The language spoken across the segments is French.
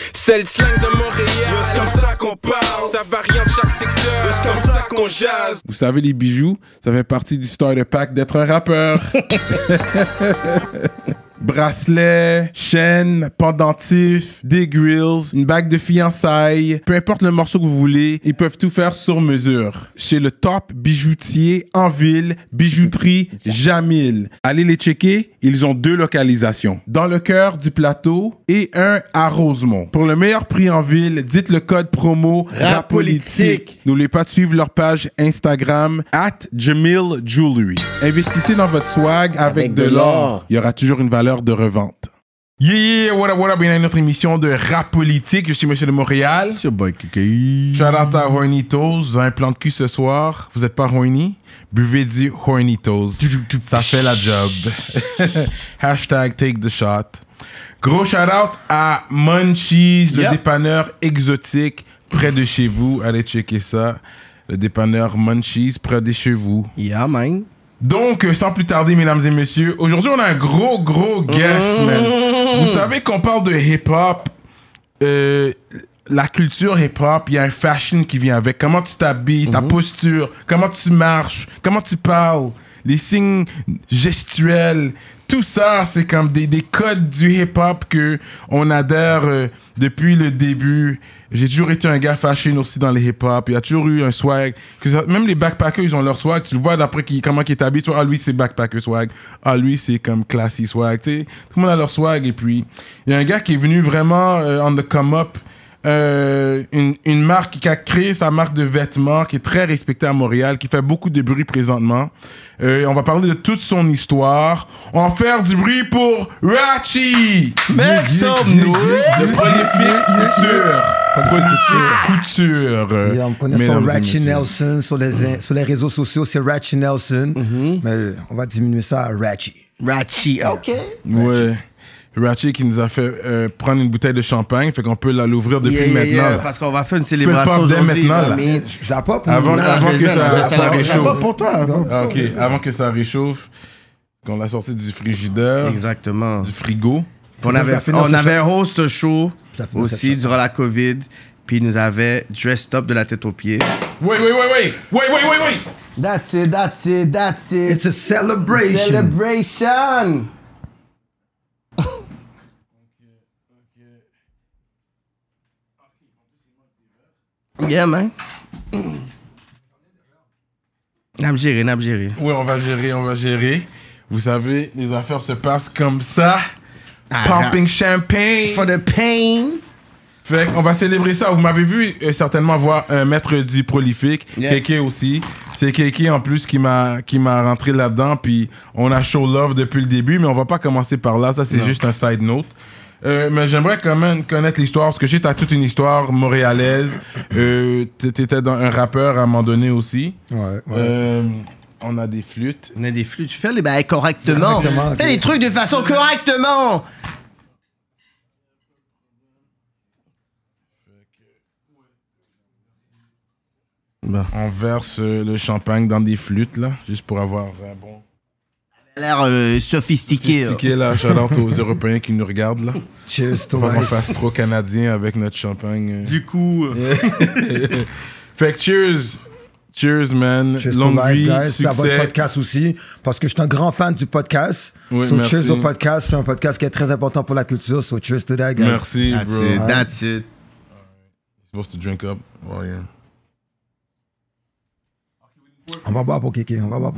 C'est le slang de Montréal, c'est comme ça qu'on parle. Ça varie en chaque secteur, c'est comme ça qu'on jase. Vous savez, les bijoux, ça fait partie du starter pack d'être un rappeur. Bracelets, chaînes, pendentifs, des grills, une bague de fiançailles, peu importe le morceau que vous voulez, ils peuvent tout faire sur mesure. Chez le top bijoutier en ville, bijouterie Jamil. Allez les checker, ils ont 2 localisations. Dans le cœur du plateau et un à Rosemont. Pour le meilleur prix en ville, dites le code promo RAPOLITIQUE. N'oubliez pas de suivre leur page Instagram @JamilJewelry. Investissez dans votre swag avec de l'or. Il y aura toujours une valeur de revente. Yeah, what up, bienvenue à notre émission de Rap Politique. Je suis Monsieur de Montréal. C'est boy Kiki. Shout out à Hornitos. Vous avez un plan de cul ce soir. Vous êtes pas horny? Buvez du Hornitos. Ça fait la job. Hashtag take the shot. Gros shout out à Munchies, le dépanneur exotique près de chez vous. Allez checker ça. Le dépanneur Munchies près de chez vous. Yeah, man. Donc, sans plus tarder, mesdames et messieurs, aujourd'hui, on a un gros guest, man. Vous savez qu'on parle de hip-hop, la culture hip-hop, il y a un fashion qui vient avec. Comment tu t'habilles, ta posture, comment tu marches, comment tu parles, les signes gestuels. Tout ça, c'est comme des codes du hip-hop qu'on adhère depuis le début. J'ai toujours été un gars fashion aussi dans les hip-hop. Il y a toujours eu un swag. Même les backpackers, ils ont leur swag. Tu le vois d'après comment ils t'habillent. Ah, lui, c'est backpacker swag. Ah, lui, c'est comme classy swag. T'sais, tout le monde a leur swag. Et puis, il y a un gars qui est venu vraiment on the come-up. Une marque qui a créé sa marque de vêtements qui est très respectée à Montréal, qui fait beaucoup de bruit présentement. On va parler de toute son histoire. On va faire du bruit pour Ratchy. Make some noise. Le couture. Et on connaît son Ratchy Nelson sur les réseaux sociaux, c'est Ratchy Nelson. Mais on va diminuer ça à Ratchy. Ratchy, ok. Ouais. Ratchy qui nous a fait prendre une bouteille de champagne, fait qu'on peut l'ouvrir depuis maintenant. Parce qu'on va faire une célébration aujourd'hui. Maintenant, je la pop. Avant que ça réchauffe. Pas pour toi. Ah, ok, avant que ça réchauffe, qu'on l'a sorti du frigidaire. Exactement. Du frigo. On avait un host show aussi durant la COVID, puis il nous avait dressed up de la tête aux pieds. Wait. That's it. It's a celebration. Celebration. Yeah, man. N'a géré. Oui, on va gérer. Vous savez, les affaires se passent comme ça. Pumping champagne. For the pain. Fait qu'on va célébrer ça. Vous m'avez vu certainement voir un maître du prolifique. Yeah. Kéké aussi. C'est Kéké en plus qui m'a rentré là-dedans. Puis on a show love depuis le début, mais on va pas commencer par là. Ça, c'est juste un side note. Mais j'aimerais quand même connaître l'histoire, parce que tu as toute une histoire montréalaise. T'étais un rappeur à un moment donné aussi. Ouais. On a des flûtes. Tu fais les bails correctement. Fais les trucs de façon correctement. Bon. On verse le champagne dans des flûtes, là, juste pour avoir un bon... l'air sophistiqué. Là, shout-out aux Européens qui nous regardent, là. Cheers, toi. On fasse trop canadien avec notre champagne. Du coup... Fait que cheers, man. Cheers Longue to life, vie, guys. succès. C'est à votre podcast aussi, parce que je suis un grand fan du podcast. Oui, so merci. cheers au podcast. C'est un podcast qui est très important pour la culture. So cheers to that, guys. Merci, bro. That's it. You're supposed to drink up. Oh, yeah. On va boire pour Kéké.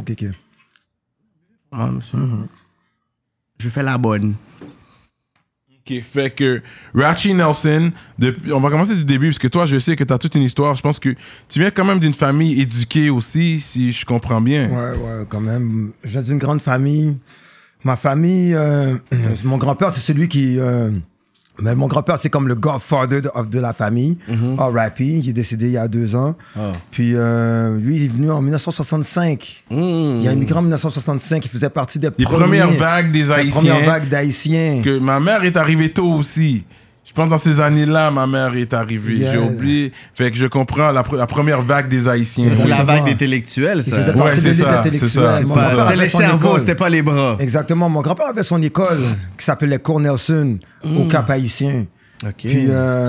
Ah, monsieur. Je fais la bonne. Ok, fait que Ratchy Nelson, on va commencer du début, parce que toi, je sais que tu as toute une histoire. Je pense que tu viens quand même d'une famille éduquée aussi, si je comprends bien. Ouais, quand même. Je viens d'une grande famille. Ma famille, mon grand-père, c'est celui qui... mais mon grand-père, c'est comme le godfather de la famille. R.I.P. Il est décédé il y a 2 ans. Puis lui, il est venu en 1965. Il a immigré en 1965. Il faisait partie des premières vagues des Haïtiens. Première vague d'Haïtiens. Que ma mère est arrivée tôt aussi. Je pense que dans ces années-là, ma mère est arrivée. Yeah. J'ai oublié. Fait que je comprends la première vague des Haïtiens. C'est la vague d'intellectuels, ça. Il faisait partie de l'élite intellectuelle. Mon grand-père C'était avait les son cerveaux, école. c'était pas les bras. Exactement. Mon grand-père avait son école qui s'appelait Cour Nelson au Cap Haïtien. OK. Puis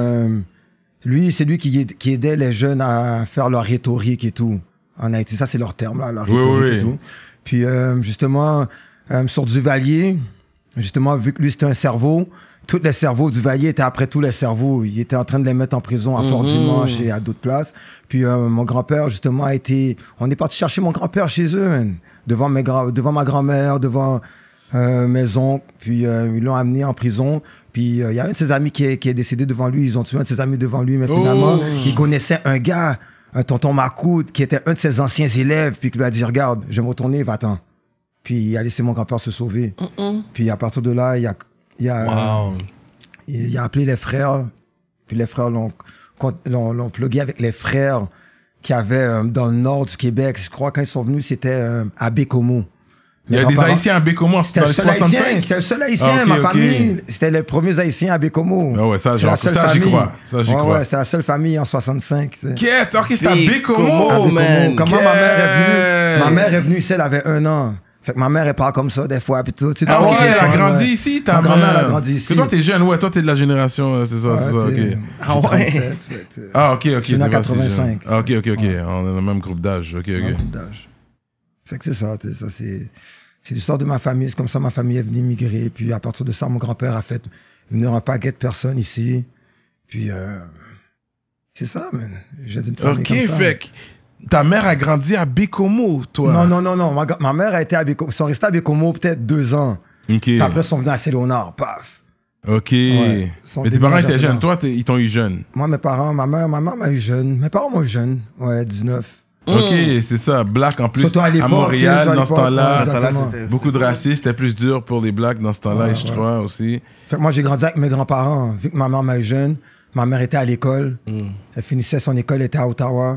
lui, c'est lui qui aidait les jeunes à faire leur rhétorique et tout. En Haïti, ça c'est leur terme, là, leur rhétorique et tout. Puis justement, sur Duvalier, justement, vu que lui c'était un cerveau, tous les cerveaux, Duvalier était après tous les cerveaux. Il était en train de les mettre en prison à Fort-Dimanche et à d'autres places. Puis mon grand-père, justement, a été... On est parti chercher mon grand-père chez eux, man. Devant ma grand-mère, devant mes oncles. Puis ils l'ont amené en prison. Puis il y a un de ses amis qui est décédé devant lui. Ils ont tué un de ses amis devant lui. Mais finalement, il connaissait un gars, un tonton Macoud, qui était un de ses anciens élèves. Puis qui lui a dit, regarde, je vais me retourner, va-t'en. Puis il a laissé mon grand-père se sauver. Puis à partir de là, il a appelé les frères. Puis les frères l'ont plugué avec les frères qu'il y avait dans le nord du Québec. Je crois que quand ils sont venus, c'était à Bécomo. Il y a des Haïtiens à Bécomo en 65? C'était le seul Haïtien, ma famille. C'était les premiers Haïtiens à Bécomo. Ah ouais, ça j'y crois. Ça, j'y crois. Ouais, c'était la seule famille en 65. Quête, ok, c'était à Bécomo, man. Comment ma mère est venue? Ma mère est venue ici, elle avait 1 an. Fait que ma mère, elle parle comme ça des fois. Puis tout, ah, ok, elle a grandi ici, ta mère. Ma grand-mère, elle a grandi ici. Que toi, t'es jeune, ouais, toi, t'es de la génération, c'est ça, ok. Ah ouais? Ah, ok. Je suis né en 85. Ah, ok. Ouais. On est dans le même groupe d'âge, ok. Même groupe d'âge. Fait que c'est ça, c'est l'histoire de ma famille. C'est comme ça, ma famille est venue migrer. Puis à partir de ça, mon grand-père a fait venir un paquet de personnes ici. Puis c'est ça, man. J'ai une famille comme ça. Ok, fait que ta mère a grandi à Bécomo, toi? Non. Ma mère a été à Bécomo. Ils sont restés à Bécomo peut-être 2 ans. Ok. Puis après, ils sont venus à Saint-Léonard, paf. Ok. Ouais, mais tes parents étaient jeunes. Toi, ils t'ont eu jeune. Moi, mes parents, ma mère m'a eu jeune. Mes parents m'ont eu jeune. Ouais, 19. Ok, c'est ça. Black en plus. Surtout à Montréal, dans ce temps-là. Ouais, beaucoup de racisme. C'était plus dur pour les Blacks dans ce temps-là, je crois aussi. Fait que moi, j'ai grandi avec mes grands-parents. Vu que ma mère m'a eu jeune, ma mère était à l'école. Elle finissait son école, elle était à Ottawa,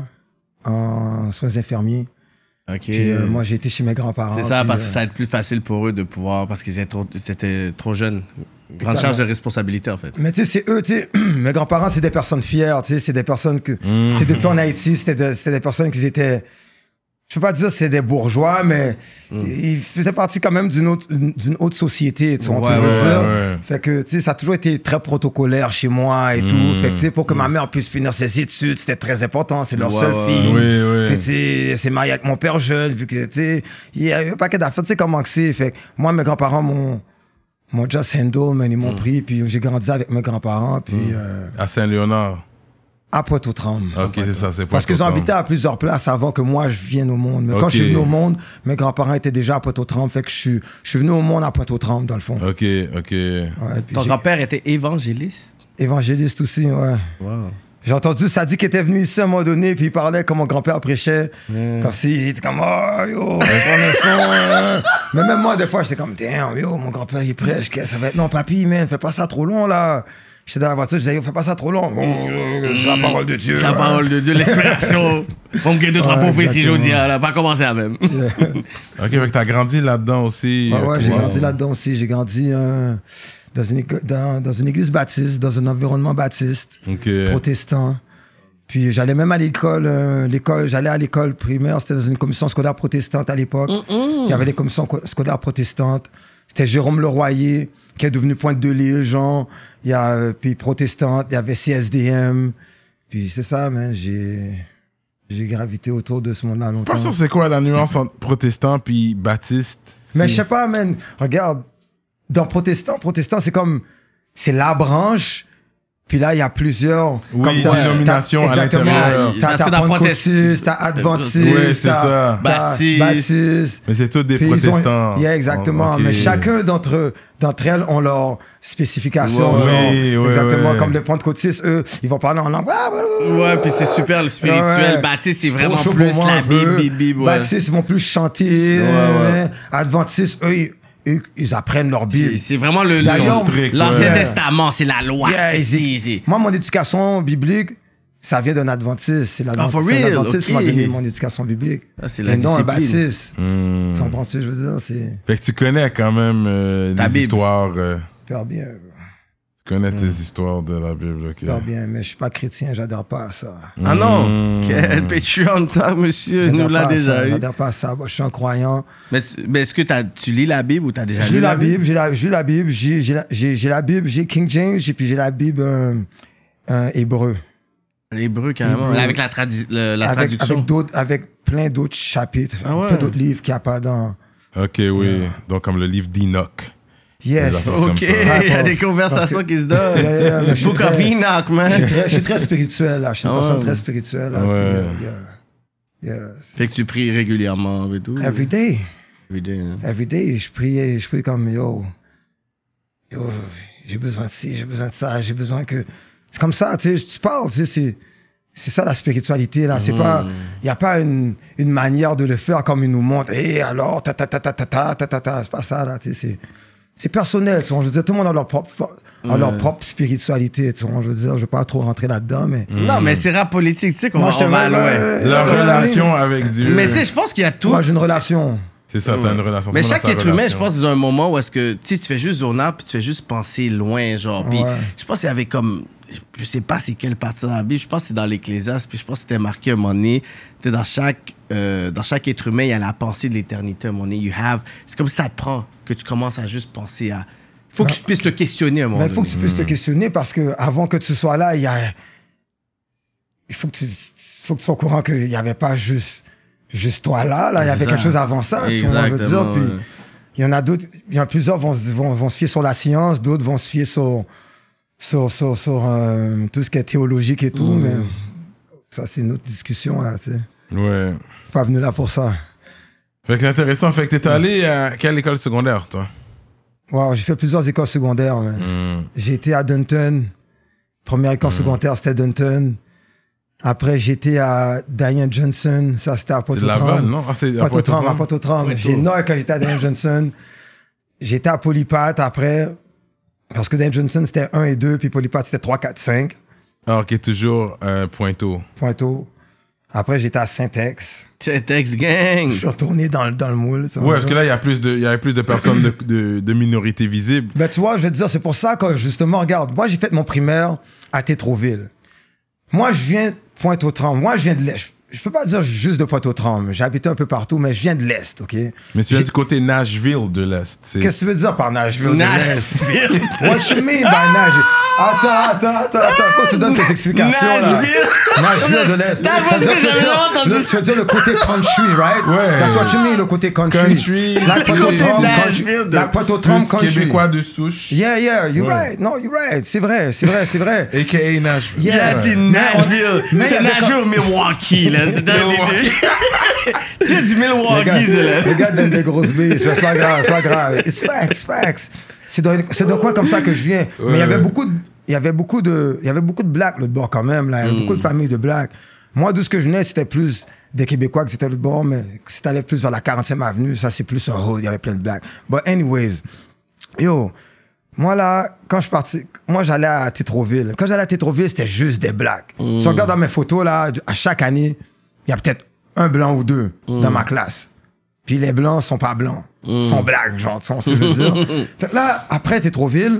en soins infirmiers. Ok. Puis, moi, j'ai été chez mes grands-parents. C'est ça, puis, parce que ça va être plus facile pour eux de pouvoir, parce qu'ils étaient trop jeunes. Grande charge de responsabilité, en fait. Mais tu sais, c'est eux, tu sais, mes grands-parents, c'est des personnes fières, tu sais, c'est des personnes que, tu sais, depuis en Haïti, c'était des personnes qui étaient, je peux pas dire que c'est des bourgeois, mais ils faisaient partie quand même d'une autre société, tu vois, tu veux dire. Ouais. Fait que, tu sais, ça a toujours été très protocolaire chez moi et tout. Fait que, tu sais, pour que ma mère puisse finir ses études, c'était très important, c'est leur seule fille. Oui. Puis, tu sais, c'est marié avec mon père jeune, vu que, tu sais, il y a eu un paquet d'affaires, tu sais comment que c'est. Fait que, moi, mes grands-parents m'ont just handle, man, ils m'ont pris, puis j'ai grandi avec mes grands-parents, puis... À Saint-Léonard. À Pointe-aux-Trembles. Ok, c'est ça, c'est Parce qu'ils ont habité à plusieurs places avant que moi, je vienne au monde. Mais quand je suis venu au monde, mes grands-parents étaient déjà à Pointe-aux-Trembles, fait que je suis venu au monde à Pointe-aux-Trembles, dans le fond. Ok. Ouais, Ton grand-père était évangéliste? Évangéliste aussi, ouais. Wow. J'ai entendu Sadi qui était venu ici à un moment donné, puis il parlait comme mon grand-père prêchait. Comme s'il était comme, oh, yo, mais même moi, des fois, j'étais comme, damn, yo, mon grand-père, il prêche. Ça va être, non, papy, man, fais pas ça trop long, là. J'étais dans la voiture, je disais, yo, fais pas ça trop long. C'est la parole de Dieu. C'est la parole de Dieu, l'inspiration. On me guette 2-3 prophéties, je dis, elle a pas commencé à même. Ok, fait que t'as grandi là-dedans aussi. Ouais, j'ai grandi là-dedans aussi. J'ai grandi dans une église baptiste, dans un environnement baptiste, protestant. Puis j'allais même à l'école, j'allais à l'école primaire, c'était dans une commission scolaire protestante à l'époque. Il y avait les commissions scolaires protestantes. C'était Jérôme Leroyer, qui est devenu Pointe de l'Île, genre. Il y a, puis protestante, il y avait CSDM. Puis c'est ça, man, j'ai gravité autour de ce monde-là longtemps. Pas sûr c'est quoi la nuance entre protestant puis baptiste? Mais je sais pas, man, regarde, dans protestant, c'est comme, c'est la branche. Puis là, il y a plusieurs dénominations à l'intérieur. T'as pentecôtiste, t'as adventiste, oui, c'est ça. Baptiste. Mais c'est tous des protestants. Exactement. Okay. Mais chacun d'entre elles ont leur spécification. Exactement. Comme les pentecôtistes, eux, ils vont parler en langue. Ouais, puis c'est super le spirituel. Baptiste, c'est vraiment plus la Bible. Baptiste, ils vont plus chanter. Adventistes, eux, ils apprennent leur Bible. C'est vraiment l'Ancien Testament, c'est la loi. Moi, mon éducation biblique, ça vient d'un adventiste. C'est l'adventiste qui m'a donné mon éducation biblique. C'est non un baptiste. Tu comprends ce que je veux dire? Fait que tu connais quand même les histoires. Super bien. connais tes histoires de la Bible, ok. Pas bien, mais je suis pas chrétien, j'adore pas ça. Ah non, quel Patreon, ça, monsieur, nous l'a déjà eu. J'adore pas ça, je suis un croyant. Mais est-ce que tu lis la Bible ou t'as déjà J'ai lu la Bible? J'ai la Bible, j'ai la Bible, j'ai King James, puis j'ai la Bible hébreu. L'hébreu, carrément. Hébreu. Avec la traduction. Avec plein d'autres chapitres, ouais. plein d'autres livres qu'il n'y a pas dans... Ok, oui. Donc, comme le livre d'Enoch. Yes. Ok, il y a des conversations qui se donnent. Yeah, Book of Enoch, man. Je suis très spirituel, là. Je suis une personne très spirituelle. Là. Ouais. Fait que tu pries régulièrement et tout. Every day. Hein. Every day, je prie comme, yo, j'ai besoin de ci, j'ai besoin de ça, j'ai besoin que... C'est comme ça, tu sais, tu parles, tu sais, c'est ça la spiritualité, là. C'est pas... Il n'y a pas une manière de le faire comme ils nous montrent. Et alors, c'est pas ça, là, tu sais, c'est personnel, tu vois. Je veux dire, tout le monde a leur propre spiritualité, tu vois. Je veux dire, je ne vais pas trop rentrer là-dedans, mais... Non, mais c'est rap politique, tu sais qu'on Moi, va loin. La relation avec Dieu. Mais tu sais, je pense qu'il y a tout. Moi, j'ai une relation... C'est ça, t'as une relation. Mais chaque être humain, je pense, c'est un moment où est-ce que tu fais juste zoner puis tu fais juste penser loin, genre. Puis je pense qu'il y avait comme, je sais pas c'est quelle partie de la Bible, je pense que c'est dans l'Ecclésiaste, puis je pense que c'était marqué à un moment donné, dans chaque être humain, il y a la pensée de l'éternité à un moment donné. C'est comme si ça te prend que tu commences à juste penser à. Il faut que tu puisses te questionner à un moment donné. Il faut que tu puisses te questionner parce que avant que tu sois là, il faut que tu sois au courant qu'il n'y avait pas juste toi là, il y avait quelque chose avant ça, tu vois, je veux dire, puis il y en a d'autres, il y en a plusieurs vont se fier sur la science, d'autres vont se fier sur tout ce qui est théologique et tout, mais ça c'est une autre discussion là, tu sais. Ouais. Pas venu là pour ça. Fait que c'est intéressant, fait que t'es allé à quelle école secondaire, toi? Wow, j'ai fait plusieurs écoles secondaires, man. J'ai été à Dunton, première école secondaire c'était Dunton. Après, j'étais à Diane Johnson. Ça, c'était à Pointe-aux-Trembles. Non? Ah, c'est à Pointe-aux-Trembles. J'ai Noël quand j'étais à Diane Johnson. J'étais à Polypath après. Parce que Diane Johnson, c'était 1 et 2, puis Polypath, c'était 3, 4, 5. Ah, ok, toujours Pointeau. Après, j'étais à Saint-Ex. Saint-Ex gang! Je suis retourné dans le moule. Ouais, parce que là, il y avait plus de personnes de minorités visibles. Ben, tu vois, je veux te dire, c'est pour ça que, justement, regarde, moi, j'ai fait mon primaire à Tétroville. Moi, je viens de Pointe-aux-Trembles. Moi, je viens de l'Est. Je peux pas dire juste de Pointe-aux-Trembles. J'ai habité un peu partout, mais je viens de l'Est, OK? Mais tu viens du côté Nashville de l'Est. Qu'est-ce que tu veux dire par Nashville de l'Est? What you mean by Nashville? Attends. Faut que tu donnes tes explications, Nashville de l'Est. Tu veux dire le côté country, right? Ouais. That's what you mean, le côté country. La Pointe-aux-Trembles country. Québécois de souche. Yeah, you're right. No, you're right. C'est vrai. A.K.A. Nashville. Il a dit Nashville. C'est Nashville ou Milwaukee, là. C'est tu es du Milwaukee, là. Les gars donnent des grosses billes. C'est pas grave. It's facts. C'est de quoi comme ça que je viens. Ouais. Mais il y avait beaucoup de blacks l'autre bord quand même, là. Il y avait beaucoup de familles de blacks. Moi, d'où ce que je venais, c'était plus des Québécois qui étaient l'autre bord, mais si t'allais plus vers la 40e avenue, ça, c'est plus un hood, il y avait plein de blacks. But anyways, moi, là, quand je suis parti, moi, j'allais à Tétroville. Quand j'allais à Tétroville, c'était juste des blacks. Si on regarde dans mes photos, là, à chaque année, il y a peut-être un blanc ou deux dans ma classe. Puis les blancs sont pas blancs. Sont blacks, genre, tu veux dire. Fait que là, après Tétroville,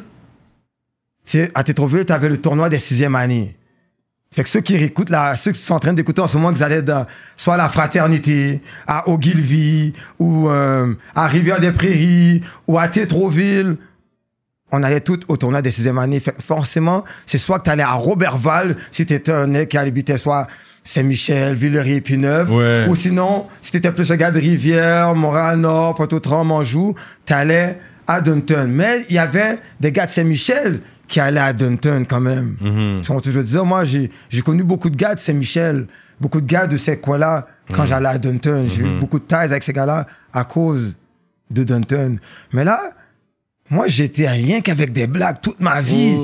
à Tétroville, t'avais le tournoi des 6e années. Fait que ceux qui écoutent là, ceux qui sont en train d'écouter en ce moment, qu'ils allaient soit à la Fraternité, à Ogilvy, ou à Rivière-des-Prairies, ou à Tétroville, on allait tous au tournoi des 6e années. Fait que forcément, c'est soit que t'allais à Robertval, si t'étais un mec qui habitait soit Saint-Michel, Villeray-Épineuve, ou sinon, si t'étais plus un gars de Rivière, Montréal-Nord, Pointe-aux-Trembles, Anjou, t'allais à Dunton. Mais il y avait des gars de Saint-Michel qui allaient à Dunton quand même. Tu vois ce que je veux dire? Moi, j'ai connu beaucoup de gars de Saint-Michel, beaucoup de gars de ces coins-là quand j'allais à Dunton. J'ai eu beaucoup de ties avec ces gars-là à cause de Dunton. Mais là, moi, j'étais rien qu'avec des blacks toute ma vie.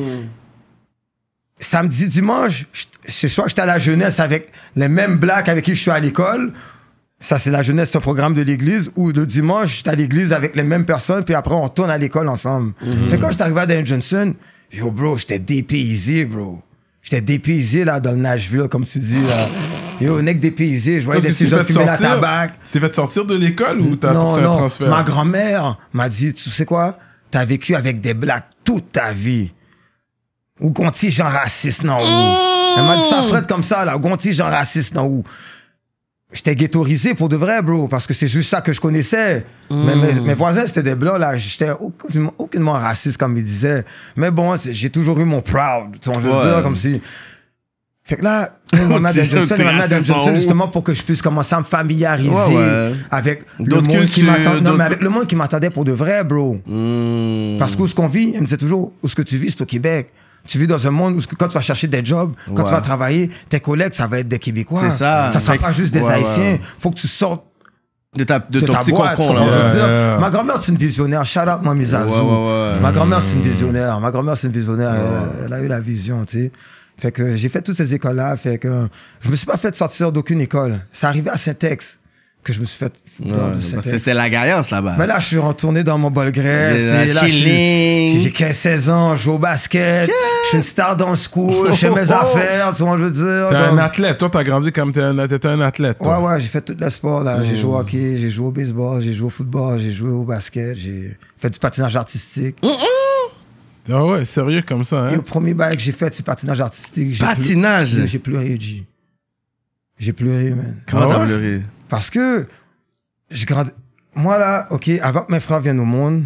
Samedi, dimanche, c'est soit que j'étais à la jeunesse avec les mêmes blacks avec qui je suis à l'école. Ça, c'est la jeunesse, c'est un programme de l'église. Ou le dimanche, j'étais à l'église avec les mêmes personnes, puis après, on retourne à l'école ensemble. Fait que quand j'étais arrivé à Dan Johnson, yo, bro, j'étais dépaysé, bro. J'étais dépaysé, là, dans le Nashville, comme tu dis, là. Yo, mec dépaysé, je voyais des petits gens fumer la tabac. Tu t'es fait sortir de l'école ou t'as un transfert? Ma grand-mère m'a dit, tu sais quoi? T'as vécu avec des blacks toute ta vie. Ou Gonti, genre raciste, non. Elle m'a dit ça, Fred, comme ça, là. Gonti, genre raciste, non. Ou j'étais ghettoisé pour de vrai, bro, parce que c'est juste ça que je connaissais. Mais mes voisins, c'était des blancs, là. J'étais aucunement raciste, comme ils disaient. Mais bon, j'ai toujours eu mon proud. Tu vois, je veux dire, comme si... Fait que là, il m'a mis à Dan Johnson justement pour que je puisse commencer à me familiariser avec le monde qui m'attendait. Non, mais avec le monde qui m'attendait pour de vrai, bro. Parce que où ce qu'on vit, il me disait toujours, où ce que tu vis, c'est au Québec. Tu vis dans un monde où quand tu vas chercher des jobs, quand tu vas travailler, tes collègues, ça va être des Québécois. C'est ça. Ça sera pas juste des Haïtiens. Faut que tu sortes de ton petit boîte, cocon, là. Ouais. Ma grand-mère, c'est une visionnaire. Shout out, moi, Mizazou. Ma grand-mère, c'est une visionnaire. Elle a eu la vision, tu sais. Fait que j'ai fait toutes ces écoles-là. Fait que je me suis pas fait sortir d'aucune école. C'est arrivé à Saint-Ex que je me suis fait foutre de Saint-Ex. Parce que c'était la gaillance là-bas. Mais là, je suis retourné dans mon bol grès. J'ai 15-16 ans, je joue au basket. Je suis une star dans le school. Je fais mes affaires, tu vois, je veux dire. T'es un athlète. Toi, t'as grandi comme t'étais un athlète. Toi. Ouais, j'ai fait tous les sports, là. J'ai joué au hockey, j'ai joué au baseball, j'ai joué au football, j'ai joué au basket, j'ai fait du patinage artistique. Ah ouais, sérieux comme ça, hein? Et le premier bail que j'ai fait, c'est patinage artistique. Patinage? J'ai pleuré, G. J'ai pleuré, man. Comment t'as pleuré? Parce que j'ai grandi... Moi, là, OK, avant que mes frères viennent au monde,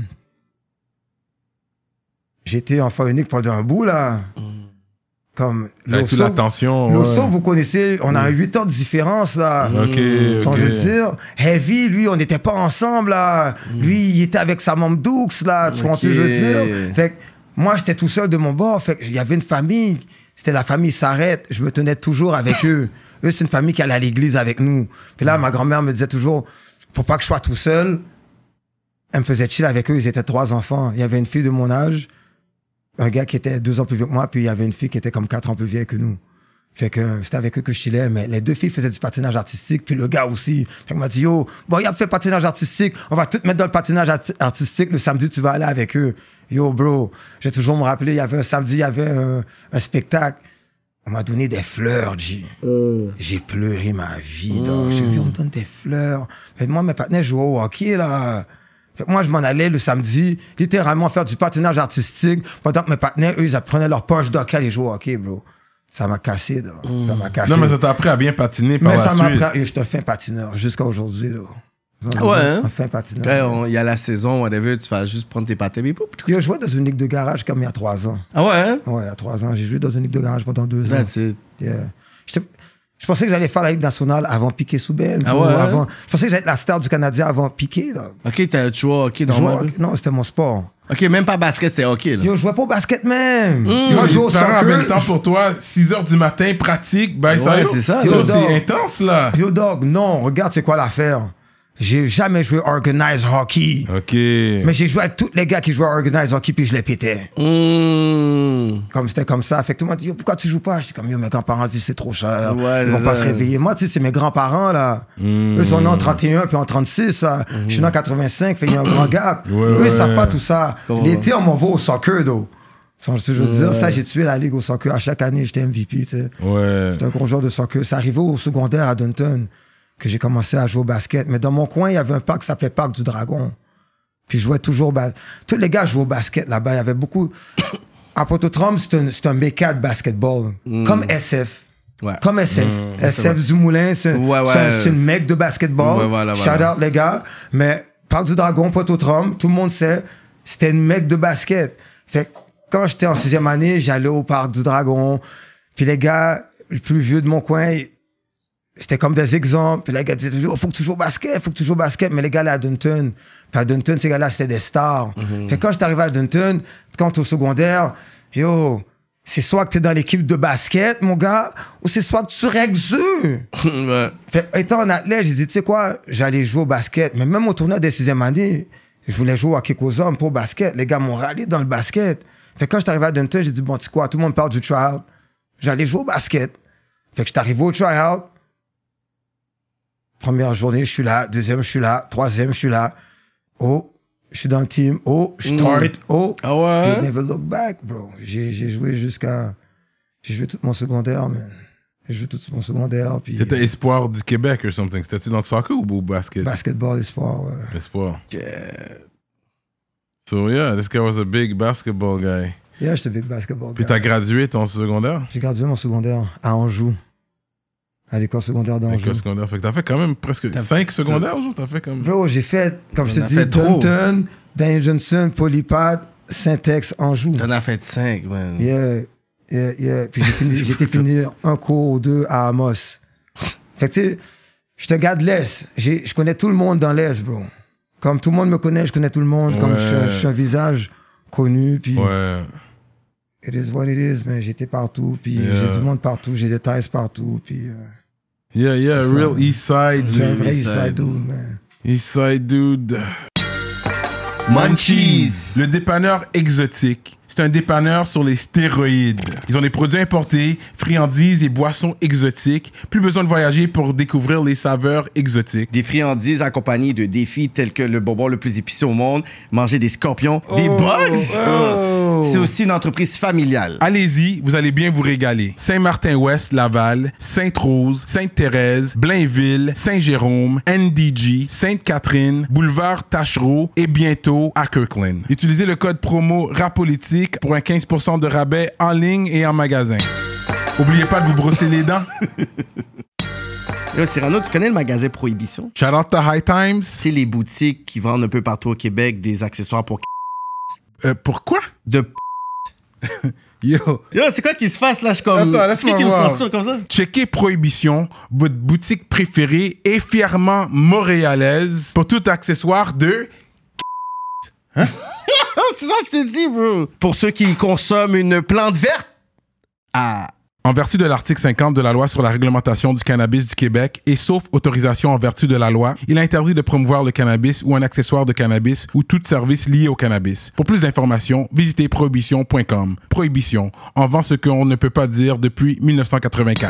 j'étais enfant unique pendant un bout, là. Comme... T'as toute l'attention. L'Osso, vous connaissez, on a 8 ans de différence, là. OK. Sans je veux dire. Heavy, lui, on n'était pas ensemble, là. Lui, il était avec sa maman Doux, là. Tu comprends ce que je veux dire? Fait que moi, j'étais tout seul de mon bord. Fait qu'il y avait une famille. C'était la famille Sarrette. Je me tenais toujours avec eux. Eux, c'est une famille qui allait à l'église avec nous. Puis là, ma grand-mère me disait toujours, pour pas que je sois tout seul, elle me faisait chill avec eux. Ils étaient 3 enfants. Il y avait une fille de mon âge, un gars qui était 2 ans plus vieux que moi, puis il y avait une fille qui était comme 4 ans plus vieille que nous. Fait que c'était avec eux que je chillais, mais les 2 filles faisaient du patinage artistique, puis le gars aussi. Fait qu'il m'a dit, yo, bon, il a fait patinage artistique, on va tout mettre dans le patinage artistique, le samedi, tu vas aller avec eux. Yo, bro, j'ai toujours me rappelé, il y avait un samedi, il y avait un spectacle. On m'a donné des fleurs, G. J'ai pleuré ma vie, là. Je dis, on me donne des fleurs. Mais moi, mes partenaires jouaient au hockey, là. Fait que moi, je m'en allais le samedi, littéralement faire du patinage artistique, pendant que mes partenaires, eux, ils prenaient leur poche d'hockey et ils jouaient au hockey, bro. Ça m'a cassé, là. Ça m'a cassé. Non, mais ça t'a appris à bien patiner par la suite. Mais ça m'a appris, je te fais un patineur jusqu'à aujourd'hui, là. Ouais, hein? On fait un patineur. Quand il y a la saison, whatever, tu vas juste prendre tes patins. Yo, je jouais dans une ligue de garage comme il y a 3 ans. Ah ouais, hein? Ouais, il y a 3 ans. J'ai joué dans une ligue de garage pendant 2 ans. That's it. Yeah. Je pensais que j'allais faire la Ligue nationale avant Piquet-Souben. Ah ouais? Je pensais que j'allais être la star du Canadien avant Piquet, là. OK, tu jouais au hockey dans le... Non, c'était mon sport. OK, même pas basket, c'était hockey, là. Yo, je jouais pas au basket même. Moi, je jouais au Tes parents soccer. avaient le temps pour toi, 6h du matin, pratique, ben ça, c'est ça. Yo, Yo, c'est dog. intense, là. Yo, dog, non, regarde c'est quoi l'affaire. J'ai jamais joué organized hockey. OK. Mais j'ai joué avec tous les gars qui jouaient organized hockey puis je les pétais. Comme c'était comme ça. Fait que tout le monde dit, yo, pourquoi tu joues pas? Je dis comme, yo, mes grands-parents disent c'est trop cher. Ouais, Ils vont pas se réveiller. Moi, tu sais, c'est mes grands-parents, là. Eux sont nés en 31 puis en 36. Là. Je suis né en 85, fait il y a un grand gap. Eux, ils savent pas tout ça. L'été, on m'envoie au soccer, though. Je veux dire, ça, j'ai tué la ligue au soccer. À chaque année, j'étais MVP, tu sais. Ouais. J'étais un gros joueur de soccer. C'est arrivé au secondaire à Dunton que j'ai commencé à jouer au basket. Mais dans mon coin, il y avait un parc qui s'appelait Parc du Dragon. Puis je jouais toujours... Tous les gars jouaient au basket là-bas. Il y avait beaucoup... À Pototrome, c'est un méca de basketball. Comme SF. Ouais. Comme SF. SF du Moulin, c'est une mec de basketball. Ouais, voilà. Shout out, les gars. Mais Parc du Dragon, Pototrome, tout le monde sait, c'était une mec de basket. Fait que quand j'étais en 6e année, j'allais au Parc du Dragon. Puis les gars, les plus vieux de mon coin... C'était comme des exemples. Puis les gars disaient toujours, faut que tu joues au basket, faut que tu joues au basket. Mais les gars là à Dunton, puis à Dunton, ces gars-là, c'était des stars. Fait que quand j'étais arrivé à Dunton, quand t'es au secondaire, yo, c'est soit que t'es dans l'équipe de basket, mon gars, ou c'est soit que tu règles eux. Ouais. Fait que, étant un athlète, j'ai dit, tu sais quoi, j'allais jouer au basket. Mais même au tournoi des 6e année, je voulais jouer à hockey aux hommes, pas au basket. Les gars m'ont rallié dans le basket. Fait que quand j'étais arrivé à Dunton, j'ai dit, bon, tu sais quoi, tout le monde parle du try-out. J'allais jouer au basket. Fait que j'étais arrivé au try-out. Première journée, je suis là. Deuxième, je suis là. Troisième, je suis là. Oh, je suis dans le team. Oh, je start. Oh. Ah ouais? Puis never look back, bro. J'ai joué jusqu'à... J'ai joué tout mon secondaire, man. J'ai joué tout mon secondaire. Puis... T'étais espoir du Québec ou something. C'était-tu dans le soccer ou au basket? Basketball, espoir, ouais. Espoir. So yeah, this guy was a big basketball guy. Yeah, j'étais big basketball. Puis t'as gradué ton secondaire? J'ai gradué mon secondaire à Anjou. À l'école secondaire d'Anjou. L'école secondaire. Fait que t'as fait quand même presque 5 secondaires, genre? T'as fait comme... Bro, j'ai fait, comme je te dis, trop. Dunton, Daniel Johnson, Polypat, Syntex, Anjou. T'en as fait 5, man. Yeah. Puis j'ai été finir un cours ou 2 à Amos. Fait que tu sais, je te garde l'Est. Je connais tout le monde dans l'Est, bro. Comme tout le monde me connaît, je connais tout le monde. Ouais. Comme je suis un visage connu, puis... Ouais. It is what it is, man. J'étais partout, puis j'ai du monde partout, j'ai des ties partout, puis... Yeah, c'est real ça. East Side. J'ai un vrai East Side dude, man. East Side dude. Munchies. Le dépanneur exotique. C'est un dépanneur sur les stéroïdes. Ils ont des produits importés, friandises et boissons exotiques. Plus besoin de voyager pour découvrir les saveurs exotiques. Des friandises accompagnées de défis tels que le bonbon le plus épicé au monde, manger des scorpions, des bugs. C'est aussi une entreprise familiale. Allez-y, vous allez bien vous régaler. Saint-Martin-Ouest, Laval, Sainte-Rose, Sainte-Thérèse, Blainville, Saint-Jérôme, NDG, Sainte-Catherine, Boulevard Tachereau et bientôt à Kirkland. Utilisez le code promo RAPOLITIQUE pour un 15% de rabais en ligne et en magasin. Oubliez pas de vous brosser les dents. Là, Cyrano, tu connais le magasin Prohibition? Shout out to High Times. C'est les boutiques qui vendent un peu partout au Québec des accessoires pour Pourquoi? de Yo. Yo, c'est quoi qui se passe là? Je comme... Attends, laisse-moi qui me voir. censure comme ça? Checkez Prohibition, votre boutique préférée et fièrement montréalaise pour tout accessoire de... C'est ça que je te dis, bro. Pour ceux qui consomment une plante verte. Ah. En vertu de l'article 50 de la loi sur la réglementation du cannabis du Québec et sauf autorisation en vertu de la loi, il est interdit de promouvoir le cannabis ou un accessoire de cannabis ou tout service lié au cannabis. Pour plus d'informations, visitez prohibition.com. Prohibition, en vend ce qu'on ne peut pas dire depuis 1984.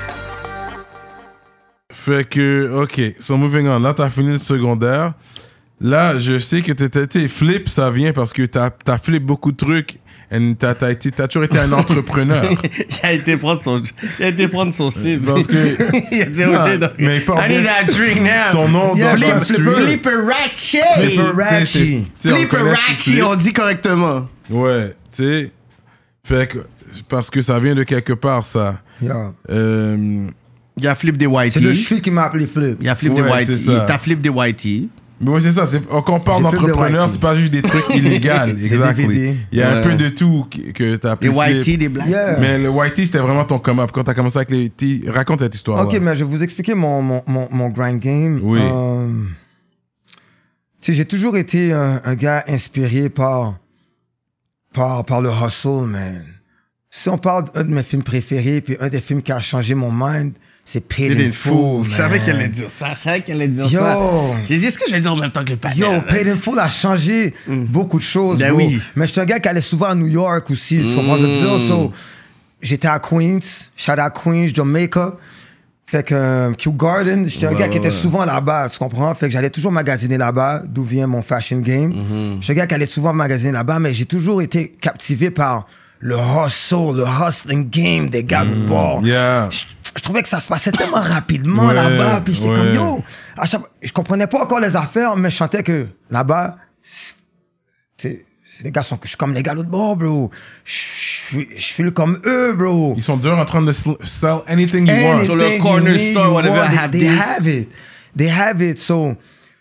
Fait que, ok, so moving on. Là, t'as fini le secondaire. Là, je sais que t'es flip, ça vient parce que t'as flip beaucoup de trucs. Et t'as toujours été un entrepreneur. Il a été prendre son cible. Parce que... il a dit, Non, mais il parle I need bien- that drink now. Son nom Yeah, dans le street. Flipperacci. Flipperacci. Flipperacci, on dit correctement. Ouais, tu sais. Fait que... Parce que ça vient de quelque part, ça. Yeah. Il y a Flip des C'est le Whitey. street qui m'a appelé Flip. Il y a Flip des Ouais, Whitey. c'est ça. T'as Flip des Whitey. Mais ouais, c'est ça. Quand on parle J'ai fait d'entrepreneur, des c'est pas juste des trucs illégaux. Exactly. DVD. Il y a un Ouais. peu de tout que t'as Des appelé Whitey, flip. des Black. Yeah. Mais le Whitey, c'était vraiment ton come-up. Quand t'as commencé avec les... Raconte cette histoire. Ok, mais je vais vous expliquer mon grind game. Oui. Tu sais, j'ai toujours été un gars inspiré par le hustle, man. Si on parle d'un de mes films préférés, puis un des films qui a changé mon mind, c'est Paid in Full. Je savais qu'elle allait dire ça. Yo. J'ai dit, est-ce que je vais dire en même temps que le patron? Yo, Paid in Full a changé beaucoup de choses, Ben bro. oui. Mais je suis un gars qui allait souvent à New York aussi, tu comprends ce que je veux dire? So, j'étais à Queens, shout out Queens, Jamaica. Fait que Kew Garden, j'étais un gars qui était souvent là-bas, tu comprends? Fait que j'allais toujours magasiner là-bas, d'où vient mon fashion game. J'étais un gars qui allait souvent magasiner là-bas, mais j'ai toujours été captivé par le hustle, le hustling game des gars de bord. Yeah. Je trouvais que ça se passait tellement rapidement Ouais, là-bas, puis j'étais ouais. comme yo. Je comprenais pas encore les affaires, mais je sentais que là-bas, les gars je suis comme les gars de l'autre bord, bro. Je suis comme eux, bro. Ils sont dehors en train de sell anything you want. Sur le Anything corner you need, store, you whatever, want, I have they this. have it. They have it. So,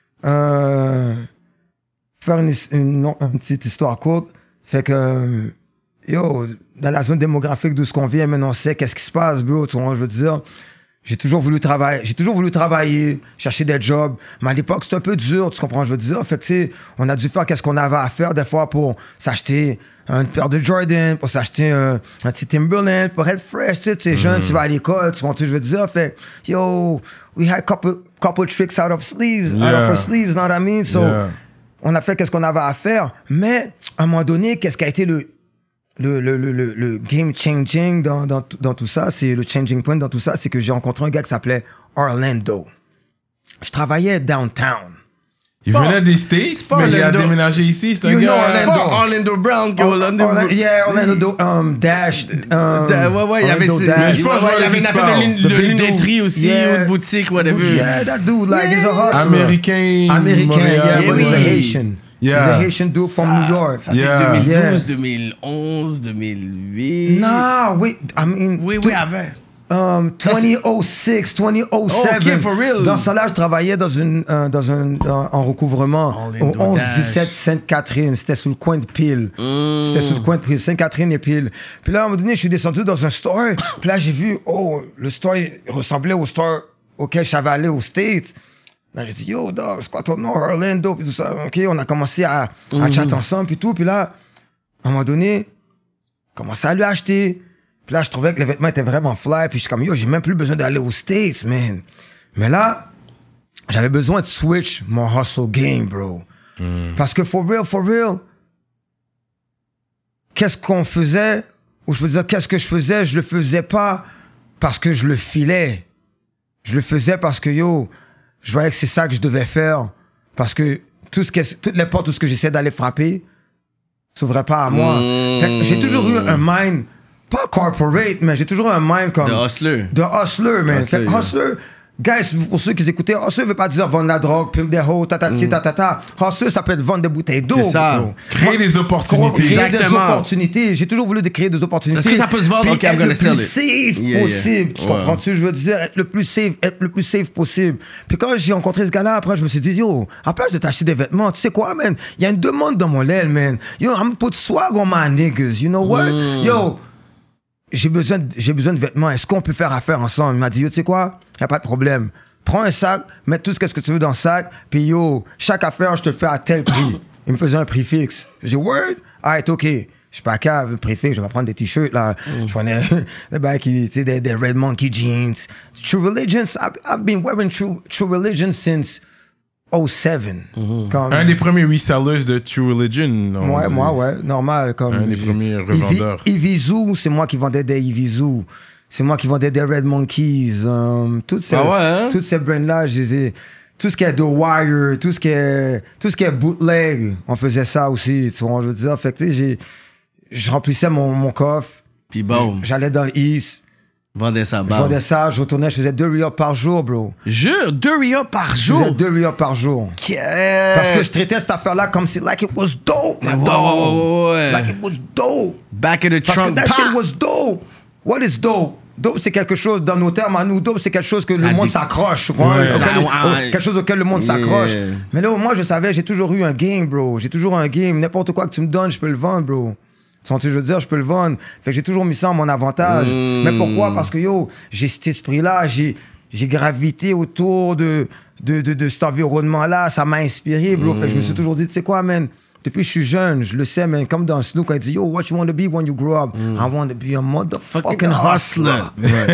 faire une petite histoire courte. Fait que, yo, dans la zone démographique d'où ce qu'on vient, maintenant on sait qu'est-ce qui se passe, bro. Tu vois, je veux dire, j'ai toujours voulu travailler, chercher des jobs. Mais à l'époque, c'était un peu dur, tu comprends, je veux dire. Fait que, tu sais, on a dû faire qu'est-ce qu'on avait à faire des fois pour s'acheter une paire de Jordan, pour s'acheter un petit Timberland, pour être fresh, tu sais, tu es jeune, tu vas à l'école, tu comprends ce que je veux dire. Fait, yo, we had couple tricks out of our sleeves, you know what I mean? So, on a fait qu'est-ce qu'on avait à faire. Mais, à un moment donné, qu'est-ce qui a été le game changing dans tout ça, c'est le changing point dans tout ça, c'est que j'ai rencontré un gars qui s'appelait Orlando. Je travaillais downtown. Il venait des States, mais il a Orlando. déménagé ici. C'est un You know gars... Orlando Brown, Orlando Dash. Ouais, il y avait Orlando il Dash. je pense que je vois y avait une de qui affaire tu de parles. lunetterie aussi, Yeah. ou de boutique, whatever. Yeah, that dude, like, he's a hustler. Américain, Américain, Montréal, yeah, but he's a oui. Haitian. Yeah. He's a Haitian dude from New York. Ça, c'est Yeah. 2012, 2011, 2008. Nah, wait, I mean... Oui, avant. 2006, 2007. Oh, ok, for real. Dans ça là, je travaillais en recouvrement au 11-17 Sainte-Catherine. C'était sous le coin de Peel. C'était sous le coin de Peel, Sainte-Catherine et Peel. Puis là, à un moment donné, je suis descendu dans un store. Puis là, j'ai vu, le store ressemblait au store auquel j'avais allé aux States. Là, j'ai dit, yo, dog, c'est quoi ton nom? Orlando, puis tout ça. OK, on a commencé à chatter ensemble, puis tout. Puis là, à un moment donné, commencé à lui acheter. Puis là, je trouvais que les vêtements étaient vraiment fly. Puis je suis comme, yo, j'ai même plus besoin d'aller aux States, man. Mais là, j'avais besoin de switch mon hustle game, bro. Parce que for real, qu'est-ce qu'on faisait? Ou je peux dire, qu'est-ce que je faisais? Je le faisais pas parce que je le filais. Je le faisais parce que, yo, je voyais que c'est ça que je devais faire. Parce que toutes les portes, tout ce que j'essaie d'aller frapper, s'ouvrait pas à moi. Fait que j'ai toujours eu un mind... Pas corporate, mais j'ai toujours un mind comme... De hustler. De hustler, man. Hustler, yeah. Hustler, guys, pour ceux qui écoutaient, hustler veut pas dire vendre la drogue, pimp des hoes, tatata. Hustler, ça peut être vendre des bouteilles d'eau. C'est ça. Bro. Créer des opportunités. Créer des opportunités. J'ai toujours voulu créer des opportunités. Est-ce que ça peut se vendre? OK, I'm gonna sell it. Le plus safe possible. Tu comprends ce que je veux dire? Être le plus safe possible. Puis quand j'ai rencontré ce gars-là, après, je me suis dit, yo, à place de t'acheter des vêtements, tu sais quoi, man? Il y a une demande dans mon l'aile, man. Yo, I'm gonna put swag on my niggas. You know what? Yo, j'ai besoin de vêtements. Est-ce qu'on peut faire affaire ensemble? Il m'a dit, yo, tu sais quoi? Y a pas de problème. Prends un sac, mets tout ce que tu veux dans le sac, puis yo, chaque affaire, je te le fais à tel prix. Il me faisait un prix fixe. J'ai dit, word? Alright, OK. Je suis pas cave, prix fixe, je vais prendre des t-shirts, là. Je prenais des Red Monkey jeans. True Religion, I've been wearing True Religion since 07. Comme... Un des premiers resellers de True Religion. Ouais, normal. Comme un des premiers revendeurs. Evisu, c'est moi qui vendais des Evisu. C'est moi qui vendais des Red Monkeys. Toutes ces brands-là, tout ce qui est The Wire, tout ce qui est bootleg, on faisait ça aussi. Tu vois, je veux dire, fait que je remplissais mon coffre. Puis bon. J'allais dans l'East. Vendais ça, je vendais ça, je retournais, je faisais 2 re-up par jour, bro. 2 re-up par jour? Je faisais 2 re-up par jour. Parce que je traitais cette affaire-là comme si, like it was dope, my dog. Like it was dope. Back in the trunk. Parce que that shit was dope. What is dope? Dope, c'est quelque chose, dans nos termes à nous, dope, c'est quelque chose que le monde s'accroche. Quelque chose auquel le monde s'accroche. Mais là, moi, je savais, j'ai toujours eu un game, bro. J'ai toujours un game. N'importe quoi que tu me donnes, je peux le vendre, bro. Tu vois ce que je veux dire? Je peux le vendre. Fait que j'ai toujours mis ça en mon avantage. Mais pourquoi? Parce que, yo, j'ai cet esprit-là, j'ai gravité autour de cet environnement-là. Ça m'a inspiré, bro. Fait que je me suis toujours dit, tu sais quoi, man? Depuis que je suis jeune, je le sais, man. Comme dans Snoop, quand il dit, yo, what you want to be when you grow up? I want to be a motherfucking hustler.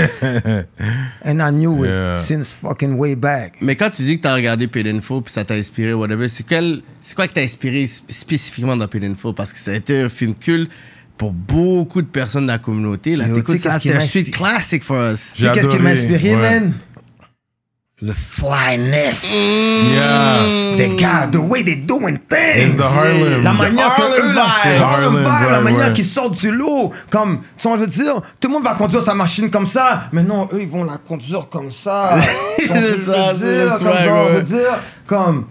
And I knew it since fucking way back. Mais quand tu dis que t'as regardé Paid in Full puis ça t'a inspiré, whatever, c'est quoi qui t'a inspiré spécifiquement dans Paid in Full? Parce que ça a été un film culte pour beaucoup de personnes de la communauté. Là, t'écoutes ça, c'est un street classic for us. Tu sais qu'est-ce qui m'a inspiré, man? Le flyness. The gars, the way they doing things. It's the Harlem. La manière que Harlem vibe, la manière qu'ils sortent du lot. Comme, tu vois, je veux dire, tout le monde va conduire sa machine comme ça, mais non, eux, ils vont la conduire comme ça. C'est ça, c'est le swag, je veux dire, comme...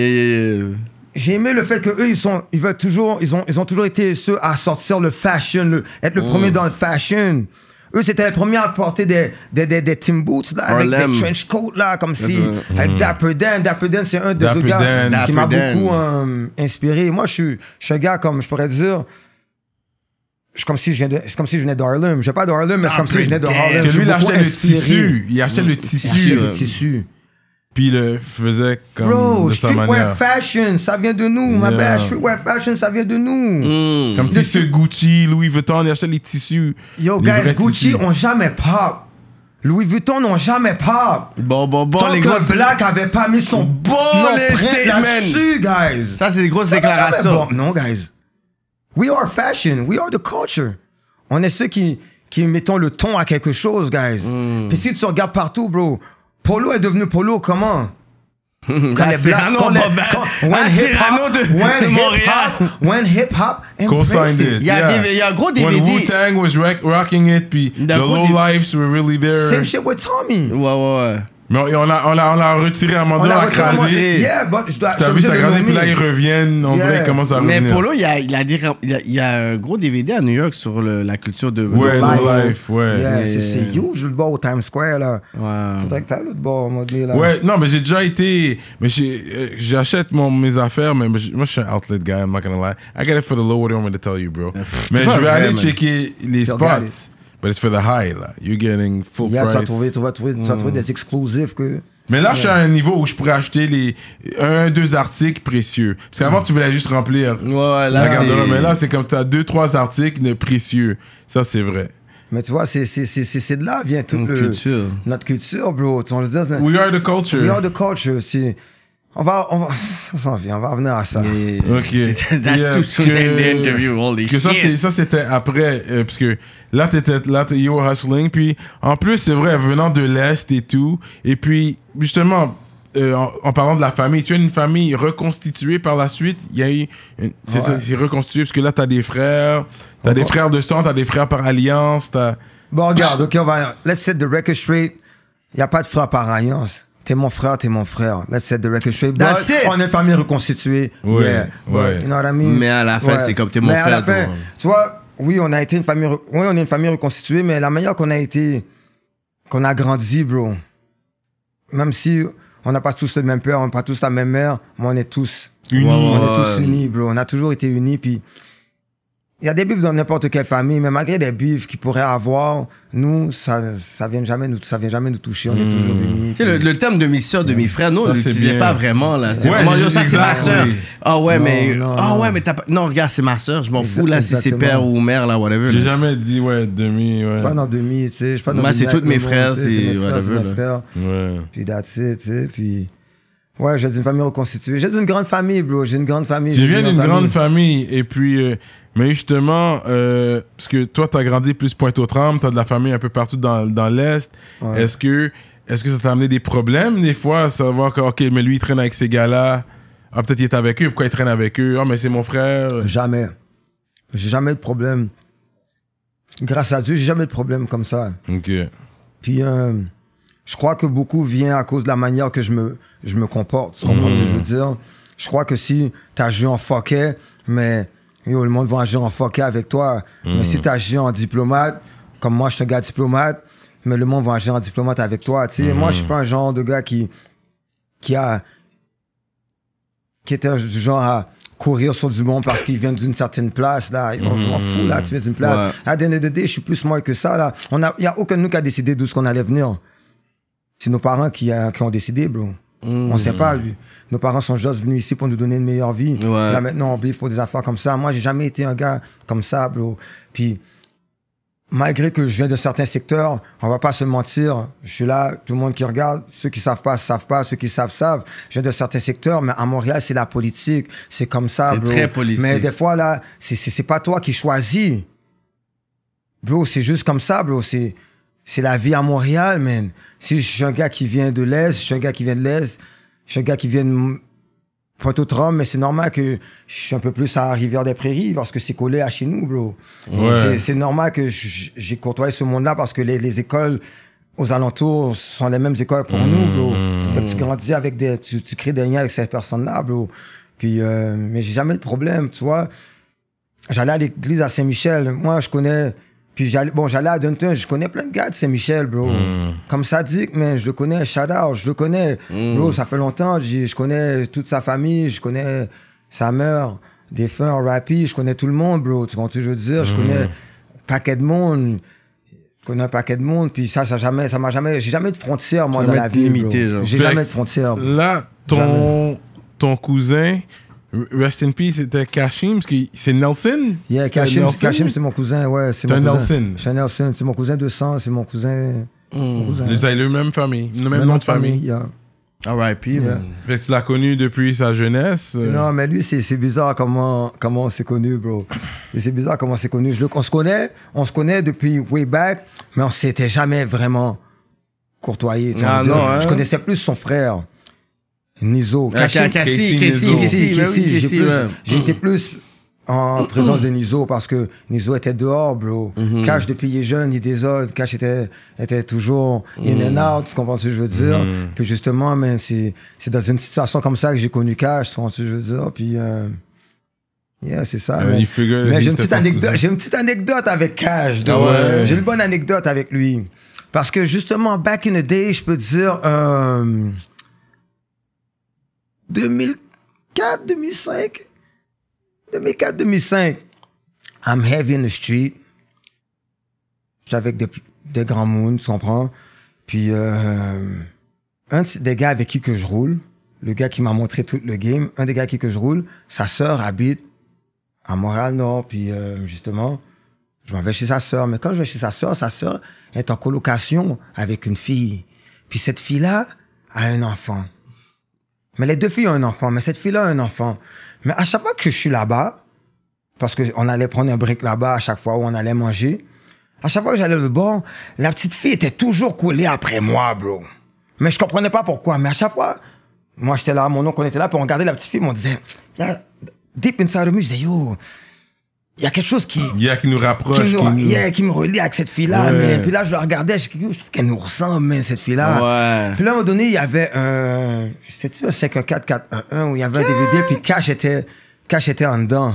J'ai aimé le fait que eux ils ont toujours été ceux à sortir le fashion, être le premier dans le fashion. Eux, c'était les premiers à porter des Tim Boots, là, avec des trench coats, là, comme si, avec Dapper Dan. Dapper Dan, c'est un des deux gars qui m'a beaucoup inspiré. Moi, je suis un gars, comme je pourrais dire, c'est comme si je venais d'Harlem. Je ne viens pas d'Harlem, mais c'est comme si je venais de Harlem. Lui, il achetait le tissu. Il achetait le tissu. Puis il le faisait comme de sa manière. Streetwear fashion, ça vient de nous, ma bad. Streetwear fashion, ça vient de nous. Comme tissu Gucci, Louis Vuitton, il achetait les tissus. Yo, guys, Gucci ont jamais pop. Louis Vuitton n'ont jamais pop. Bon, tant les que gros... Black avait pas mis son là-dessus, guys. Ça, c'est des grosses déclarations. Non, guys. We are fashion. We are the culture. On est ceux qui mettons le ton à quelque chose, guys. Puis si tu regardes partout, bro, Polo est devenu Polo comment? Quand les Blacks, when hip-hop embraced it. Il y a un gros DVD. When Wu-Tang was rocking it, puis the Low Lives were really there. Same shit with Tommy. Ouais. Mais on l'a retiré à un moment donné, on l'a crasé. Yeah, but T'as vu ça crasé, puis là, ils reviennent, on dirait qu'ils commencent à revenir. Mais Polo, il y a un gros DVD à New York sur la culture de ouais, Life, ouais. Yeah, c'est huge, le bord au Times Square, là. Ouais. Faudrait que t'ailles l'autre bord, mon gars, là. Ouais, non, mais j'ai déjà été... Mais j'achète mes affaires, mais moi, je suis un outlet guy, I'm not gonna lie. I get it for the low, what do you want me to tell you, bro? Mais je vais aller checker les spots. But it's for the high, là. You're getting full price. Tu vas trouver des exclusifs que... Mais là, je suis à un niveau où je pourrais acheter les 1-2 articles précieux. Parce qu'avant, tu voulais juste remplir la garde-robe. Mais là, c'est comme tu as 2-3 articles de précieux. Ça, c'est vrai. Mais tu vois, c'est de là vient toute notre culture, bro. We are the culture. We are the culture. On va ça s'en vient, on va revenir à ça. Ok. That's too soon in the interview, holy shit. Ça, c'était après, parce que là, you were hustling, puis en plus, c'est vrai, venant de l'Est et tout, et puis, justement, en parlant de la famille, tu as une famille reconstituée par la suite, il y a eu, c'est reconstitué, parce que là, t'as des frères, des frères de sang, t'as des frères par alliance, Bon, regarde, ok, let's set the record straight, il n'y a pas de frères par alliance. T'es mon frère, t'es mon frère. Let's set the record straight. That's it. On est une famille reconstituée. Ouais, yeah. ouais. You know what I mean? Mais à la fin, c'est comme t'es mon frère. Mais à la fin, tu vois, oui, on est une famille reconstituée, mais la manière qu'on a grandi, bro. Même si on n'a pas tous le même père, on n'a pas tous la même mère, mais on est tous unis. On est tous unis, bro. On a toujours été unis, puis il y a des bifs dans n'importe quelle famille, mais malgré des bifs qu'ils pourraient avoir, nous, ça vient jamais nous toucher. On est toujours unis. Tu sais, le terme demi-sœur, demi-frère, nous, on l'utilisait pas vraiment, là. C'est ouais, vraiment, ça, c'est ma sœur. Oui. Ah ouais, non, mais t'as pas... Non, regarde, c'est ma sœur. Je m'en fous, là, si c'est père ou mère, là, whatever. J'ai jamais dit, demi, Je suis pas dans demi, tu sais. Je suis pas dans moi, demi. c'est tous mes frères, c'est whatever. Mes frères. Ouais. Puis that's it, tu sais. Puis... Ouais, j'ai une famille reconstituée. J'ai une grande famille, bro. J'ai une grande famille. Tu viens d'une grande famille. Et puis, mais justement, parce que toi, t'as grandi plus Pointe-aux-Trembles, t'as de la famille un peu partout dans l'Est. Ouais. Est-ce que ça t'a amené des problèmes, des fois, à savoir que, OK, mais lui, il traîne avec ces gars-là. Ah, peut-être qu'il est avec eux. Pourquoi il traîne avec eux? Ah, mais c'est mon frère. Jamais. J'ai jamais eu de problème. Grâce à Dieu, j'ai jamais eu de problème comme ça. OK. Puis, je crois que beaucoup vient à cause de la manière que je me comporte. Tu comprends ce que je veux dire? Je crois que si t'agis en fucké, mais le monde va agir en fucké avec toi. Mais si t'agis en diplomate, comme moi, je suis un gars diplomate, mais le monde va agir en diplomate avec toi. Tu sais, moi, je suis pas un genre de gars qui était du genre à courir sur du monde parce qu'il vient d'une certaine place, là. On m'en fout, là, tu viens d'une place. Ouais. À the end of the day, je suis plus smart que ça, là. Il y a aucun de nous qui a décidé d'où ce qu'on allait venir. C'est nos parents qui ont décidé, bro. On sait pas, lui. Nos parents sont juste venus ici pour nous donner une meilleure vie. Ouais. Là, maintenant, on biffe pour des affaires comme ça. Moi, j'ai jamais été un gars comme ça, bro. Puis, malgré que je viens de certains secteurs, on va pas se mentir. Je suis là, tout le monde qui regarde. Ceux qui savent pas, ceux qui savent. Je viens de certains secteurs, mais à Montréal, c'est la politique. C'est comme ça, bro. C'est très politique. Mais des fois, là, c'est pas toi qui choisis. Bro, c'est juste comme ça, bro. C'est la vie à Montréal, man. Si je suis un gars qui vient de l'Est, je suis un gars qui vient de Pointe-aux-Trembles, mais c'est normal que je suis un peu plus à Rivière-des-Prairies parce que c'est collé à chez nous, bro. Ouais. C'est normal que j'ai côtoyé ce monde-là parce que les écoles aux alentours sont les mêmes écoles pour nous, bro. Fait que tu grandis avec tu crées des liens avec ces personnes-là, bro. Puis, mais j'ai jamais de problème, tu vois. J'allais à l'église à Saint-Michel. Moi, je connais... Puis j'allais à Dunton, je connais plein de gars de Saint-Michel, bro. Comme Sadik, mais je le connais, Shadow, je le connais. Bro, ça fait longtemps, je connais toute sa famille, je connais sa mère, défunt, Rappy, je connais tout le monde, bro. Tu comprends ce que je veux dire? Je connais un paquet de monde. Puis j'ai jamais de frontières, moi, dans la vie, limité, bro. J'ai jamais de frontières. Là, ton cousin... Rest in peace, c'était Kashim, parce que c'est Nelson? Yeah, Kashim, c'est mon cousin, ouais. C'est mon cousin. Nelson. C'est Nelson, c'est mon cousin de sang, c'est mon cousin. Vous avez le même famille, le même nom de famille. Yeah. R.I.P. Yeah. Fait que tu l'as connu depuis sa jeunesse? Non, mais lui, c'est bizarre comment on s'est connu, bro. C'est bizarre comment on s'est connu. On se connaît depuis way back, mais on s'était jamais vraiment courtoyé. Je connaissais plus son frère. Nizo. Casey. J'ai été plus en présence de Nizo parce que Nizo était dehors, bro. Cash, depuis il est jeune, il désode. Cash était toujours in and out, tu comprends ce que je veux dire? Puis justement, mais c'est dans une situation comme ça que j'ai connu Cash, tu comprends ce que je veux dire? Puis, yeah, c'est ça. Mais j'ai une petite anecdote avec Cash. J'ai une bonne anecdote avec lui. Parce que justement, back in the day, je peux te dire, 2004, 2005, I'm heavy in the street. J'étais avec des grands moons, tu comprends? Puis, un des gars avec qui que je roule, le gars qui m'a montré tout le game, un des gars avec qui que je roule, sa sœur habite à Montréal-Nord, puis justement, je m'en vais chez sa sœur. Mais quand je vais chez sa sœur est en colocation avec une fille. Puis cette fille-là a un enfant. Mais les deux filles ont un enfant, mais cette fille-là a un enfant. Mais à chaque fois que je suis là-bas, parce qu'on allait prendre un break là-bas à chaque fois où on allait manger, à chaque fois que j'allais au bord, la petite fille était toujours collée après moi, bro. Mais je comprenais pas pourquoi. Mais à chaque fois, moi j'étais là, mon oncle, on était là, puis on regardait la petite fille, mais on disait, deep inside of me, je disais, yo, il y a quelque chose qui nous rapproche, qui me relie avec cette fille-là. Ouais. Puis là, je la regardais, je trouve qu'elle nous ressemble, man, cette fille-là. Ouais. Puis là, à un moment donné, il y avait un 514-411 où il y avait un DVD, puis Cash était en dedans.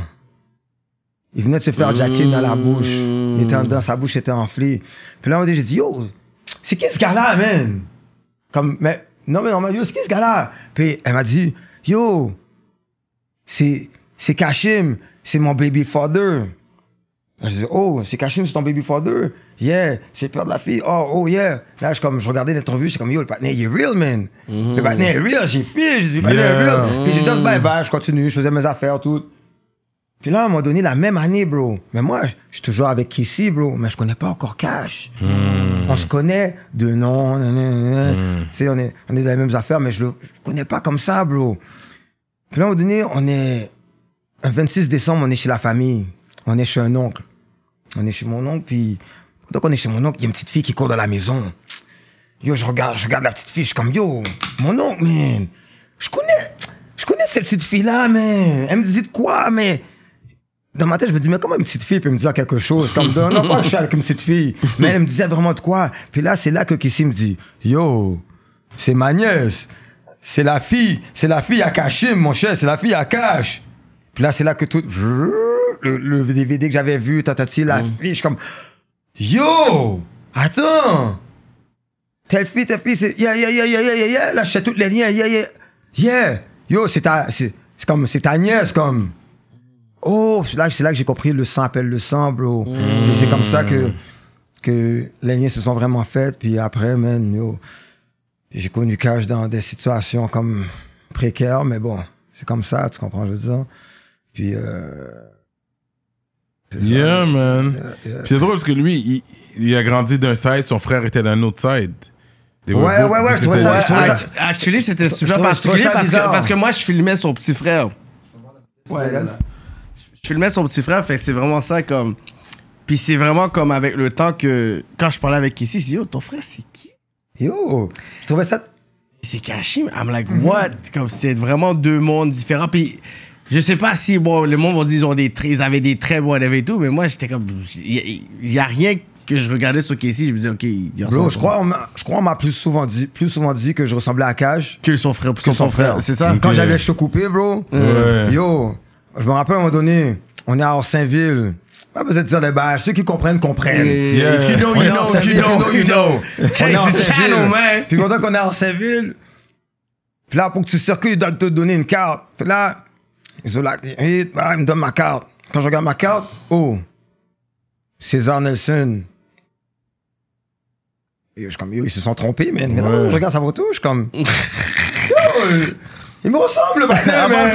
Il venait de se faire jacker dans la bouche. Il était en dedans, sa bouche était enflée. Puis là, à un moment donné, j'ai dit, yo, c'est qui ce gars-là, man? Mais normal, yo, c'est qui ce gars-là? Puis elle m'a dit, yo, c'est Kashim. C'est mon baby father. Je dis, oh, c'est Kashim, c'est ton baby father? Yeah, c'est le père de la fille. Oh, yeah. Là, je regardais l'interview, j'étais comme, yo, le partenaire, il est real, man. Le partenaire est real, j'ai fait, je dis, le partenaire est real. Puis j'ai just bye, je continue, je faisais mes affaires, tout. Puis là, à un moment donné, la même année, bro. Mais moi, je suis toujours avec Kissy, bro, mais je connais pas encore Cash. On se connaît de nom, tu sais, on est dans les mêmes affaires, mais je le connais pas comme ça, bro. Puis là, à un moment donné, on est... Un 26 décembre, on est chez la famille. On est chez un oncle. On est chez mon oncle, puis... Donc, on est chez mon oncle, il y a une petite fille qui court dans la maison. Yo, je regarde la petite fille, je suis comme, yo, mon oncle, man, je connais cette petite fille-là, man. Elle me dit de quoi, mais... Dans ma tête, je me dis, mais comment une petite fille peut me dire quelque chose? Comme, non, quoi, je suis avec une petite fille. Mais elle me disait vraiment de quoi? Puis là, c'est là que Kissy me dit, yo, c'est ma nièce. C'est la fille à Kashim, mon cher, c'est la fille à Cash. Puis là, c'est là que tout... Le DVD que j'avais vu, tatati, la fille, je suis comme... Yo! Attends! Telle fille, c'est... Yeah. Là, je sais toutes les liens. Yeah. Yo, c'est ta nièce, comme... Oh! C'est là que j'ai compris, le sang appelle le sang, bro. Et c'est comme ça que les liens se sont vraiment faits. Puis après, man, yo... J'ai connu Cash dans des situations comme précaires, mais bon, c'est comme ça, tu comprends, je veux dire. Puis, yeah, man. Yeah. Puis c'est drôle parce que lui, il a grandi d'un side, son frère était d'un autre side. Ouais, je trouvais ça. Actually, c'était super particulier parce que moi, je filmais son petit frère. Ouais, je filmais son petit frère, fait que c'est vraiment ça comme. Puis c'est vraiment comme avec le temps que. Quand je parlais avec Kissy, je dis, yo, ton frère, c'est qui? Yo, je trouvais ça. C'est Kashim. I'm like, what? Comme c'était vraiment deux mondes différents. Puis. Je sais pas si, bon, le monde vont dire ils avaient des traits, bon, et tout, mais moi, j'étais comme, il y a rien que je regardais sur Kissy, je me disais, ok, bro, je crois on m'a plus souvent dit que je ressemblais à Cash. Que son frère, c'est ça? Quand j'avais le cheveux coupés, bro, yo, je me rappelle à un moment donné, on est à Orsainville. Pas besoin de dire des bails. Ceux qui comprennent. Yeah. If you know, you know. If you know, you know. Change the channel, man. Puis pendant qu'on est à Orsainville, puis là, pour que tu circules, ils doivent te donner une carte. Puis là, ils me donnent ma carte. Quand je regarde ma carte, oh, César Nelson. Et je suis comme, yo, ils se sont trompés, man. Mais non, je regarde sa photo, je suis comme, yo, il me ressemble, man.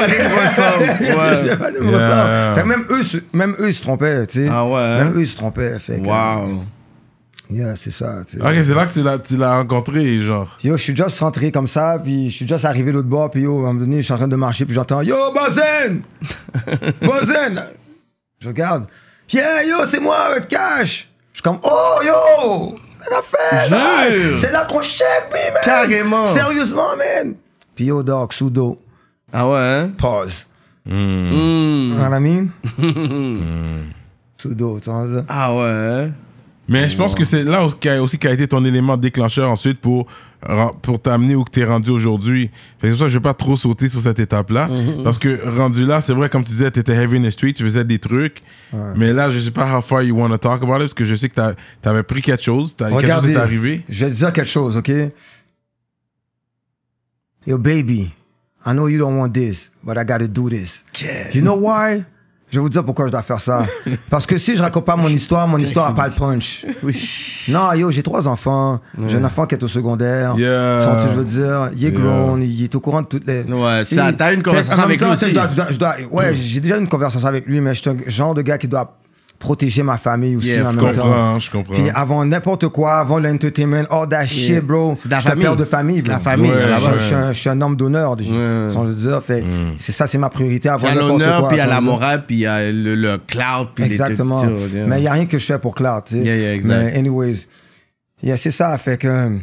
Fait que même eux, ils se trompaient, tu sais. Ah ouais. Même eux, ils se trompaient. Fait que, wow. Yeah, c'est ça, tu sais. Ok, c'est là que tu l'as rencontré, genre. Yo, je suis juste rentré comme ça, puis je suis juste arrivé de l'autre bord, puis yo, à un moment donné, je suis en train de marcher, puis j'entends, yo, Bazen! Bazen! Je regarde, yeah, yo, c'est moi, avec Cash! Je suis comme, oh, yo! C'est l'affaire, là! C'est là qu'on check, oui, man! Carrément! Sérieusement, man! Puis yo, dog, Sudo. Ah ouais, hein? Pause. You know what I mean? Pseudo, tu vois ça? Ah ouais. Mais je pense que c'est là aussi qu'a été ton élément déclencheur ensuite pour t'amener où tu es rendu aujourd'hui. C'est pour ça que je ne vais pas trop sauter sur cette étape-là. Parce que rendu là, c'est vrai, comme tu disais, tu étais heavy in the street, tu faisais des trucs. Mais là, je ne sais pas how far you want to talk about it, parce que je sais que tu avais pris quelque chose. Quelque chose est arrivé. Je vais te dire quelque chose, OK? Yo, baby, I know you don't want this, but I gotta do this. Yeah. You know why? Je vais vous dire pourquoi je dois faire ça. Parce que si je raconte pas mon histoire n'a pas le punch. Non, yo, j'ai 3 enfants. J'ai un enfant qui est au secondaire. Yeah. Je veux dire, il est grown, il est au courant de toutes les... Ouais, t'as une conversation avec lui aussi. J'ai déjà une conversation avec lui, mais je suis un genre de gars qui doit protéger ma famille aussi en même temps. Je comprends. Puis avant n'importe quoi, avant l'entertainment, all that shit, bro. C'est la famille. Je suis un père de famille. C'est la famille. Je suis un homme d'honneur, sans le dire. Fait, c'est ça, c'est ma priorité avant n'importe quoi. Il y a l'honneur, puis il y a la morale, puis il y a le cloud. Puis exactement. Mais il n'y a rien que je fais pour cloud, tu sais. Mais anyways, c'est ça. Fait que,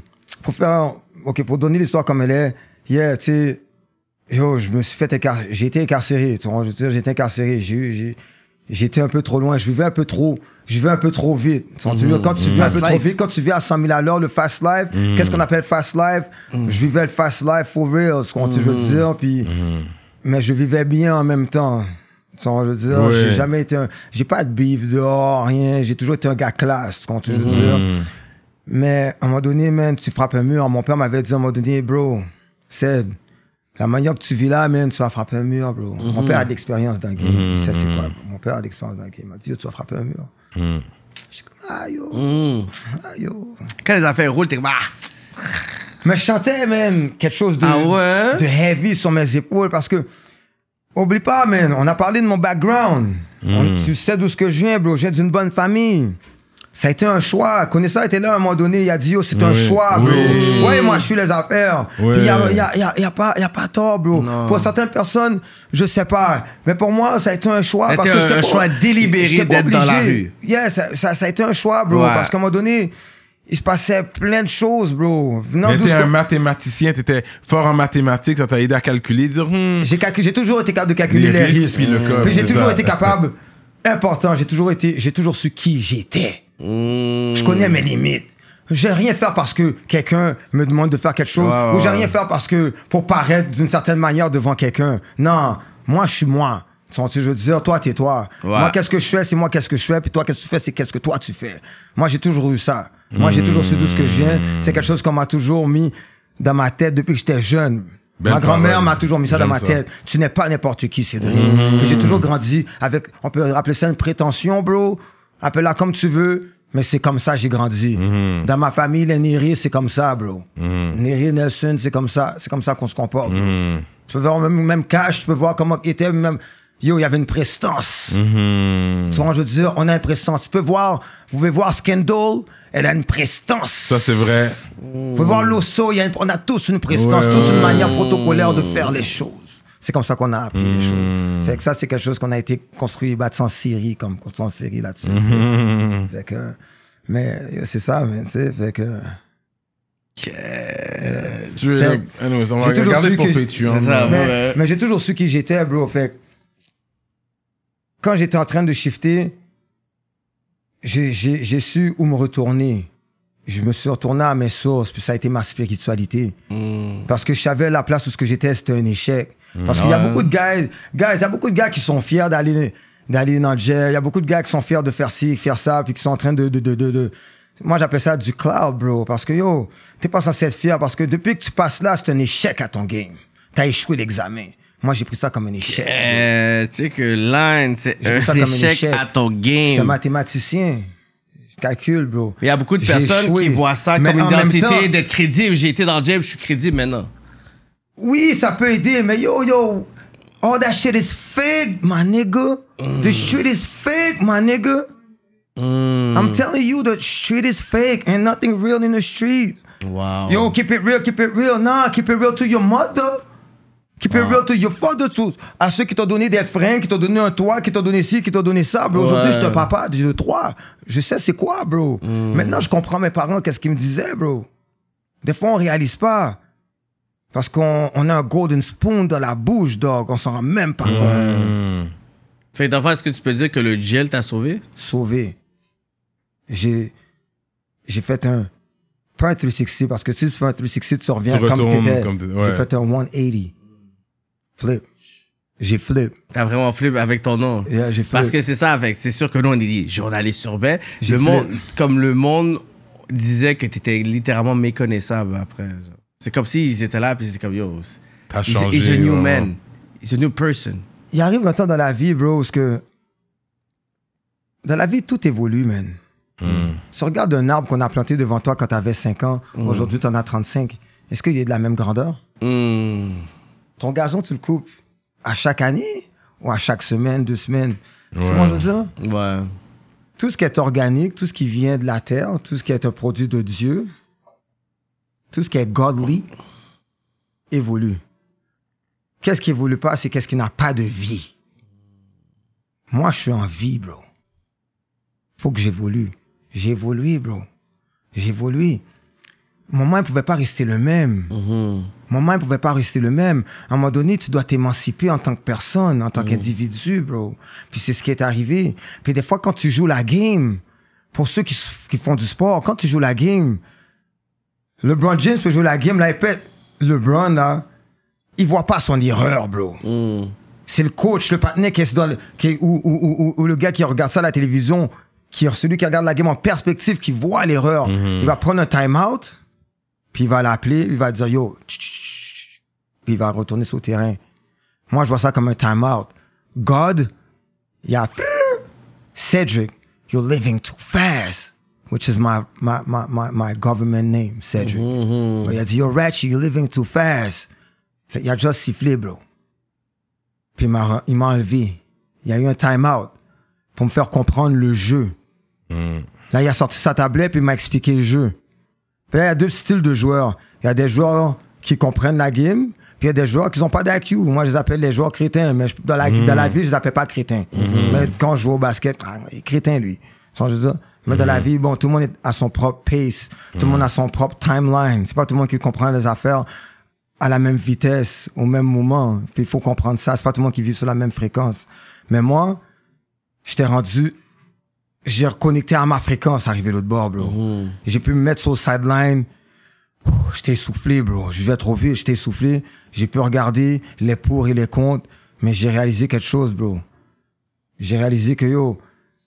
pour donner l'histoire comme elle est, tu sais, yo, je me suis fait j'ai été incarcéré, tu vois, je veux dire, j'ai été incarcéré, j'étais un peu trop loin, je vivais un peu trop vite. Quand tu vis un peu trop vite, quand tu vis à 100 000 à l'heure, le fast life, qu'est-ce qu'on appelle fast life? Je vivais le fast life for real, ce je veux dire, puis, mais je vivais bien en même temps. Je veux dire, j'ai jamais été j'ai pas de beef dehors, rien, j'ai toujours été un gars classe, je veux dire. Mais à un moment donné, man, tu frappes un mur. Mon père m'avait dit à un moment donné, bro, c'est la manière que tu vis là, man, tu vas frapper un mur, bro. Mon père a de l'expérience dans le game. Ça, c'est quoi? Mon père a de l'expérience dans le game. Il m'a dit, tu vas frapper un mur. Je suis comme, yo. Quand les affaires roulent, t'es comme, ah! Mais je chantais, man, quelque chose de heavy sur mes épaules parce que, oublie pas, man, on a parlé de mon background. Tu sais d'où ce que je viens, bro. Je viens d'une bonne famille. Ça a été un choix. Connaissant était là à un moment donné, il a dit, yo, c'est un choix, bro. Ouais, moi, je suis les affaires. Puis il y a pas tort, bro. Non. Pour certaines personnes, je sais pas. Mais pour moi, ça a été un choix. Parce que un choix délibéré d'être dans la rue. Yeah, ça a été un choix, bro. Parce qu'à un moment donné, il se passait plein de choses, bro. Mais t'es un mathématicien, t'étais fort en mathématiques, ça t'a aidé à calculer, dire... J'ai toujours été capable de calculer les risques. Puis j'ai toujours été capable... Important, j'ai toujours su qui j'étais. Je connais mes limites. J'ai rien faire parce que quelqu'un me demande de faire quelque chose, ou j'ai rien faire parce que pour paraître d'une certaine manière devant quelqu'un. Non, moi je suis moi. Je veux dire, toi t'es toi. Moi qu'est-ce que je fais, c'est moi qu'est-ce que je fais, puis toi qu'est-ce que tu fais, c'est qu'est-ce que toi tu fais. Moi j'ai toujours eu ça. Moi j'ai toujours su d'où ce que je viens. C'est quelque chose qu'on m'a toujours mis dans ma tête depuis que j'étais jeune. Ma grand-mère m'a toujours mis ça dans ma tête. Tu n'es pas n'importe qui, Cédric. J'ai toujours grandi avec, on peut appeler ça une prétention, bro. Appelle-la comme tu veux, mais c'est comme ça que j'ai grandi. Dans ma famille, les Neri, c'est comme ça, bro. Neri, Nelson, c'est comme ça qu'on se comporte, bro. Tu peux voir même Cash, tu peux voir comment il était, même... Yo, il y avait une prestance. Tu vois, je veux dire, on a une prestance. Vous pouvez voir Scandal, elle a une prestance. Ça, c'est vrai. Vous pouvez voir Losso, on a tous une prestance, tous une manière protocolaire de faire les choses. C'est comme ça qu'on a appris les choses. Fait que ça, c'est quelque chose qu'on a été construit, en série, comme construit en série là-dessus. Fait que, mais c'est ça, mais tu sais, fait que... On va regarder pour Patreon. Mais j'ai toujours su qui j'étais, bro. Fait quand j'étais en train de shifter, j'ai su où me retourner. Je me suis retourné à mes sources, puis ça a été ma spiritualité. Parce que je savais la place où ce que j'étais, c'était un échec. Parce qu'il y a beaucoup de guys, il y a beaucoup de gars qui sont fiers d'aller dans le gel. Il y a beaucoup de gars qui sont fiers de faire ci, faire ça, puis qui sont en train de... Moi, j'appelle ça du cloud, bro. Parce que, yo, t'es pas censé être fier, parce que depuis que tu passes là, c'est un échec à ton game. T'as échoué l'examen. Moi, j'ai pris ça comme un échec. Tu sais que Line, c'est un échec à ton game. Je suis un mathématicien. Je calcule, bro. Il y a beaucoup de personnes qui voient ça comme une identité d'être crédible. J'ai été dans le jam, je suis crédible maintenant. Oui, ça peut aider, mais yo, all that shit is fake, my nigga. The street is fake, my nigga. I'm telling you, the street is fake and nothing real in the street. Wow. Yo, keep it real. Nah, keep it real to your mother. Keep it real to your father, à ceux qui t'ont donné des fringues, qui t'ont donné un toit, qui t'ont donné ci, qui t'ont donné ça, bro. Aujourd'hui, je suis un papa de 3. Je sais c'est quoi, bro. Maintenant, je comprends mes parents, qu'est-ce qu'ils me disaient, bro. Des fois, on réalise pas. Parce qu'on a un golden spoon dans la bouche, dog. On s'en rend même pas compte. Fait d'enfant, est-ce que tu peux dire que le gel t'a sauvé? Sauvé. J'ai fait un... Pas un 360, parce que si tu fais un 360, tu reviens comme t'étais. Ouais. J'ai fait un 180. Flip. J'ai flip. T'as vraiment flip avec ton nom. Yeah, j'ai flip. Parce que c'est ça, c'est sûr que nous, on est des journalistes urbains. J'ai Le flip. monde, comme le monde disait que t'étais littéralement méconnaissable après. Genre. C'est comme s'ils étaient là, puis c'était comme, yo, T'as changé. he's a new vraiment. man. He's a new person. Il arrive un temps dans la vie, bro, parce que... Dans la vie, tout évolue, man. Tu regardes un arbre qu'on a planté devant toi quand t'avais 5 ans. Aujourd'hui, t'en as 35. Est-ce qu'il est de la même grandeur? Ton gazon, tu le coupes à chaque année ou à chaque semaine, 2 semaines? Tu vois ce que je veux dire? Ouais. Tout ce qui est organique, tout ce qui vient de la terre, tout ce qui est un produit de Dieu, tout ce qui est godly, évolue. Qu'est-ce qui évolue pas, c'est qu'est-ce qui n'a pas de vie. Moi, je suis en vie, bro. Faut que j'évolue. J'ai évolué, bro. J'ai évolué. Mon mind ne pouvait pas rester le même. Mon mind ne pouvait pas rester le même. À un moment donné, tu dois t'émanciper en tant que personne, en tant qu'individu, bro. Puis c'est ce qui est arrivé. Puis des fois, quand tu joues la game, pour ceux qui font du sport, quand tu joues la game, LeBron James peut jouer la game, là, il pète. LeBron, là, il voit pas son erreur, bro. C'est le coach, le partenaire ou le gars qui regarde ça à la télévision, celui qui regarde la game en perspective, qui voit l'erreur. Il va prendre un time-out, puis il va l'appeler, il va dire « Yo », puis il va retourner sur le terrain. Moi, je vois ça comme un time-out. God, il y a « Cedric, you're living too fast », which is my government name, Cedric. Il a dit « Yo, Ratchy, you're living too fast ». Il a juste sifflé, bro. Puis il m'a enlevé. Il y a eu un time-out pour me faire comprendre le jeu. Là, il a sorti sa tablette puis il m'a expliqué le jeu. Puis là, il y a 2 styles de joueurs. Il y a des joueurs qui comprennent la game, puis il y a des joueurs qui n'ont pas d'IQ. Moi, je les appelle les joueurs crétins, mais dans la vie, je les appelle pas crétins. Mais quand je joue au basket, il est crétin, lui. Je veux dire. Mais dans la vie, bon, tout le monde est à son propre pace. Tout le monde a son propre timeline. C'est pas tout le monde qui comprend les affaires à la même vitesse, au même moment. Puis il faut comprendre ça. C'est pas tout le monde qui vit sur la même fréquence. Mais moi, j'ai reconnecté à ma fréquence arrivé l'autre bord, bro. J'ai pu me mettre sur le sideline. J'étais essoufflé, bro. Je vivais trop vite, j'étais essoufflé. J'ai pu regarder les pour et les contre, mais j'ai réalisé quelque chose, bro. J'ai réalisé que, yo,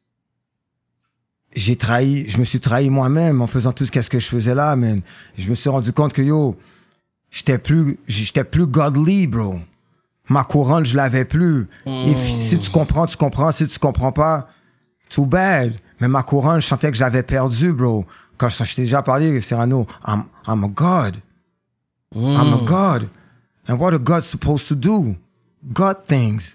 je me suis trahi moi-même en faisant tout ce que je faisais là, man. Je me suis rendu compte que, yo, j'étais plus godly, bro. Ma couronne, je l'avais plus. Et si tu comprends, tu comprends. Si tu comprends pas, too bad. Mais ma couronne, je sentais que j'avais perdu, bro. Quand je t'ai déjà parlé, Cyrano, I'm a God. I'm a God. And what a God supposed to do? God things.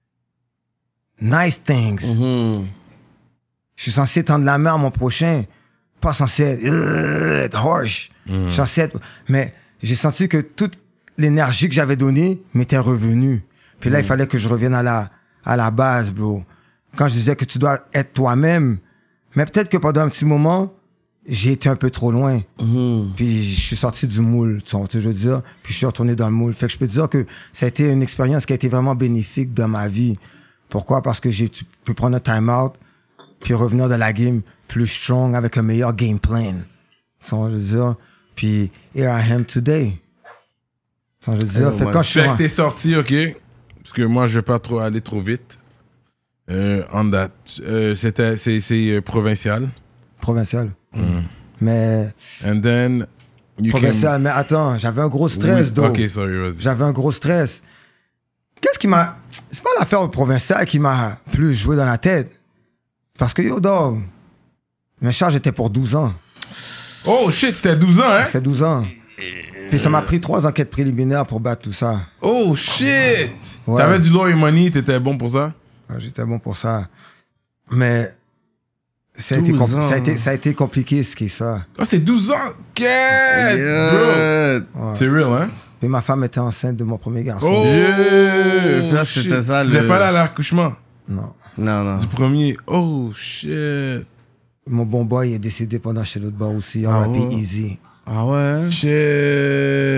Nice things. Je suis censé tendre la main à mon prochain. Pas censé être harsh. Je suis censé être... Mais j'ai senti que toute l'énergie que j'avais donnée m'était revenue. Puis là, il fallait que je revienne à la base, bro. Quand je disais que tu dois être toi-même, mais peut-être que pendant un petit moment, j'ai été un peu trop loin. Puis je suis sorti du moule, tu vois, je veux dire. Puis je suis retourné dans le moule. Fait que je peux te dire que ça a été une expérience qui a été vraiment bénéfique dans ma vie. Pourquoi? Parce que j'ai pu prendre un time-out, puis revenir dans la game plus strong, avec un meilleur game plan. Tu vois, je veux dire. Puis here I am today. Tu vois, je veux dire. Fait que quand je suis... Fait que t'es sorti, OK? Parce que moi, je vais pas trop aller trop vite. On that. C'est provincial. Provincial. Mais... And then... Provincial, mais attends, j'avais un gros stress, donc. OK, sorry, vas-y. J'avais un gros stress. Qu'est-ce qui m'a... C'est pas l'affaire provinciale qui m'a plus joué dans la tête. Parce que, yo, dog, mes charges étaient pour 12 ans. Oh, shit, c'était 12 ans, hein? C'était 12 ans. Puis ça m'a pris 3 enquêtes préliminaires pour battre tout ça. Oh, shit! Ouais. T'avais du lawyer money, t'étais bon pour ça? Ouais, j'étais bon pour ça. Mais... Ça a, été compliqué, ce qui est ça. Oh, c'est 12 ans! Get, bro! C'est real, hein? Puis ma femme était enceinte de mon premier garçon. Oh! Ça, c'était ça, T'étais pas là à l'accouchement? Non. Non. Du premier? Oh, shit! Mon bon boy est décédé pendant chez l'autre bord aussi, en Ah rappé ouais? easy. Ah ouais? Shit!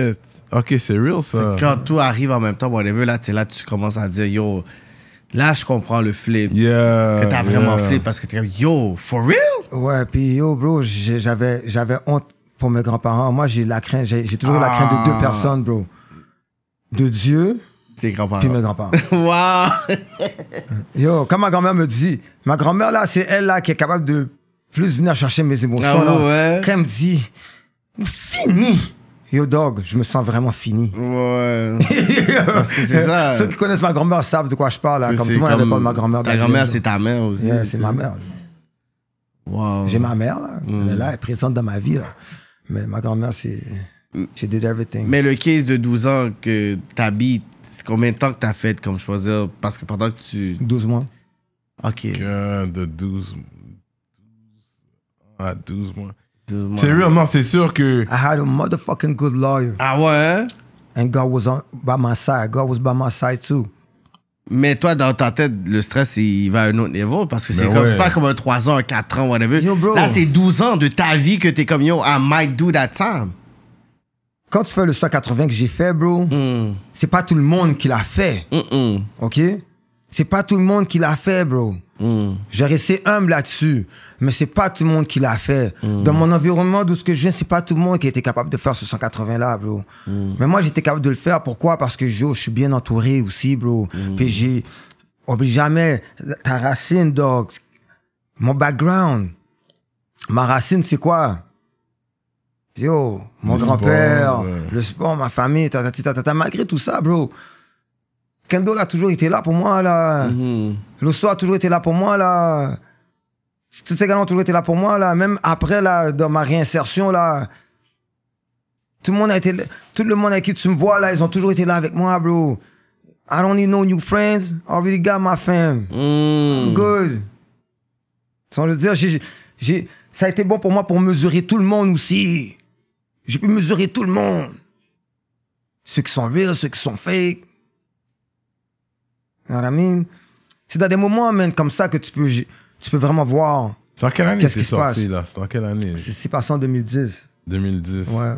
Ok, c'est real, ça. Quand tout arrive en même temps, whatever, là, t'es là, tu commences à dire, yo, là, je comprends le flip. Yeah. Que t'as vraiment flip parce que t'es comme, yo, for real? Ouais, puis yo, bro, j'avais honte pour mes grands-parents. Moi, j'ai la crainte, j'ai toujours eu la crainte de 2 personnes, bro. De Dieu, Tes grands-parents. puis mes grands-parents. Wow! Yo, comme ma grand-mère me dit, ma grand-mère, là, c'est elle, là, qui est capable de plus venir chercher mes émotions, là. Ouais. Quand elle me dit, fini. Yo, dog, je me sens vraiment fini. Ouais. Parce que c'est ça. Ceux qui connaissent ma grand-mère savent de quoi je parle, là. Comme tout le monde n'avait pas de ma grand-mère. Ta grand-mère, c'est ta mère aussi. Yeah, c'est ma mère. Wow. J'ai ma mère, là. Elle est là, elle est présente dans ma vie, là. Mais ma grand-mère, c'est... She did everything. Mais le case de 12 ans que t'habites, c'est combien de temps que t'as fait, comme je peux dire? Parce que pendant que tu... 12 mois. OK. De 12 à 12 mois. 12 mois. C'est real, non, c'est sûr que. I had a motherfucking good lawyer. Ah ouais? And God was by my side. God was by my side, too. Mais toi, dans ta tête, le stress, il va à un autre niveau parce que c'est Ben comme, ouais. c'est pas comme un 3 ans, un 4 ans, whatever. Yo, bro. Là, c'est 12 ans de ta vie que t'es comme, yo, I might do that time. Quand tu fais le 180 que j'ai fait, bro, c'est pas tout le monde qui l'a fait. OK? C'est pas tout le monde qui l'a fait, bro. J'ai resté humble là-dessus, mais c'est pas tout le monde qui l'a fait. Dans mon environnement, d'où ce que je viens, c'est pas tout le monde qui a été capable de faire ce 180-là, bro. Mais moi, j'étais capable de le faire. Pourquoi? Parce que je suis bien entouré aussi, bro. Puis j'ai... Oublie jamais ta racine, dog. Mon background. Ma racine, c'est quoi? Yo, mon Le grand-père, sport, ouais. le sport, ma famille, malgré tout ça, bro. Kendo a toujours été là pour moi, là. Le soir a toujours été là pour moi, là. Tous ces gars ont toujours été là pour moi, là. Même après, là, dans ma réinsertion, là. Tout le monde avec qui tu me vois, là, ils ont toujours été là avec moi, bro. I don't need no new friends. I already got my fam. I'm good. Sans le dire, ça a été bon pour moi pour mesurer tout le monde aussi. J'ai pu mesurer tout le monde. Ceux qui sont real, ceux qui sont fake. You know what I mean? C'est dans des moments, man, comme ça que tu peux vraiment voir. C'est en quelle année Qu'est-ce c'est qui se sorti, passe? là? C'est en quelle année? C'est passé en 2010. 2010. Ouais.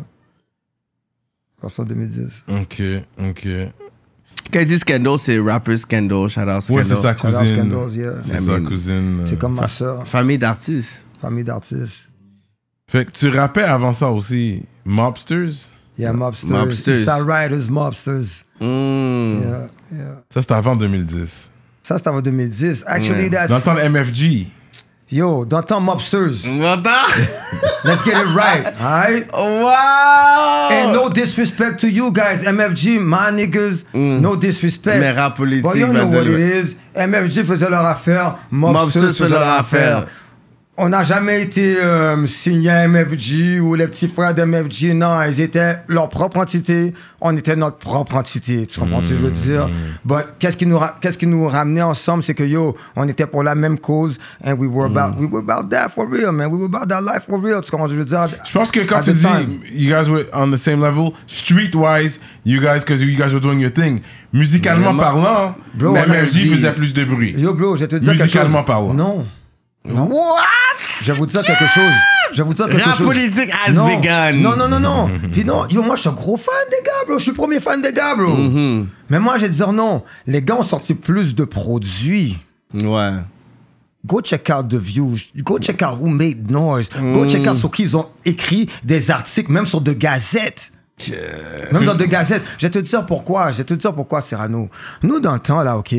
Passé en 2010. Ok. Quand ils disent Kendall, c'est rapper Kendall, shout out Ouais, Kendall. c'est sa Shout out cousine. Scandals, yeah. C'est sa cousine. C'est comme ma soeur, Famille d'artistes. famille d'artistes. Fait que tu rappais avant ça aussi Mobsters? Yeah, Mobsters. Mobsters. Eastside Riders, Mobsters. Mm. Yeah. Ça, c'était avant 2010. Ça, c'était en 2010. Actually, Dans le that's... temps de MFG. Yo, dans le temps Mobsters. Attends. Let's get it right, alright? Wow! And no disrespect to you guys, MFG, my niggas, no disrespect. Mais rap politique, But you va know dire what le- it is. MFG faisait leur affaire, Mobsters Mobsters faisait leur affaire. affaire. On n'a jamais été signé à MFG ou les petits frères d'MFG. Non, ils étaient leur propre entité. On était notre propre entité. Tu comprends ce que je veux dire? But qu'est-ce qui nous ramenait ensemble, c'est que yo, on était pour la même cause. And we were about that for real, man. We were about that life for real. Tu comprends ce que je veux dire? Je pense que quand At tu the dis time. you guys were on the same level, streetwise, because you guys were doing your thing. Musicalement Vraiment. parlant, Bro, MFG MFG faisait plus de bruit. Yo, bro, je vais te dire quelque chose. Musicalement parlant. Non. What? Je vais vous dire quelque chose. Je vais vous dire quelque Rap chose. politique has non. begun. Non. Puis non, yo, moi, je suis un gros fan des gars, bro. Je suis le premier fan des gars, bro. Mais moi, je vais te dire non. Les gars ont sorti plus de produits. Ouais. Go check out the views. Go check out who made noise. Go check out sur qui ils ont écrit des articles, même sur de gazettes. Même dans de gazettes. Je vais te dire pourquoi. Cyrano. Nous, dans le temps, là, OK?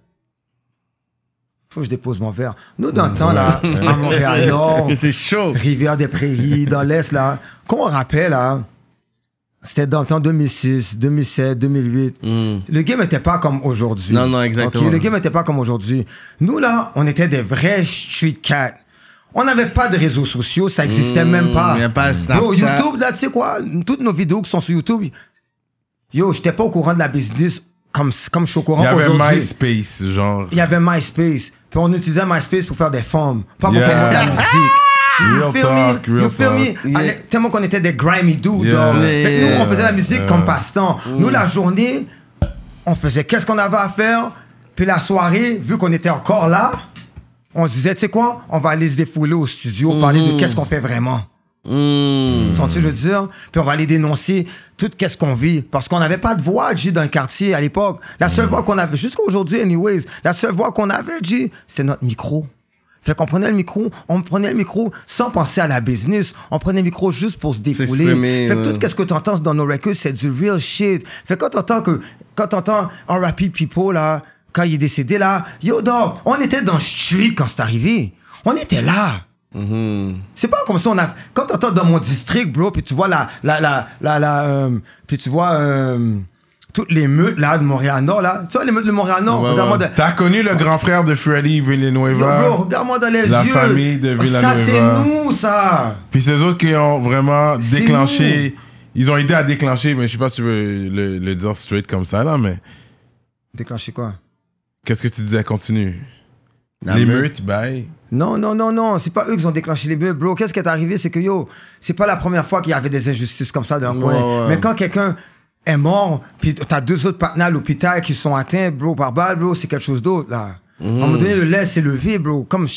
Faut que je dépose mon verre. Nous, dans le temps, là, à Montréal-Nord, C'est chaud. Rivière-des-Prairies, dans l'Est, là, qu'on rappelle, là, c'était dans le temps 2006, 2007, 2008. Le game n'était pas comme aujourd'hui. Non, exactement. OK? Le game n'était pas comme aujourd'hui. Nous, là, on était des vrais street cats. On n'avait pas de réseaux sociaux, ça existait même pas. Il n'y a pas Bro, Snapchat. YouTube, là, tu sais quoi? Toutes nos vidéos qui sont sur YouTube, yo, j'étais pas au courant de la business comme je suis au Il courant y avait aujourd'hui. MySpace, genre. Il y avait MySpace. Puis on utilisait MySpace pour faire des formes, pas pour Yeah. promouvoir la musique. Real talk, real You feel me? talk. Yeah. Allez, tellement qu'on était des grimy dudes, Yeah. dog. Fait que nous, on faisait la Yeah. musique comme passe-temps. Nous, la journée, on faisait qu'est-ce qu'on avait à faire. Puis la soirée, vu qu'on était encore là, on se disait, tu sais quoi? On va aller se défouler au studio, parler de qu'est-ce qu'on fait vraiment. Tu sens-tu, je veux dire? Puis on va aller dénoncer tout qu'est-ce qu'on vit. Parce qu'on n'avait pas de voix, G, dans le quartier à l'époque. La seule voix qu'on avait, jusqu'à aujourd'hui, anyways, la seule voix qu'on avait, G, c'était notre micro. Fait qu'on prenait le micro sans penser à la business. On prenait le micro juste pour se défouler. Fait que tout ce que t'entends dans nos records, c'est du real shit. Fait que quand t'entends R.I.P. People, là, quand il est décédé, là, yo, dog, on était dans le street quand c'est arrivé. On était là. C'est pas comme ça, quand t'entends dans mon district, bro, puis tu vois puis tu vois, toutes les meutes là de Montréal-Nord là, tu vois les meutes de Montréal-Nord, regarde-moi T'as connu le grand frère de Freddy Villanueva? Yo bro, regarde-moi dans les yeux. La famille de Villanueva. Ça c'est nous ça. Puis c'est eux autres qui ont vraiment déclenché, ils ont aidé à déclencher, mais je sais pas si tu veux le dire straight comme ça là, mais... Déclencher quoi? Qu'est-ce que tu disais? Continue. Les meutes, bye. Non, c'est pas eux qui ont déclenché les meutes, bro. Qu'est-ce qui est arrivé, c'est que yo, c'est pas la première fois qu'il y avait des injustices comme ça dans un coin. Mais quand quelqu'un est mort, puis t'as 2 autres partenaires à l'hôpital qui sont atteints, bro, par balle, bro, c'est quelque chose d'autre, là. À un moment donné, le lait s'est levé, bro, comme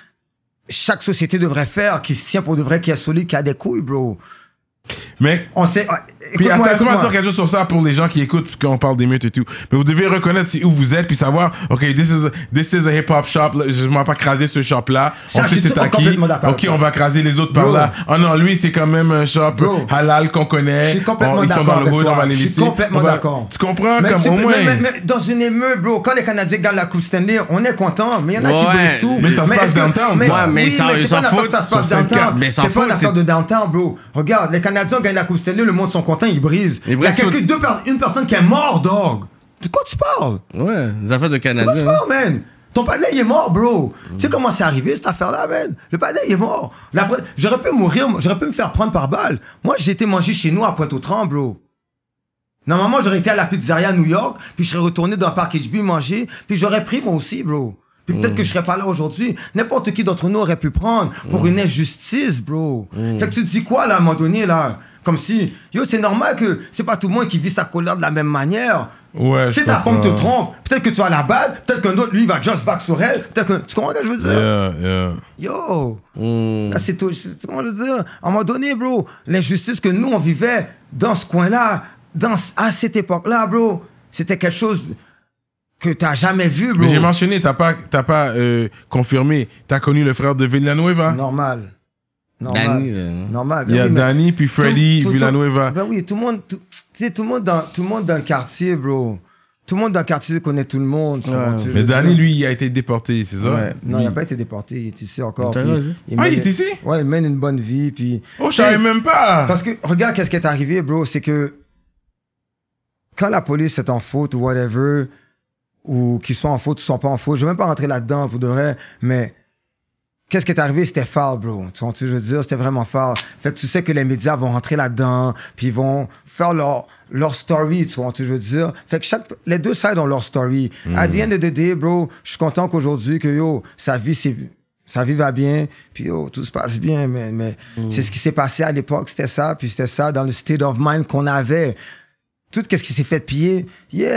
chaque société devrait faire, qui se tient pour de vrai, qui est solide, qui a des couilles, bro. Mais on sait. Puis attends-moi à dire quelque chose sur ça pour les gens qui écoutent quand on parle des meutes et tout. Mais vous devez reconnaître où vous êtes puis savoir, OK, this is a hip-hop shop. Je ne vais pas craser ce shop-là. On sait c'est à qui. OK, on va craser les autres par là. Oh non, lui, c'est quand même un shop halal qu'on connaît. Je suis complètement Ils sont dans le hood, on va les laisser. Je suis complètement d'accord. Tu comprends? Comme au moins... Mais dans une émeute, bro, quand les Canadiens gagnent la Coupe Stanley, on est content. Mais il y en a qui brisent tout. Mais ça se passe downtown. Mais c'est pas une affaire que ça se passe downtown. C'est pas une affaire de downtown, bro. Regarde, les Canadiens gagnent la Coupe Stanley, le monde sont contents, ils brisent. Il y a une personne qui est morte, dog. De quoi tu parles? Ouais, les affaires de Canadiens. De quoi tu parles, man? Ton panel, il est mort, bro. Tu sais comment c'est arrivé, cette affaire-là, man? Le panel, il est mort. J'aurais pu mourir, j'aurais pu me faire prendre par balle. Moi, j'ai été manger chez nous à Pointe-aux-Trembles, bro. Normalement, j'aurais été à la pizzeria à New York, puis je serais retourné dans le parc HB manger, puis j'aurais pris moi aussi, bro. Puis peut-être que je serais pas là aujourd'hui. N'importe qui d'entre nous aurait pu prendre pour une injustice, bro. Fait que tu te dis quoi, là, à un moment donné, là? Comme si, yo, c'est normal que c'est pas tout le monde qui vit sa colère de la même manière. Ouais, si ta femme te trompe, peut-être que tu vas la battre, peut-être qu'un autre, lui, il va just back sur elle. Peut-être que, tu comprends ce que je veux dire? Yo! Là, c'est tout. Tu comprends ce que je veux dire? À un moment donné, bro, l'injustice que nous, on vivait dans ce coin-là, à cette époque-là, bro, c'était quelque chose que t'as jamais vu, bro. Mais j'ai mentionné, t'as pas confirmé. T'as connu le frère de Villanueva? Normal. Normal. Il y a Danny puis Freddy Villanueva. Ben oui, tout le monde dans le quartier, bro. Tout le monde dans le quartier connaît tout le monde. Mais Danny, lui, il a été déporté, c'est ça? Ouais. Non, il n'a pas été déporté. Il est ici encore. Il est ici? Ouais, il mène une bonne vie. Puis, je savais même pas. Parce que, regarde, qu'est-ce qui est arrivé, bro, c'est que quand la police est en faute ou whatever, ou qu'ils sont en faute ou sont pas en faute, je vais même pas rentrer là-dedans pour de vrai, mais qu'est-ce qui est arrivé, c'était foul, bro. Tu vois ce que je veux dire? C'était vraiment foul. Fait que tu sais que les médias vont rentrer là-dedans, puis ils vont faire leur story, tu vois ce que je veux dire? Fait que les deux sides ont leur story. À the end of the day, bro, je suis content qu'aujourd'hui, que yo, sa vie va bien, puis yo, tout se passe bien, mais c'est ce qui s'est passé à l'époque, c'était ça, puis c'était ça dans le state of mind qu'on avait. Tout ce qui s'est fait piller,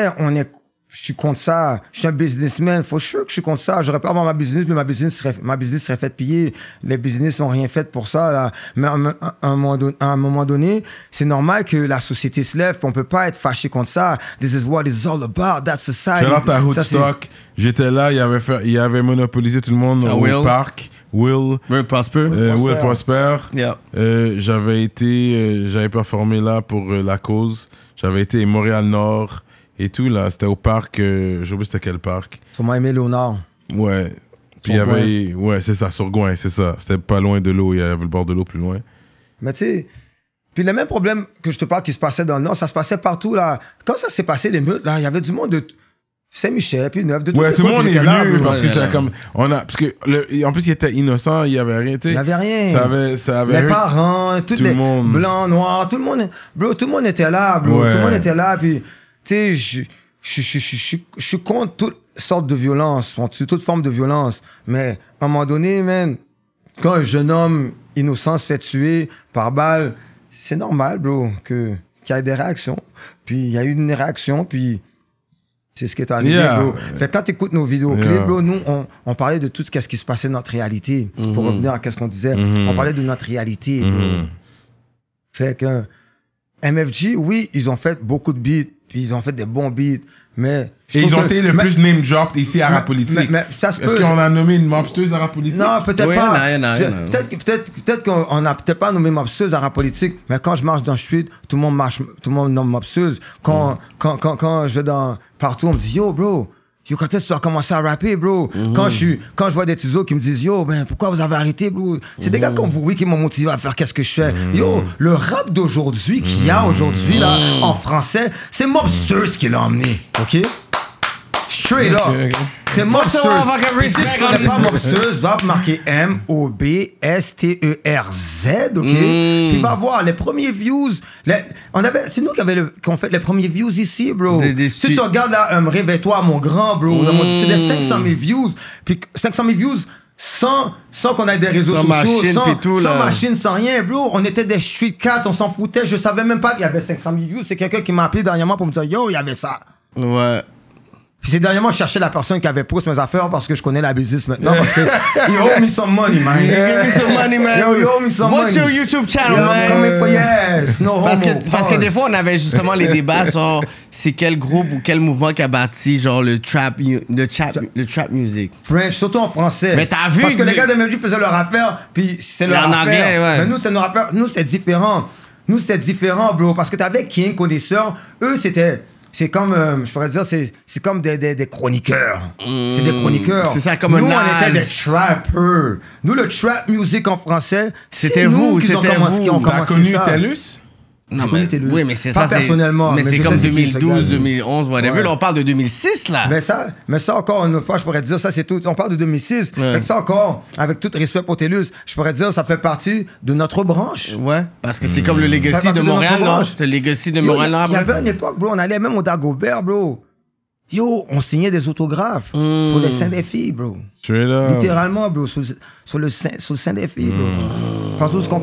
je suis contre ça. Je suis un businessman. For sure que je suis contre ça. J'aurais pas avoir ma business, mais ma business serait faite piller. Les business n'ont rien fait pour ça, là. Mais à un moment donné, c'est normal que la société se lève, puis on peut pas être fâché contre ça. This is what it's all about. That's society. J'ai rentré à Woodstock. J'étais là, il avait monopolisé tout le monde au parc. Will Prosper. Will Prosper. Yeah. J'avais performé là pour la cause. J'avais été à Montréal-Nord. Et tout, là, c'était au parc, je sais pas c'était quel parc. Sûrement Aimé Léonard. Ouais. Puis il y avait, ouais, c'est ça, sur Gouin, c'est ça. C'était pas loin de l'eau, il y avait le bord de l'eau plus loin. Mais tu sais, puis le même problème que je te parle qui se passait dans le Nord, ça se passait partout, là. Quand ça s'est passé, les meutes, là, il y avait du monde de Saint-Michel, puis Neuf, de tout. Ouais, tout le monde est venu, parce que c'est comme, parce que, en plus, il était innocent, il y avait rien, tu sais. Il y avait rien. Ça avait les parents, tout le monde. Blancs, noirs, tout le monde était là, bro. Ouais. Tout le monde était là, puis... Tu sais, je suis contre toutes sortes de violences, toute forme de violence. Mais à un moment donné, man, quand un jeune homme innocent se fait tuer par balle, c'est normal, bro, qu'il y ait des réactions. Puis il y a eu une réaction, puis c'est ce qui est arrivé, bro. Fait que quand tu écoutes nos vidéoclips, bro, nous, on parlait de tout ce qui se passait dans notre réalité. Pour revenir à ce qu'on disait, on parlait de notre réalité, bro. Fait que MFG, oui, ils ont fait beaucoup de beats, puis ils ont fait des bons beats, mais... Et ils ont été le plus name drop ici à Rap Politique. Mais ça se peut... Est-ce qu'on a nommé une mobsteuse à Rap Politique? Non, peut-être Oui, pas. non. Peut-être qu'on a peut-être pas nommé mobsteuse à Rap Politique, mais quand je marche dans le street, tout le monde nomme mobsteuse. Quand je vais partout, on me dit, yo, bro, quand est-ce que tu vas commencer à rapper, bro? Quand je vois des tisos qui me disent, yo, ben, pourquoi vous avez arrêté, bro? C'est des gars comme vous, oui, qui m'ont motivé à faire qu'est-ce que je fais. Yo, le rap d'aujourd'hui, qu'il y a aujourd'hui, là, en français, c'est mobsteuse qui l'a emmené, OK? Straight up. C'est mobsteuse. Si tu connais pas mobsteuse, va marquer M-O-B-S-T-E-R-Z, OK? Puis va voir, les premiers views, c'est nous qui avons fait les premiers views ici, bro. Si tu regardes là, Réveille-toi, mon grand, bro, c'est des 500 000 views. Puis 500 000 views sans qu'on ait des réseaux sociaux, sans machine, sans rien, bro. On était des street cats, on s'en foutait. Je savais même pas qu'il y avait 500 000 views. C'est quelqu'un qui m'a appelé dernièrement pour me dire, yo, il y avait ça. Ouais. Puis c'est dernièrement, je cherchais la personne qui avait posté mes affaires parce que je connais la business maintenant. Parce que you owe me some money, man. Give me some money, man. Yo, you owe me some What's money. your YouTube channel, Yo, man? I'm coming for yes. No Parce que homo. des fois, on avait justement les débats sur c'est quel groupe ou quel mouvement qui a bâti genre le trap music. French, surtout en français. Mais t'as vu parce que les que- gars de MFG faisaient leur affaire, puis c'est leur En affaire. anglais, ouais. Mais nous, c'est nos affaires. Nous, c'est différent. Nous, c'est différent, bro. Parce que t'avais King, Connaisseur. Eux, c'est comme, je pourrais dire, c'est comme des chroniqueurs. C'est des chroniqueurs. C'est ça, comme un Nous, on Nas. était des trappers. Nous, le trap music en français, C'était c'est nous vous, qui ont c'était commencé, vous. qui ont T'as commencé connu ça. TELUS? Non, Je connais Télus. oui, mais c'est Pas ça. personnellement, Mais mais c'est je comme sais c'est qui, ce 2012, gars. 2011, whatever. Ouais. Là, on parle de 2006, là. Mais ça encore une fois, je pourrais dire, ça c'est tout. On parle de 2006. Ouais. Fait que ça encore, avec tout respect pour TELUS, je pourrais dire, ça fait partie de notre branche. Ouais, parce que c'est comme le Ça fait Legacy partie de de notre Montréal, non? branche. C'est le Legacy de Yo, Montréal, non? il y après? avait une époque, bro, on allait même au Dagobert, bro. Yo, on signait des autographes sur les seins des filles, bro. Straight up. Littéralement, bro, sur le sein des filles, bro. Partout ce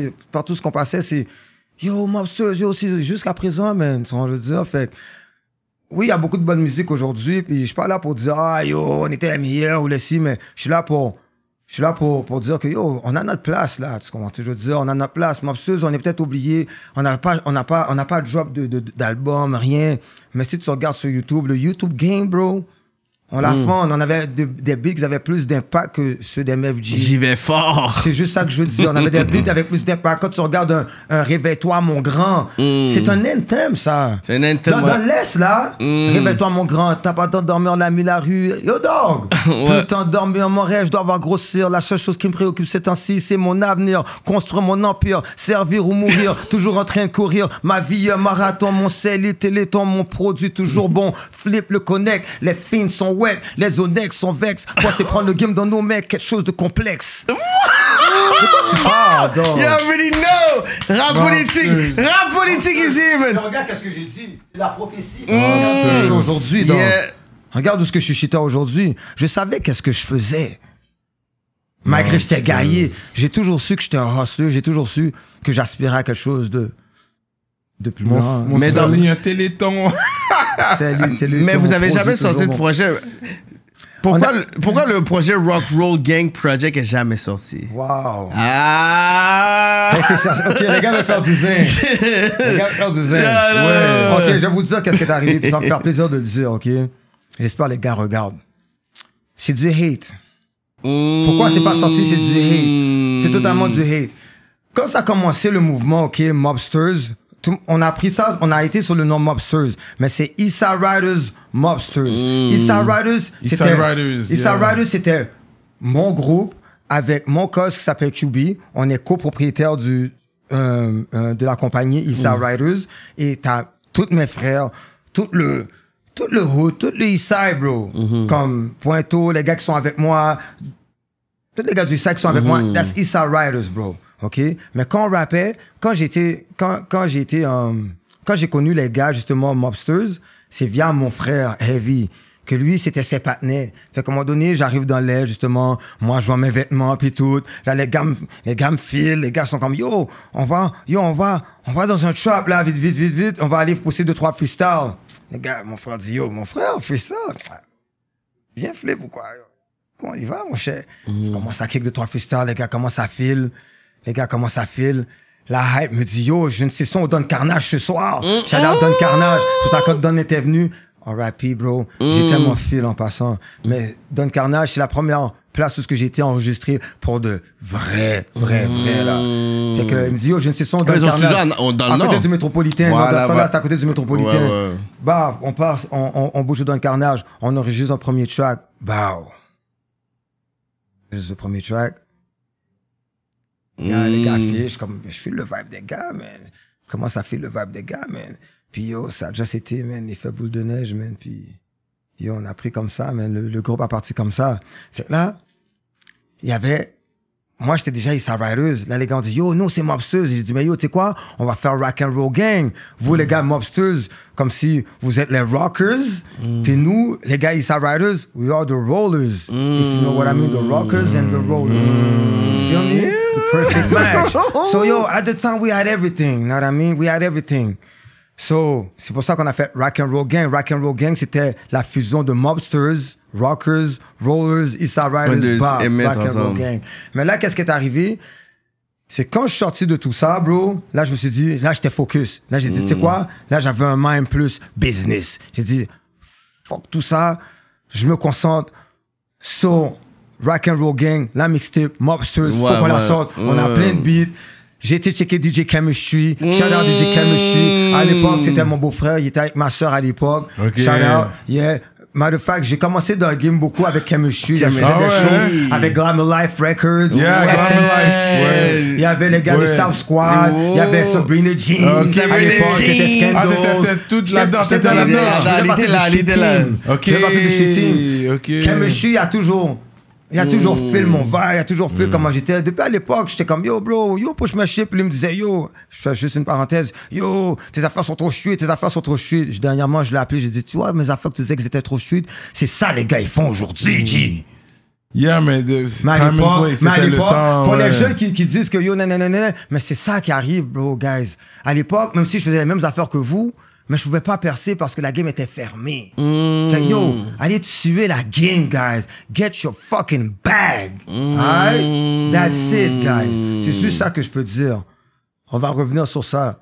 qu'on passait, c'est yo, mobster, yo, c'est jusqu'à présent, man. On veut dire, fait. Oui, il y a beaucoup de bonne musique aujourd'hui, puis je suis pas là pour dire, ah, yo, on était les meilleurs ou les si, mais je suis là pour dire que, yo, on a notre place, là. Tu comprends? Je veux dire, on a notre place. Mobsteuse, on est peut-être oublié. On n'a pas de drop d'album, rien. Mais si tu regardes sur YouTube, le YouTube Game, bro, on l'a fait. On avait des beats qui avaient plus d'impact que ceux des MFG. J'y vais fort. C'est juste ça que je veux dire. On avait des beats avec plus d'impact. Quand tu regardes un Réveille-toi, mon grand, c'est un anthem, ça. C'est un anthem, Dans ouais. l'Est, là, Réveille-toi, mon grand, t'as pas le temps de dormir la nuit, la rue. Yo, dog! Plus le temps de dormir, mon rêve, je dois avoir grossir. La seule chose qui me préoccupe ces temps-ci, c'est mon avenir. Construire mon empire, servir ou mourir. Toujours en train de courir. Ma vie, un marathon, mon cell, téléthon, mon produit toujours bon. Flip le connect, les fins sont wet, les onex sont vex. Moi, c'est prendre le game dans nos mecs, quelque chose de complexe. De quoi tu parles, dog? You already know! Rap politique ici, man! Regarde qu'est-ce que j'ai dit. C'est la prophétie. Regarde aujourd'hui, donc. Yeah. Regarde où ce que je suis aujourd'hui. Je savais qu'est-ce que je faisais. Malgré que j'étais gaillé, j'ai toujours su que j'étais un hustler. J'ai toujours su que j'aspirais à quelque chose de plus grand. Mais dans un téléthon. Mais vous avez jamais sorti de projet. Pourquoi le projet Rock Roll Gang Project est jamais sorti? Wow. Ah! Ok, les gars veulent faire du zin. Les gars veulent faire du zin. Ouais. Ok, je vais vous dire qu'est-ce qui est arrivé. Puis ça me faire plaisir de le dire, ok? J'espère les gars regardent. C'est du hate. Pourquoi c'est pas sorti? C'est du hate. C'est totalement du hate. Quand ça a commencé le mouvement, ok, Mobsters, on a pris ça, on a été sur le nom Mobsters, mais c'est Eastside Riders Mobsters. Eastside Riders, c'était mon groupe avec mon cause qui s'appelle QB. On est copropriétaire de la compagnie Eastside Riders et t'as tous mes frères, tout le hood, tout le Eastside, bro. Comme Pointeau, les gars qui sont avec moi, tous les gars du Eastside qui sont avec moi, that's Eastside Riders, bro. OK? Mais quand on rappait, quand j'ai connu les gars, justement, Mobsters, c'est via mon frère, Heavy, que lui, c'était ses partenaires. Fait qu'à un moment donné, j'arrive dans l'air, justement, moi, je vois mes vêtements, puis tout. Là, les gars me filent, les gars sont comme, yo, on va dans un trap, là, vite, on va aller pousser 2-3 freestyles. Les gars, mon frère dit, yo, mon frère, freestyle, viens flip ou quoi? Comment il va, mon cher? Je commence à kick 2-3 freestyles, les gars commencent à filer. La hype me dit, yo, je ne sais si on donne Carnage ce soir. Shout-out Don Carnage. C'est ça, quand Don était venu, R.I.P. bro, j'étais mon fil en passant. Mais Don Carnage, c'est la première place où j'ai été enregistré pour de vrai, là. Fait que, il me dit, yo, je ne sais si on donne Carnage. À côté du Métropolitain. Voilà, dans c'est à côté du Métropolitain. Ouais. Bah, on part, on bouge dans le Carnage. On enregistre un premier track. Bah, juste le premier track. Les gars je file le vibe des gars, man. Je commence à filer le vibe des gars, man. Puis yo, ça a déjà été, man, l'effet boule de neige, man. Puis yo, on a pris comme ça, man. Le groupe a parti comme ça. Fait que là, il y avait... Moi, j'étais déjà Issa Riders. Là, les gars ont dit, yo, nous, c'est Mobsters. J'ai dit, mais yo, tu sais quoi? On va faire Rock and Roll Gang. Vous, les gars Mobsters, comme si vous êtes les Rockers. Puis nous, les gars Issa Riders, we are the Rollers. If you know what I mean, the Rockers and the Rollers. You feel me? The perfect match. So, yo, at the time, we had everything. You know what I mean? We had everything. So, c'est pour ça qu'on a fait Rock and Roll Gang. Rock and Roll Gang, c'était la fusion de Mobsters, Rockers, Rollers, Issa Riders, Rock and Roll Gang. Mais là, qu'est-ce qui est arrivé? C'est quand je suis sorti de tout ça, bro, là, je me suis dit, là, j'étais focus. Là, j'ai dit, tu sais quoi? Là, j'avais un mind plus business. J'ai dit, fuck tout ça, je me concentre sur Rock and Roll Gang, la mixtape, Mobsters, faut qu'on la sorte. On a plein de beats. J'ai été checker DJ Chemistry. Shout out DJ Chemistry. À l'époque, c'était mon beau-frère. Il était avec ma soeur à l'époque. Okay. Shout out. Yeah. Matter of fact, j'ai commencé dans le game beaucoup avec Chemistry. J'ai fait des shows avec Glamour Life Records. Yeah, il y avait les gars de South Squad. Il y avait Sabrina Jeans. À l'époque, c'était Scandal. T'étais toute là-dedans. T'étais là-dedans. J'ai parti du shooting. Chemistry, il y a toujours fait mon verre, il y a toujours fait comment j'étais. Depuis à l'époque, j'étais comme, yo, bro, yo, push my shit. Puis lui me disait, yo, je fais juste une parenthèse, yo, tes affaires sont trop street. Dernièrement, je l'ai appelé, j'ai dit, tu vois, mes affaires que tu disais que c'était trop street, c'est ça, les gars, ils font aujourd'hui, G. Yeah, mais à l'époque, pour les jeunes qui disent que yo, nanana, mais c'est ça qui arrive, bro, guys. À l'époque, même si je faisais les mêmes affaires que vous, mais je pouvais pas percer parce que la game était fermée. Fait que yo, allez tuer la game, guys. Get your fucking bag. Alright? That's it, guys. C'est juste ça que je peux dire. On va revenir sur ça.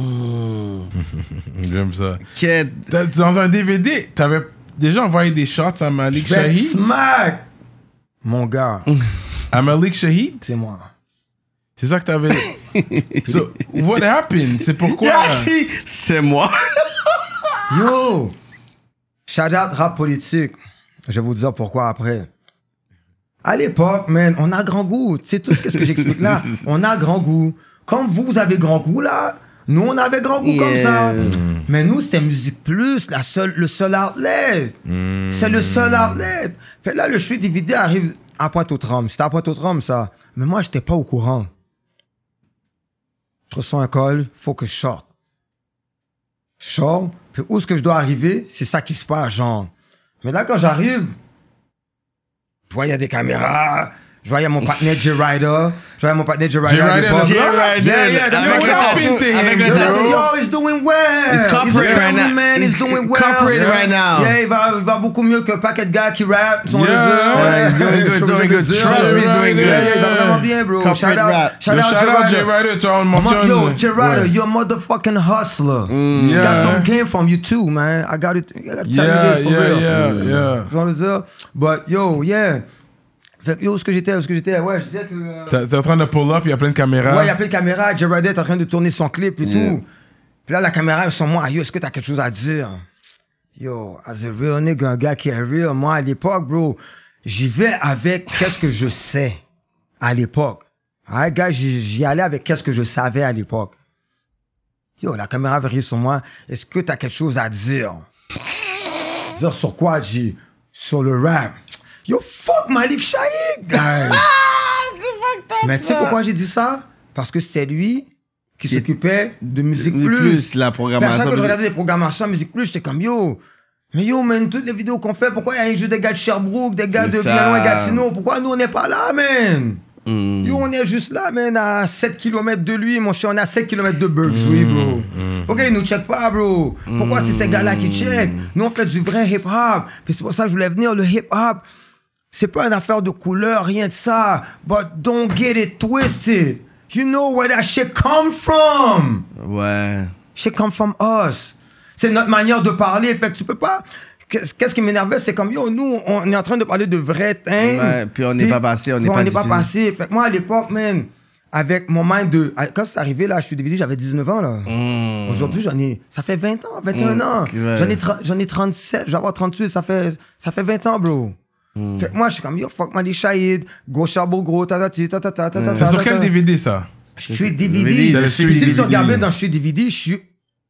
J'aime ça. Dans un DVD, t'avais déjà envoyé des shots à Malik Shahid? Smack! Mon gars. À Malik Shahid? C'est moi. C'est ça que t'avais... So, what happened? C'est pourquoi... C'est moi. Yo! Shout out rap politique. Je vais vous dire pourquoi après. À l'époque, man, on a grand goût. C'est tout ce que j'explique là. On a grand goût. Comme vous avez grand goût là, nous on avait grand goût comme ça. Mais nous, c'était Musique Plus, le seul outlet. C'est le seul outlet. Fait là, le Street DVD arrive à Pointe-aux-Trembles. C'était à Pointe-aux-Trembles, ça. Mais moi, j'étais pas au courant. Je reçois un call, faut que je sorte. Je sors, puis où est-ce que je dois arriver, c'est ça qui se passe, genre. Mais là, quand j'arrive, je vois, il y a des caméras, je vois, il y a mon partenaire J-Rider. Je vois mon partenaire J-Rider à l'époque. Yeah, avec le tatou. Yo, he's doing well. He's corporate right now. Man, he's doing well. Corporate right now. Yeah, il va beaucoup mieux que paquet de gars qui rap. He's doing good. Trust me, he's doing good. Il va vraiment bien, bro. Shout out J-Rider. Yo, J-Rider, you're a motherfucking hustler. Got some game from you too, man. I gotta tell you this for real. Yeah. But yo, yeah. Fait que, yo, où est-ce que j'étais? Ouais, je disais que... T'es en train de pull up, il y a plein de caméras. Ouais, il y a plein de caméras. J-Rider est en train de tourner son clip et tout. Puis là, la caméra, ils sont moi. Yo, est-ce que t'as quelque chose à dire? Yo, as a real nigga, un gars qui est real. Moi, à l'époque, bro, j'y vais avec qu'est-ce que je sais à l'époque. Ouais, gars, j'y allais avec qu'est-ce que je savais à l'époque. Yo, la caméra vérifie sur moi. Est-ce que t'as quelque chose à dire? Dire sur quoi, G? Sur le rap. Yo, fuck Malik Shahid, guys! Mais tu sais pourquoi j'ai dit ça? Parce que c'est lui qui s'occupait de Musique Plus. La programmation. À chaque fois que je regardais les programmations à Musique Plus, j'étais comme, yo, mais yo, man, toutes les vidéos qu'on fait, pourquoi il y a juste des gars de Sherbrooke, des gars de bien loin Gatineau? Pourquoi nous, on n'est pas là, man? Yo, on est juste là, man, à 7 km de lui, mon chien, on est à 7 km de Burks, oui, bro. Pourquoi ils nous checkent pas, bro? Pourquoi c'est ces gars-là qui checkent? Nous, on fait du vrai hip-hop. Puis c'est pour ça que je voulais venir, le hip-hop. C'est pas une affaire de couleur, rien de ça. But don't get it twisted. You know where that shit come from. Ouais. Shit come from us. C'est notre manière de parler. Fait que tu peux pas... Qu'est-ce qui m'énervait, c'est comme, yo, nous, on est en train de parler de vrais things. Ouais, puis on n'est pas passé, on n'est pas diffusé. passé. Fait que moi, à l'époque, man, avec mon mind de... Quand c'est arrivé, là, je suis DVD, j'avais 19 ans, là. Aujourd'hui, ça fait 20 ans, 21 ans. Ouais. J'en ai 37, je vais avoir 38, ça fait 20 ans, bro. Fait que moi, je suis comme, yo, fuck Malik Shahid, go Charbot gros, C'est sur quel DVD, ça? Street DVD. Si tu regardes dans Street DVD, je suis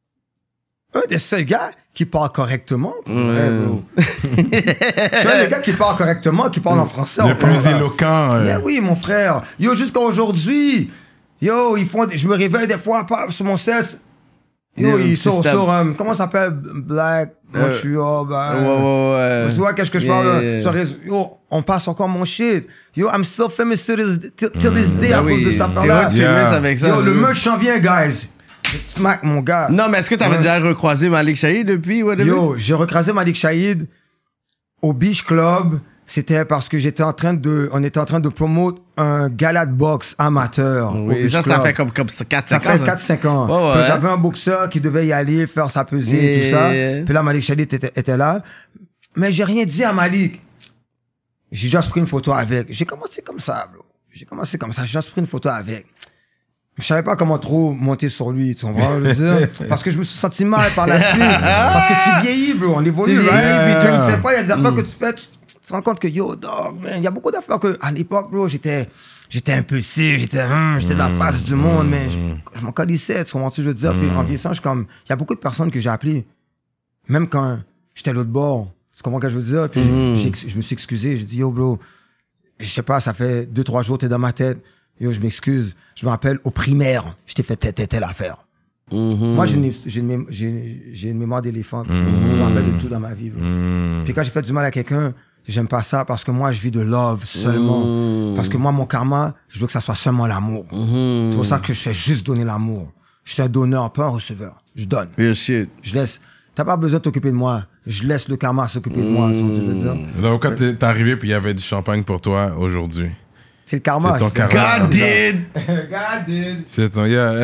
un des seuls gars qui parle correctement. Bro. Je suis un des gars qui parle correctement, qui parle en français. Le plus éloquent. Mais oui, mon frère. Yo, jusqu'à aujourd'hui, yo, je me réveille des fois sur mon cesse. Yo, il sort comment ça s'appelle? Black Montreal. Ouais. Tu vois, qu'est-ce que je parle? Yo, on passe encore mon shit. Yo, I'm still famous till this day à cause de cette affaire-là. Avec ça, yo, le merch s'en vient, guys. Smack, mon gars. Non, mais est-ce que t'avais déjà recroisé Malik Shahid depuis? Yo, j'ai recroisé Malik Shahid au Beach Club. C'était parce que on était en train de promouvoir un gala de boxe amateur. Oui, ça fait comme 4-5 ans. Ça fait 4-5 ans. Ouais. J'avais un boxeur qui devait y aller, faire sa pesée et tout ça. Puis là, Malik Shahid était là. Mais j'ai rien dit à Malik. J'ai juste pris une photo avec. J'ai commencé comme ça, bro. J'ai juste pris une photo avec. Je savais pas comment trop monter sur lui, tu comprends, je veux dire? Parce que je me suis senti mal par la suite. Parce que tu vieillis, bro, on évolue, right? Puis tu sais pas, il y a des affaires que tu fais, tu te rends compte que, yo, dog, man, il y a beaucoup d'affaires que, à l'époque, bro, j'étais impulsif, j'étais de la face du monde, mais je m'en calissais, tu comprends ce que je veux dire? Puis en vieillissant, il y a beaucoup de personnes que j'ai appelées, même quand j'étais à l'autre bord, tu comprends ce que je veux dire? Puis je me suis excusé, j'ai dit, yo, bro, je sais pas, ça fait 2-3 jours, t'es dans ma tête. Yo, je m'excuse. Je me rappelle, au primaire, je t'ai fait telle affaire. Moi, j'ai une mémoire d'éléphant. Je me rappelle de tout dans ma vie. Puis quand j'ai fait du mal à quelqu'un, j'aime pas ça parce que moi, je vis de love seulement. Parce que moi, mon karma, je veux que ça soit seulement l'amour. C'est pour ça que je sais juste donner l'amour. Je suis un donneur, pas un receveur. Je donne. Real shit. Je laisse. T'as pas besoin de t'occuper de moi. Je laisse le karma s'occuper de moi. Tu vois ce que je veux dire? Donc, quand t'es arrivé puis il y avait du champagne pour toi aujourd'hui. C'est le karma. C'est ton karma. God did! C'est ton... Yeah,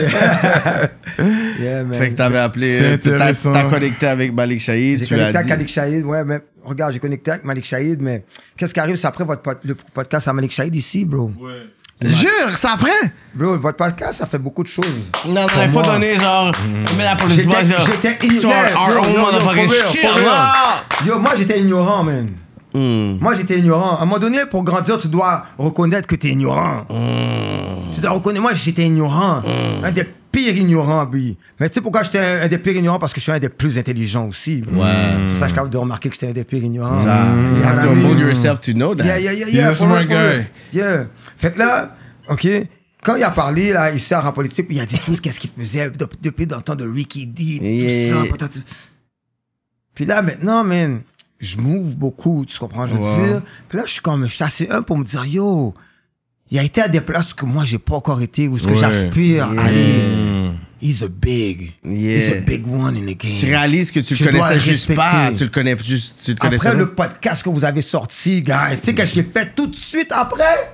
man. Fait que t'avais appelé... C'est intéressant. T'as connecté avec Malik Shahid, J'ai connecté avec Malik Shahid, ouais, mais... Regarde, j'ai connecté avec Malik Shahid, mais... Qu'est-ce qui arrive, c'est après le podcast à Malik Shahid ici, bro. Ouais. Jure, c'est après? Bro, votre podcast, ça fait beaucoup de choses. Non, il faut donner, genre... Mais l'applaudissement, genre... J'étais ignorant. Yo, moi, j'étais ignorant, man. Moi, j'étais ignorant. À un moment donné, pour grandir, tu dois reconnaître que t'es ignorant. Tu dois reconnaître. Moi, j'étais ignorant. Un des pires ignorants, oui. Mais tu sais pourquoi j'étais un des pires ignorants? Parce que je suis un des plus intelligents aussi. Ouais. C'est ça que je suis capable de remarquer que j'étais un des pires ignorants. You have to mold yourself to know that. Yeah. You're a smart guy. Yeah. Fait que là, OK, quand il a parlé, là, il sort en politique, il a dit tout ce qu'il faisait depuis le temps de Ricky D, tout ça. Puis là, maintenant, man... Je move beaucoup, tu comprends, je veux dire. Puis là, je suis assez pour me dire, yo, il a été à des places que moi, j'ai pas encore été, ou ce que j'aspire à aller. He's a big one in the game. Tu réalises que tu le connaissais juste pas, tu le connais juste, Après le podcast que vous avez sorti, guys, tu sais que je l'ai fait tout de suite après,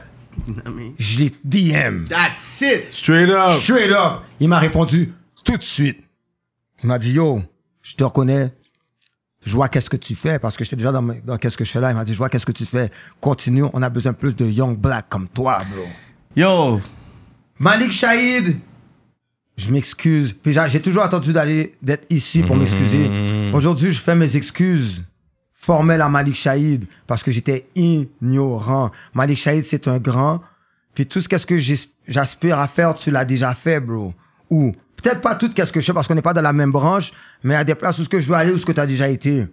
je l'ai DM. That's it. Straight up. Il m'a répondu tout de suite. Il m'a dit, yo, je te reconnais. Je vois qu'est-ce que tu fais, parce que j'étais déjà dans qu'est-ce que je fais là. Il m'a dit, je vois qu'est-ce que tu fais. Continue, on a besoin plus de young black comme toi, bro. Yo! Malik Shahid, je m'excuse. Puis j'ai toujours attendu d'être ici pour m'excuser. Aujourd'hui, je fais mes excuses formelles à Malik Shahid, parce que j'étais ignorant. Malik Shahid, c'est un grand. Puis tout ce que j'aspire à faire, tu l'as déjà fait, bro. Ou... Peut-être pas tout ce que je fais parce qu'on n'est pas dans la même branche, mais à des places où ce que je veux aller, où ce que tu as déjà été.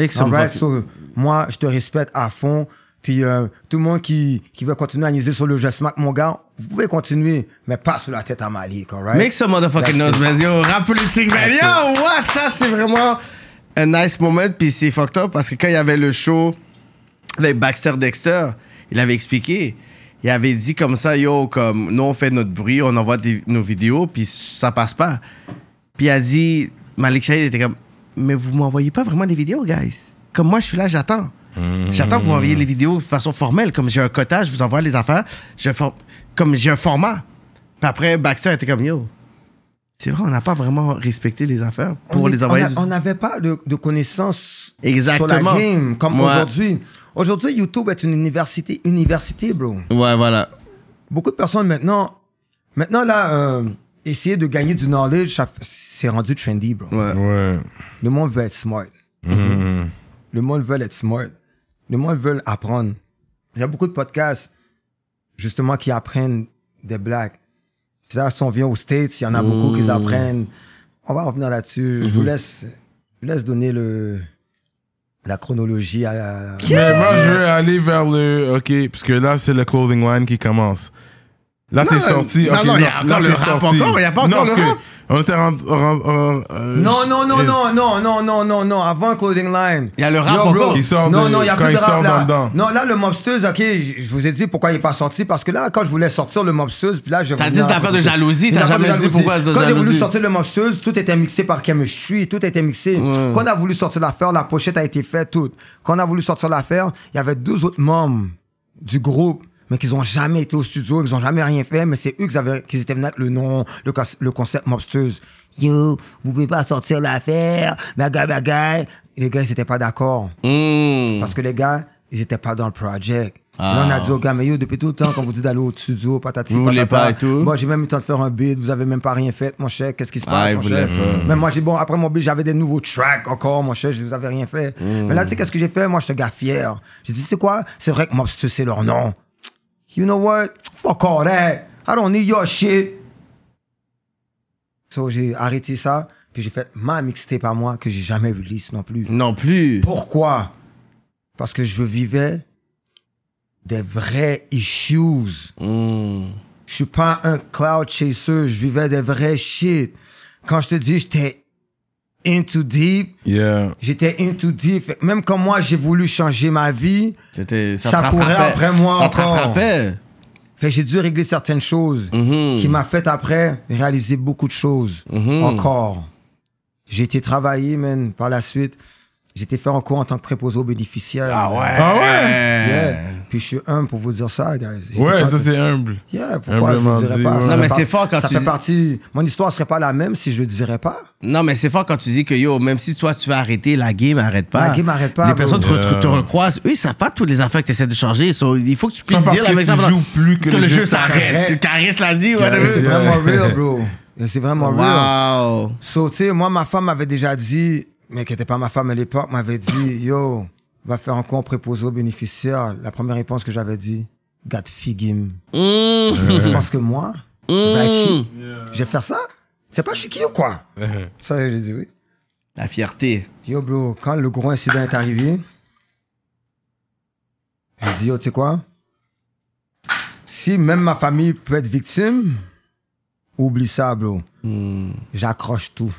So, moi, je te respecte à fond. Puis tout le monde qui veut continuer à niaiser sur le Je Smack, mon gars, vous pouvez continuer, mais pas sur la tête à Malik, alright? Make some motherfucking noise, man. Yo, rap politique, man. Yo, what? Ça, c'est vraiment un nice moment. Puis c'est fucked up parce que quand il y avait le show avec Baxter Dexter, il avait expliqué. Il avait dit comme ça, yo, comme nous on fait notre bruit, on envoie nos vidéos, puis ça passe pas. Puis il a dit, Malik Shahid était comme, mais vous m'envoyez pas vraiment des vidéos, guys. Comme moi, je suis là, j'attends. J'attends que vous m'envoyiez les vidéos de façon formelle. Comme j'ai un quota, je vous envoie les affaires. Comme j'ai un format. Puis après, Baxter était comme, yo, c'est vrai, on n'a pas vraiment respecté les affaires pour les envoyer. On n'avait pas de connaissances Exactement. sur la game comme Ouais. aujourd'hui. Aujourd'hui, YouTube est une université, bro. Ouais, voilà. Beaucoup de personnes maintenant là, essayer de gagner du knowledge, c'est rendu trendy, bro. Ouais. Ouais. Le monde veut être smart. Le monde veut être smart. Le monde veut apprendre. Il y a beaucoup de podcasts, justement, qui apprennent des blagues. Ça, si on vient aux States, il y en a beaucoup qui apprennent. On va revenir là-dessus. Je vous laisse donner la chronologie à Mais moi, je vais aller vers le. Ok, parce que là, c'est le clothing line qui commence. Là, t'es sorti. non, ok, non, il y a là, encore le t'es rap sorti. encore, il y a pas encore Non, le parce que rap. On était Non, avant Clothing Line. Il y a le rap Yo, bro. encore. Il sort Non, de- non, il y a quand plus il de rap sort là. dedans. Non, là, le Mobsters, ok, je vous ai dit pourquoi il est pas sorti, parce que là, quand je voulais sortir le Mobsters, puis là, je T'as dit cette affaire de jalousie, t'as jamais dit pourquoi de Quand j'ai voulu jalousie. sortir le Mobsters, tout était mixé par Chemistry, tout était mixé. Quand on a voulu sortir l'affaire, la pochette a été faite, tout. Quand on a voulu sortir l'affaire, il y avait 2 autres membres du groupe, mais qu'ils ont jamais été au studio, qu'ils ont jamais rien fait, mais c'est eux qui étaient venus avec le nom, le concept Mobsters. Yo, vous pouvez pas sortir l'affaire, bagaille. Les gars, ils étaient pas d'accord. Parce que les gars, ils étaient pas dans le project. Là, on a dit aux gars, mais yo, depuis tout le temps, quand vous dites d'aller au studio, patati, Vous voulez patata. pas et tout? Moi, j'ai même eu le temps de faire un beat, vous avez même pas rien fait, mon cher, qu'est-ce qui se passe, ils mon voulaient cher? pas. Même moi, j'ai bon, après mon beat, j'avais des nouveaux tracks encore, mon cher, je vous avais rien fait. Mais là, tu sais, qu'est-ce que j'ai fait? Moi, j'étais gars fier. J'ai dit, c'est quoi? C'est vrai que Mobsters, c'est leur nom. You know what? Fuck all that. I don't need your shit. So, j'ai arrêté ça, puis j'ai fait ma mixtape à moi que j'ai jamais release non plus. Non plus. Pourquoi? Parce que je vivais des vrais issues. Je suis pas un cloud chaser, je vivais des vrais shit. Quand je te dis j'étais into deep, Yeah. j'étais into deep. Fait que même quand moi j'ai voulu changer ma vie, C'était, ça te courait rattrapait. après moi Ça te encore. rattrapait. fait que j'ai dû régler certaines choses qui m'a fait après réaliser beaucoup de choses encore. J'ai été travailler, man, par la suite. J'ai été faire un cours en tant que préposé aux bénéficiaires. Ah ouais. Ah ouais? Yeah. Puis je suis humble pour vous dire ça, guys. J'étais Ouais, pas- ça c'est humble. Yeah, pourquoi je Humblement ne dirais dit, pas? ouais. Ça Non, fait mais par- c'est fort quand ça tu fait dis- partie... Mon histoire serait pas la même si je le dirais pas. Non, mais c'est fort quand tu dis que yo, même si toi tu vas arrêter, la game arrête pas. La game arrête pas, Les bro. personnes te recroisent. Eux, ils savent pas toutes les affaires que tu essaies de changer. So, il faut que tu puisses Pas parce dire que avec ça. tu joues plus que le le jeu jeu s'arrête. s'arrête. Caris l'a dit, Yeah, ouais. C'est vraiment real, bro. C'est vraiment real. Wow. So, tu sais, moi, ma femme m'avait déjà dit, mais qui n'était pas ma femme à l'époque, m'avait dit, yo, va faire un compte préposé aux bénéficiaires. La première réponse que j'avais dit, God figim. Tu penses que moi, Rachi, je vais faire ça? C'est pas chiqui ou quoi? Ça, j'ai dit oui. La fierté. Yo, bro, quand le gros incident est arrivé, j'ai dit, yo, tu sais quoi? Si même ma famille peut être victime, oublie ça, bro. J'accroche tout.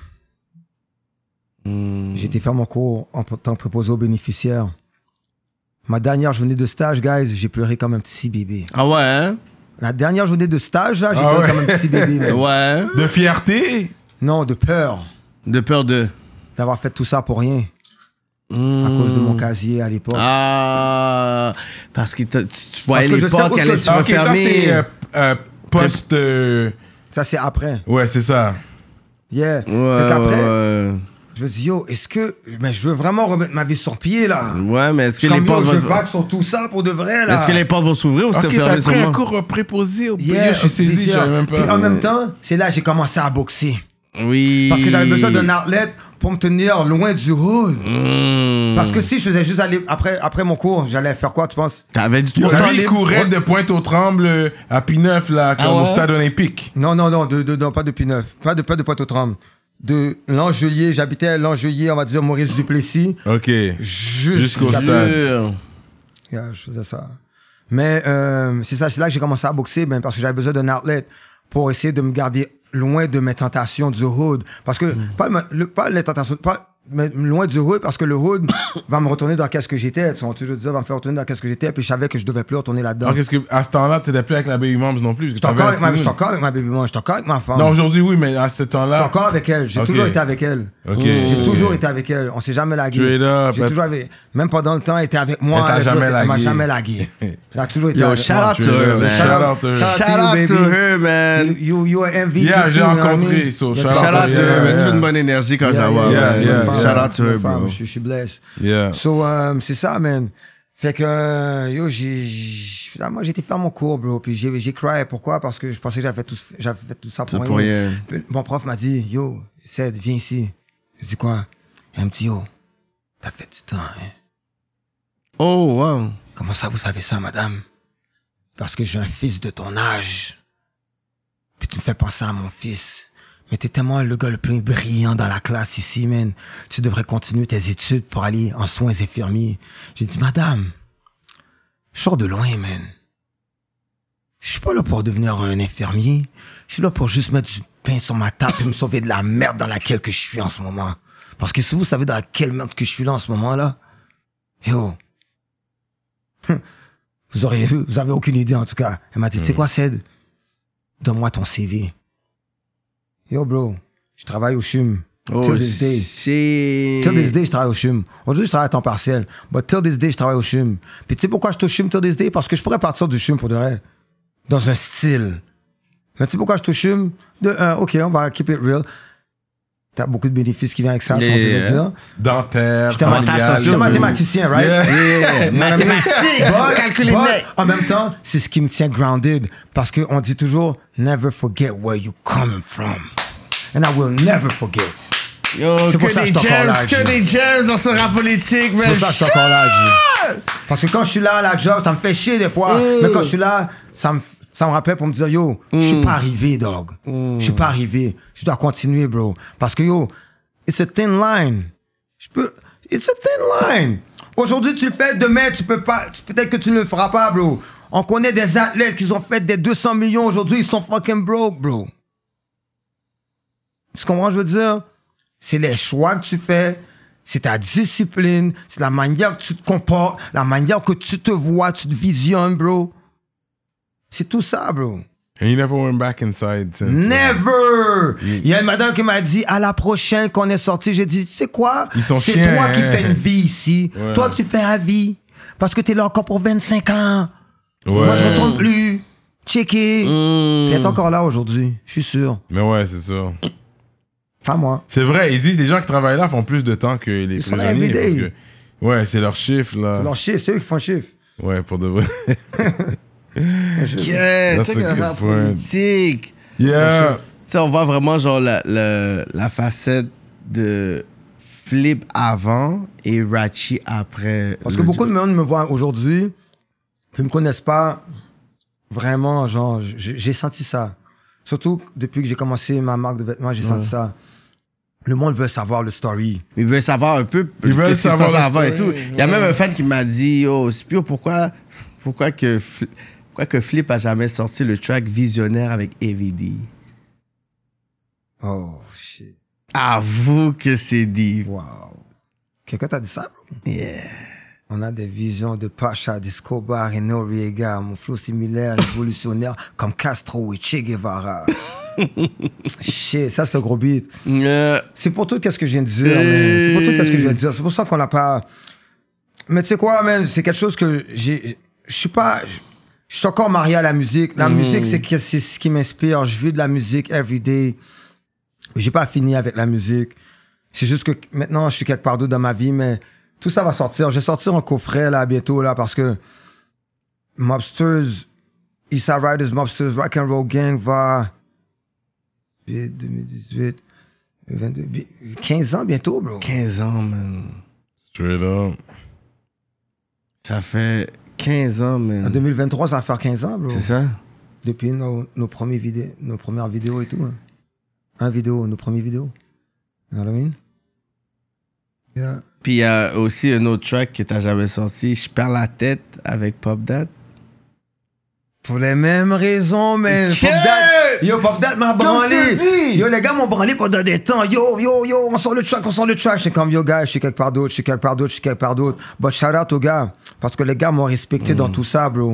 J'ai été faire mon cours en tant que préposé aux bénéficiaires. Ma dernière journée de stage, guys, j'ai pleuré comme un petit bébé. Ah ouais, hein? La dernière journée de stage, là, j'ai Ah pleuré ouais. comme un petit bébé. man. Ouais. De fierté? Non, de peur De peur de. d'avoir fait tout ça pour rien. À cause de mon casier à l'époque. Ah. Parce que tu voyais Parce que les je sais portes où qui est-ce que allaient se je- Ok, ça c'est refermer. post. Ça, c'est après. Ouais, c'est ça. Yeah. Ouais, fait qu'après, ouais. je me dis, yo, est-ce que... Mais je veux vraiment remettre ma vie sur pied, là. Ouais, mais est-ce que les Comme, portes yo, je vont... vague sur tout ça pour de vrai, là. Est-ce que les portes vont s'ouvrir ou se Ok, fermer t'as pris un sûrement? cours préposé au Yeah, je suis saisi, officiel. j'avais même Puis pas. en même temps, c'est là que j'ai commencé à boxer. Oui. Parce que j'avais besoin d'un outlet pour me tenir loin du hood. Parce que si je faisais juste aller après mon cours, j'allais faire quoi, tu penses? T'avais du Lui, temps il libre. courait de Pointe-aux-Trembles à P9, là, comme Ah au ouais? stade olympique. Non, pas de P9. Pas de Pointe-aux-Trembles. De Langelier, j'habitais à Langelier, on va dire Maurice Duplessis. Ok. Jusqu'au j'habitais- stade. Sûr. Yeah, je faisais ça. Mais c'est ça, c'est là que j'ai commencé à boxer, ben, parce que j'avais besoin d'un outlet pour essayer de me garder loin de mes tentations du hood. Parce que, pas les tentations, mais loin du hood, parce que le hood va me retourner dans qu'est-ce que j'étais. Tu vois, je veux dire, va me faire retourner dans qu'est-ce que j'étais, puis je savais que je devais plus retourner là-dedans. Donc, est-ce que à ce temps-là, t'étais plus avec la baby moms non plus? J'étais encore avec ma baby mom, j'étais encore avec ma femme. Non, aujourd'hui, oui, mais à ce J'étais temps-là. encore avec elle, j'ai Ok. toujours été avec elle. Ok. J'ai toujours été avec elle. On s'est jamais lagué. Straight up. J'ai toujours avec... Même pendant le temps, elle était avec moi. Elle t'a jamais Elle m'a lagué. jamais lagué. Elle a toujours été Yo, avec shout moi. out to her, man. Shout out to her. Shout out to her, man. You are MVP. Yeah, j'ai too, you know what I rencontré, mean? so Yeah, shout Shout out to her, man. yeah. Toute une bonne énergie quand Yeah, j'en vois. yeah, man. yeah. Shout out to her, bro. Je suis blessed. Yeah. So, c'est ça, man. Fait que, yo, finalement, j'ai été faire mon cours, bro. Puis j'ai cry. Pourquoi? Parce que je pensais que j'avais fait tout ça pour rien. Puis mon prof m'a dit, yo, Ced, viens ici. Je dis quoi? Il me dit, yo, t'as fait du temps, hein? Oh, wow. Comment ça, vous savez ça, madame? Parce que j'ai un fils de ton âge. Puis tu me fais penser à mon fils. Mais t'es tellement le gars le plus brillant dans la classe ici, man. Tu devrais continuer tes études pour aller en soins infirmiers. J'ai dit, madame, je sors de loin, man. Je suis pas là pour devenir un infirmier. Je suis là pour juste mettre du pain sur ma table et me sauver de la merde dans laquelle que je suis en ce moment. Parce que si vous savez dans quelle merde que je suis là en ce moment-là, yo, vous avez aucune idée en tout cas. Elle m'a dit, tu sais quoi, Ced? Donne-moi ton CV. Yo, bro, je travaille au CHUM. Oh, Till this day. shit. Till this day, je travaille au CHUM. Aujourd'hui, je travaille à temps partiel. But till this day, je travaille au CHUM. Puis tu sais pourquoi je suis au CHUM till this day? Parce que je pourrais partir du CHUM pour de vrai. Dans un style. Mais tu sais pourquoi je suis au CHUM? OK, on va keep it real. T'as beaucoup de bénéfices qui viennent avec ça, tu veux dire. Dentaire, J'étais familial. mathématicien, right? Yeah. Mathématiques, calculer net. En même temps, c'est ce qui me tient grounded. Parce qu'on dit toujours, never forget where you coming from. And I will never forget. Yo, C'est pour que ça que des je suis encore là, gems, que G. des gems dans ce rap politique, C'est man. pour ça que je suis encore là, G. Parce que quand je suis là à la job, ça me fait chier des fois. Mais quand je suis là, ça me rappelle pour me dire, yo, je suis pas arrivé, dog. Je suis pas arrivé. Je dois continuer, bro. Parce que, yo, it's a thin line. It's a thin line. Aujourd'hui, tu le fais, demain, tu peux pas. Peut-être que tu ne le feras pas, bro. On connaît des athlètes qui ont fait des 200 millions. Aujourd'hui, ils sont fucking broke, bro. Tu comprends, je veux dire? C'est les choix que tu fais, c'est ta discipline, c'est la manière que tu te comportes, la manière que tu te vois, tu te visionnes, bro. C'est tout ça, bro. And you never went back inside since. Never! Il y a une madame qui m'a dit, à la prochaine qu'on est sorti, j'ai dit, tu sais quoi? Ils sont C'est chiens, toi qui hein. fais une vie ici. Ouais. Toi, tu fais la vie. Parce que t'es là encore pour 25 ans. Ouais. Moi, je retourne plus. Checker. Puis elle est encore là aujourd'hui, je suis sûr. Mais ouais, c'est ça. Enfin, moi. C'est vrai, ils disent les gens qui travaillent là font plus de temps que les Ils sont là prisonniers. everyday. Parce que, ouais, c'est leur chiffre, là. C'est leur chiffre, c'est eux qui font le chiffre. Ouais, pour de vrai. Yeah, That's tu sais, a un good rap point. politique. Yeah. Tu sais, on voit vraiment genre la facette de Flip avant et Ratchi après. Parce que beaucoup de monde me voient aujourd'hui, ils me connaissent pas vraiment, genre, j'ai senti ça. Surtout depuis que j'ai commencé ma marque de vêtements, j'ai senti ça. Le monde veut savoir le story. Ils veulent savoir un peu Ils veulent qu'est-ce qui se savoir passe la avant et story, tout. Il y a même un fan qui m'a dit, oh, Spio, pourquoi que Flip a jamais sorti le track Visionnaire avec AVD? Oh, shit. Avoue que c'est deep. Wow. Quelqu'un t'a dit ça, bro? Yeah. On a des visions de Pacha, d'Escobar et Noriega, mon flow similaire, révolutionnaire, comme Castro et Che Guevara. Shit, ça c'est un gros beat. Yeah. C'est pour tout qu'est-ce que je viens de dire, man. C'est pour tout qu'est-ce que je viens de dire. C'est pour ça qu'on n'a pas... Mais tu sais quoi, man, c'est quelque chose que je suis pas... Je suis encore marié à la musique. La musique, c'est ce qui m'inspire. Je vis de la musique every day. J'ai pas fini avec la musique. C'est juste que maintenant, je suis quelque part d'autre dans ma vie, mais tout ça va sortir. Je vais sortir en coffret, là, bientôt, là, parce que Mobsters, Eastside Riders, Mobsters, Rock'n'Roll Gang va... 2018, 22, 15 ans bientôt, bro. 15 ans, man. Straight up. Ça fait 15 ans, man. En 2023, ça va faire 15 ans, bro. C'est ça? Depuis nos premières vidéos et tout. Hein. Nos premières vidéos. You know what I mean? Yeah. Puis il y a aussi un autre track que t'as jamais sorti, Je perds la tête avec Pop Dad. Pour les mêmes raisons, man. Pop Dad m'a branlé. Yo, les gars m'ont branlé pendant des temps. Yo, on sort le track. J'étais comme, yo, gars, je suis quelque part d'autre. But shout out aux gars. Parce que les gars m'ont respecté dans tout ça, bro.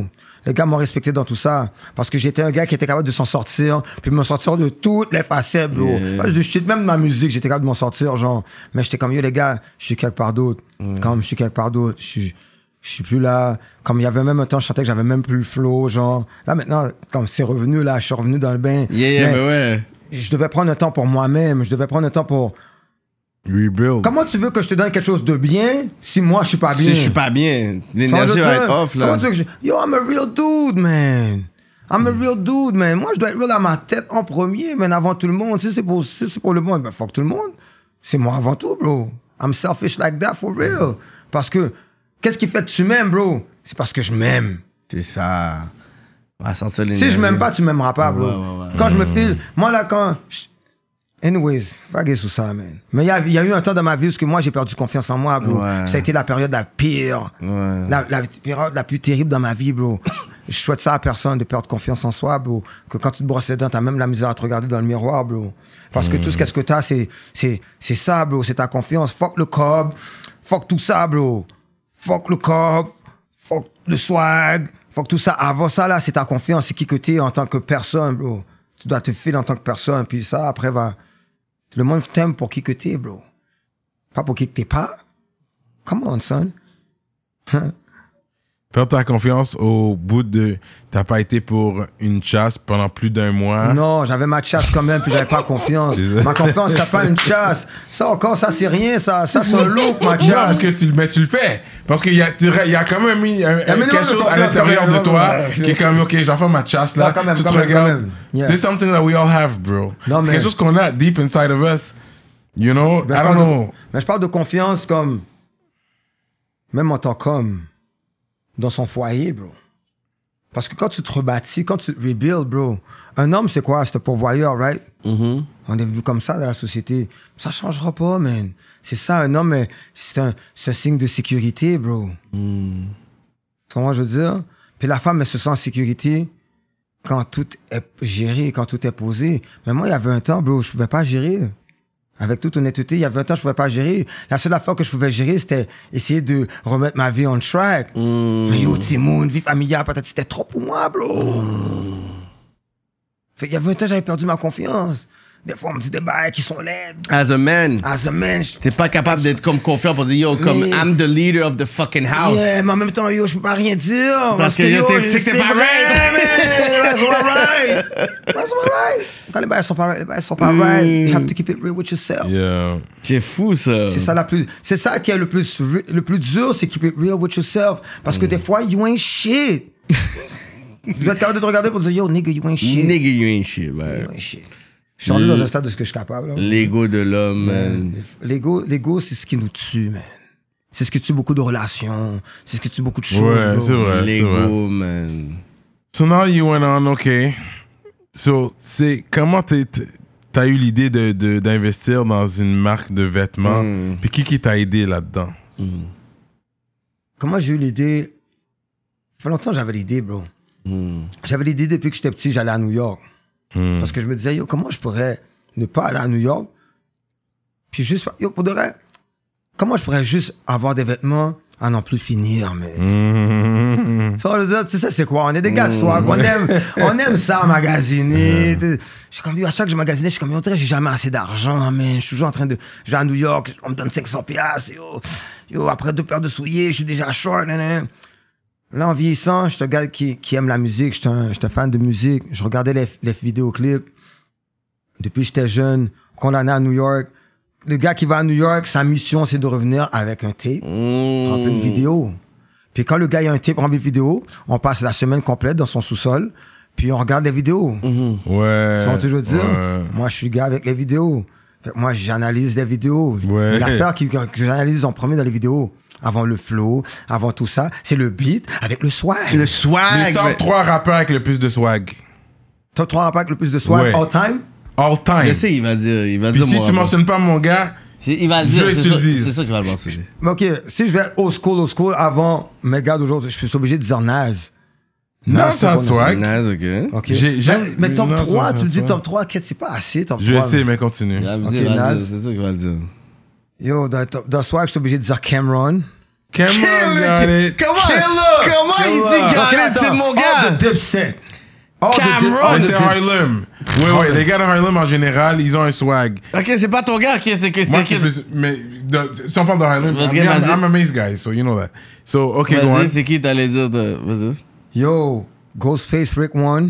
Les gars m'ont respecté dans tout ça. Parce que j'étais un gars qui était capable de s'en sortir, puis de m'en sortir de toutes les facettes, bro. Pas de shit, même de ma musique, j'étais capable de m'en sortir, genre. Mais j'étais comme, yo, les gars, je suis quelque part d'autre. Comme je suis quelque part d'autre, je suis plus là. Comme il y avait même un temps, je sentais que j'avais même plus le flow, genre. Là, maintenant, comme c'est revenu, là, je suis revenu dans le bain. Yeah, mais ouais. Je devais prendre un temps pour moi-même. Je devais prendre un temps pour... Rebuild. Comment tu veux que je te donne quelque chose de bien si moi, je suis pas bien? Si je suis pas bien, l'énergie va être off, là. Comment tu veux que Yo, I'm a real dude, man. I'm a real dude, man. Moi, je dois être real dans ma tête en premier, man, avant tout le monde. Si c'est pour le monde, ben fuck tout le monde. C'est moi avant tout, bro. I'm selfish like that, for real. Parce que, qu'est-ce qui fait que tu m'aimes, bro? C'est parce que je m'aime. C'est ça. On va sentir l'énergie. Si je m'aime pas, tu m'aimeras pas, bro. Ouais. Quand je me file... Moi, là, quand... Anyways, vaguez sous ça, man. Mais il y a eu un temps dans ma vie où moi, j'ai perdu confiance en moi, bro. Ouais. Ça a été la période la pire. Ouais. La période la plus terrible dans ma vie, bro. Je souhaite ça à personne de perdre confiance en soi, bro. Que quand tu te brosses les dents, t'as même la misère à te regarder dans le miroir, bro. Parce que tout ce que t'as, c'est ça, bro. C'est ta confiance. Fuck le cob. Fuck tout ça, bro. Fuck le cob. Fuck le swag. Fuck tout ça. Avant ça, là, c'est ta confiance. C'est qui que t'es en tant que personne, bro. Tu dois te filer en tant que personne. Puis ça, après, le monde t'aime pour qui que t'es, bro. Pas pour qui que t'es pas. Come on, son. Perdre ta confiance au bout de... T'as pas été pour une chasse pendant plus d'un mois. Non, j'avais ma chasse quand même, puis j'avais pas confiance. Ma confiance, c'est pas une chasse. Ça encore, ça c'est rien, ça c'est un look, ma chasse. Non, parce que tu le fais. Parce qu'il y a quand même quelque chose à l'intérieur de toi qui est comme, OK, j'en fais ma chasse là. Non, quand même, tu te quand même, regardes. quand même. Yeah. There's something that we all have, bro. Non, C'est mais- quelque chose qu'on a deep inside of us. You know? I don't know. Mais je parle de confiance comme... Même en tant qu'homme, dans son foyer, bro. Parce que quand tu te rebâtis, quand tu te rebuild, bro, un homme, c'est quoi? C'est un pourvoyeur, right? On est venu comme ça dans la société. Ça changera pas, man. C'est ça, un homme, c'est un signe de sécurité, bro. Tu comprends ce que je veux dire? Puis la femme, elle se sent en sécurité quand tout est géré, quand tout est posé. Mais moi, il y avait un temps, bro, je pouvais pas gérer. Avec toute honnêteté, il y avait un temps, je pouvais pas gérer. La seule affaire que je pouvais gérer, c'était essayer de remettre ma vie on track. Mais yo, Timoun, vie familiale, peut-être c'était trop pour moi, bro. Fait qu'il y avait un temps, j'avais perdu ma confiance. Des fois, on me dit des bails qui sont laides. As a man, As a man, t'es pas capable d'être comme confiant pour dire, yo, comme, Mais- I'm the leader of the fucking house. yeah, mais en même temps, yo, je peux pas rien dire. Parce que yo, tu sais que t'es pas That's all right. That's all right. Quand les bails sont pas right, les bails sont pas right. You have to keep it real with yourself. Yeah. C'est fou, ça. C'est ça qui est le plus dur, c'est keep it real with yourself. Parce que des fois, you ain't shit. Tu vas être capable de te regarder pour dire, yo, nigga, you ain't shit. Nigga, you ain't shit, You man. ain't shit. Je suis rendu dans un stade de ce que je suis capable. là. L'ego de l'homme, man. L'ego, c'est ce qui nous tue, man. C'est ce qui tue beaucoup de relations. C'est ce qui tue beaucoup de choses, Ouais, bro. c'est vrai. L'ego, man. So now you went on, OK. So, comment t'as eu l'idée d'investir dans une marque de vêtements? Puis qui t'a aidé là-dedans? Comment j'ai eu l'idée? Ça fait longtemps que j'avais l'idée, bro. J'avais l'idée depuis que j'étais petit, j'allais à New York. Parce que je me disais, yo, comment je pourrais ne pas aller à New York? Puis juste, yo, pour de vrai, comment je pourrais juste avoir des vêtements à n'en plus finir, mais. Tu vois, tu sais, c'est quoi? On est des gars de swag. On aime ça, magasiner. Je suis comme, yo, à chaque que je magasinais, je suis comme, yo, j'ai jamais assez d'argent, man. Je suis toujours en train de. Je vais à New York, on me donne 500 $, yo, après 2 paires de souliers, je suis déjà short, nan. Là, en vieillissant, je suis un gars qui aime la musique, je suis un fan de musique. Je regardais les vidéoclips. Depuis que j'étais jeune, condamné à New York. Le gars qui va à New York, sa mission, c'est de revenir avec un tape, rempli de vidéos. Puis quand le gars a un tape rempli de vidéos, on passe la semaine complète dans son sous-sol, puis on regarde les vidéos. Ouais. Tu vois ce que je veux dire? Ouais. Moi, je suis le gars avec les vidéos. Fait que moi, j'analyse les vidéos. Ouais. L'affaire que j'analyse en premier dans les vidéos, avant le flow, avant tout ça, c'est le beat avec le swag. Le Les swag. top 3 rappeurs avec le plus de swag. Top 3 rappeurs avec le plus de swag Ouais. all time? All time. Je sais, il va dire Puis si moi, tu moi. mentionnes pas mon gars, Il va le Je dire, veux que c'est tu ça- le dises. c'est ça qu'il va le mentionner. Mais OK, si je vais old school, avant mes gars d'aujourd'hui, je suis obligé de dire Nas. non, c'est t'as bon, swag. Nice, ok. OK. J'aime- mais top non, 3, ça, tu me dis ça. top 3, c'est pas assez, top 3. Je sais, mais continue. Il va me Ok, dire, il va Nas. le dire, c'est ça qu'il va le dire. Yo, dans swag, je suis obligé de dire Cameron. Cameron got it. Comment il dit got it? C'est mon All gars. the Dipset. Cameron. C'est Harlem. Ouais, les gars de Harlem en général, ils ont un swag. Ok, c'est pas ton gars, c'est que Moi, c'est c'est plus. Mais si on parle de Harlem, Ok, I'm a Mace guy, so you know that. So, ok, go on. Vas-y, c'est qui t'allais dire de. Vas-y. Yo, Ghostface Rick One.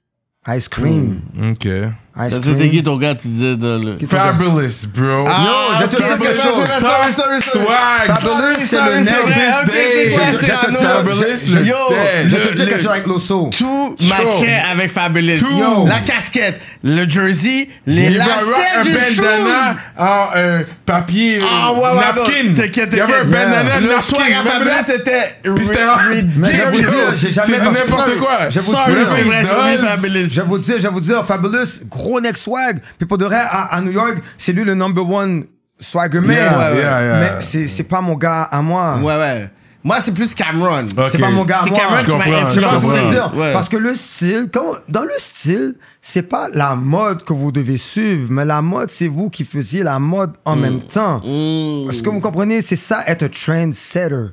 Ice Cream. Ok. Ice C'était Cream. qui ton gars, tu disais dans le. Fabulous, bro. Ah, je te dis quelque chose. Sorry. Fabulous, c'est le c'est vrai, nec. ok, c'est quoi, c'est un autre. Fabulous, le Yo, Je te dis dead. quelque chose avec l'osso. Tout matchait avec Fabulous. Tout. La casquette, le jersey, les Il y avait lacets un du bandana shoes. en papier Ah ouais, napkin. T'inquiète, Il y avait un bandana Le napkin. swag à Fabulous, c'était Puis c'était Mais je vais vous ridiculous. dire, j'ai jamais C'est n'importe quoi. Je vous Sorry, dis, c'est vrai, j'ai oublié Fabulous. Je vais vous dire, Fabulous, gros neck swag. Puis pour de vrai, à New York, c'est lui le number one swagger man. Yeah. Mais c'est pas mon gars à moi. Ouais. Moi, c'est plus Cameron. Ok. C'est pas mon gars à C'est moi. Cameron qui m'a comprends, Je influencé. vais dire, Ouais. parce que le style, dans le style, c'est pas la mode que vous devez suivre, mais la mode, c'est vous qui faisiez la mode en même temps. Est-ce que vous comprenez? C'est ça, être un trendsetter.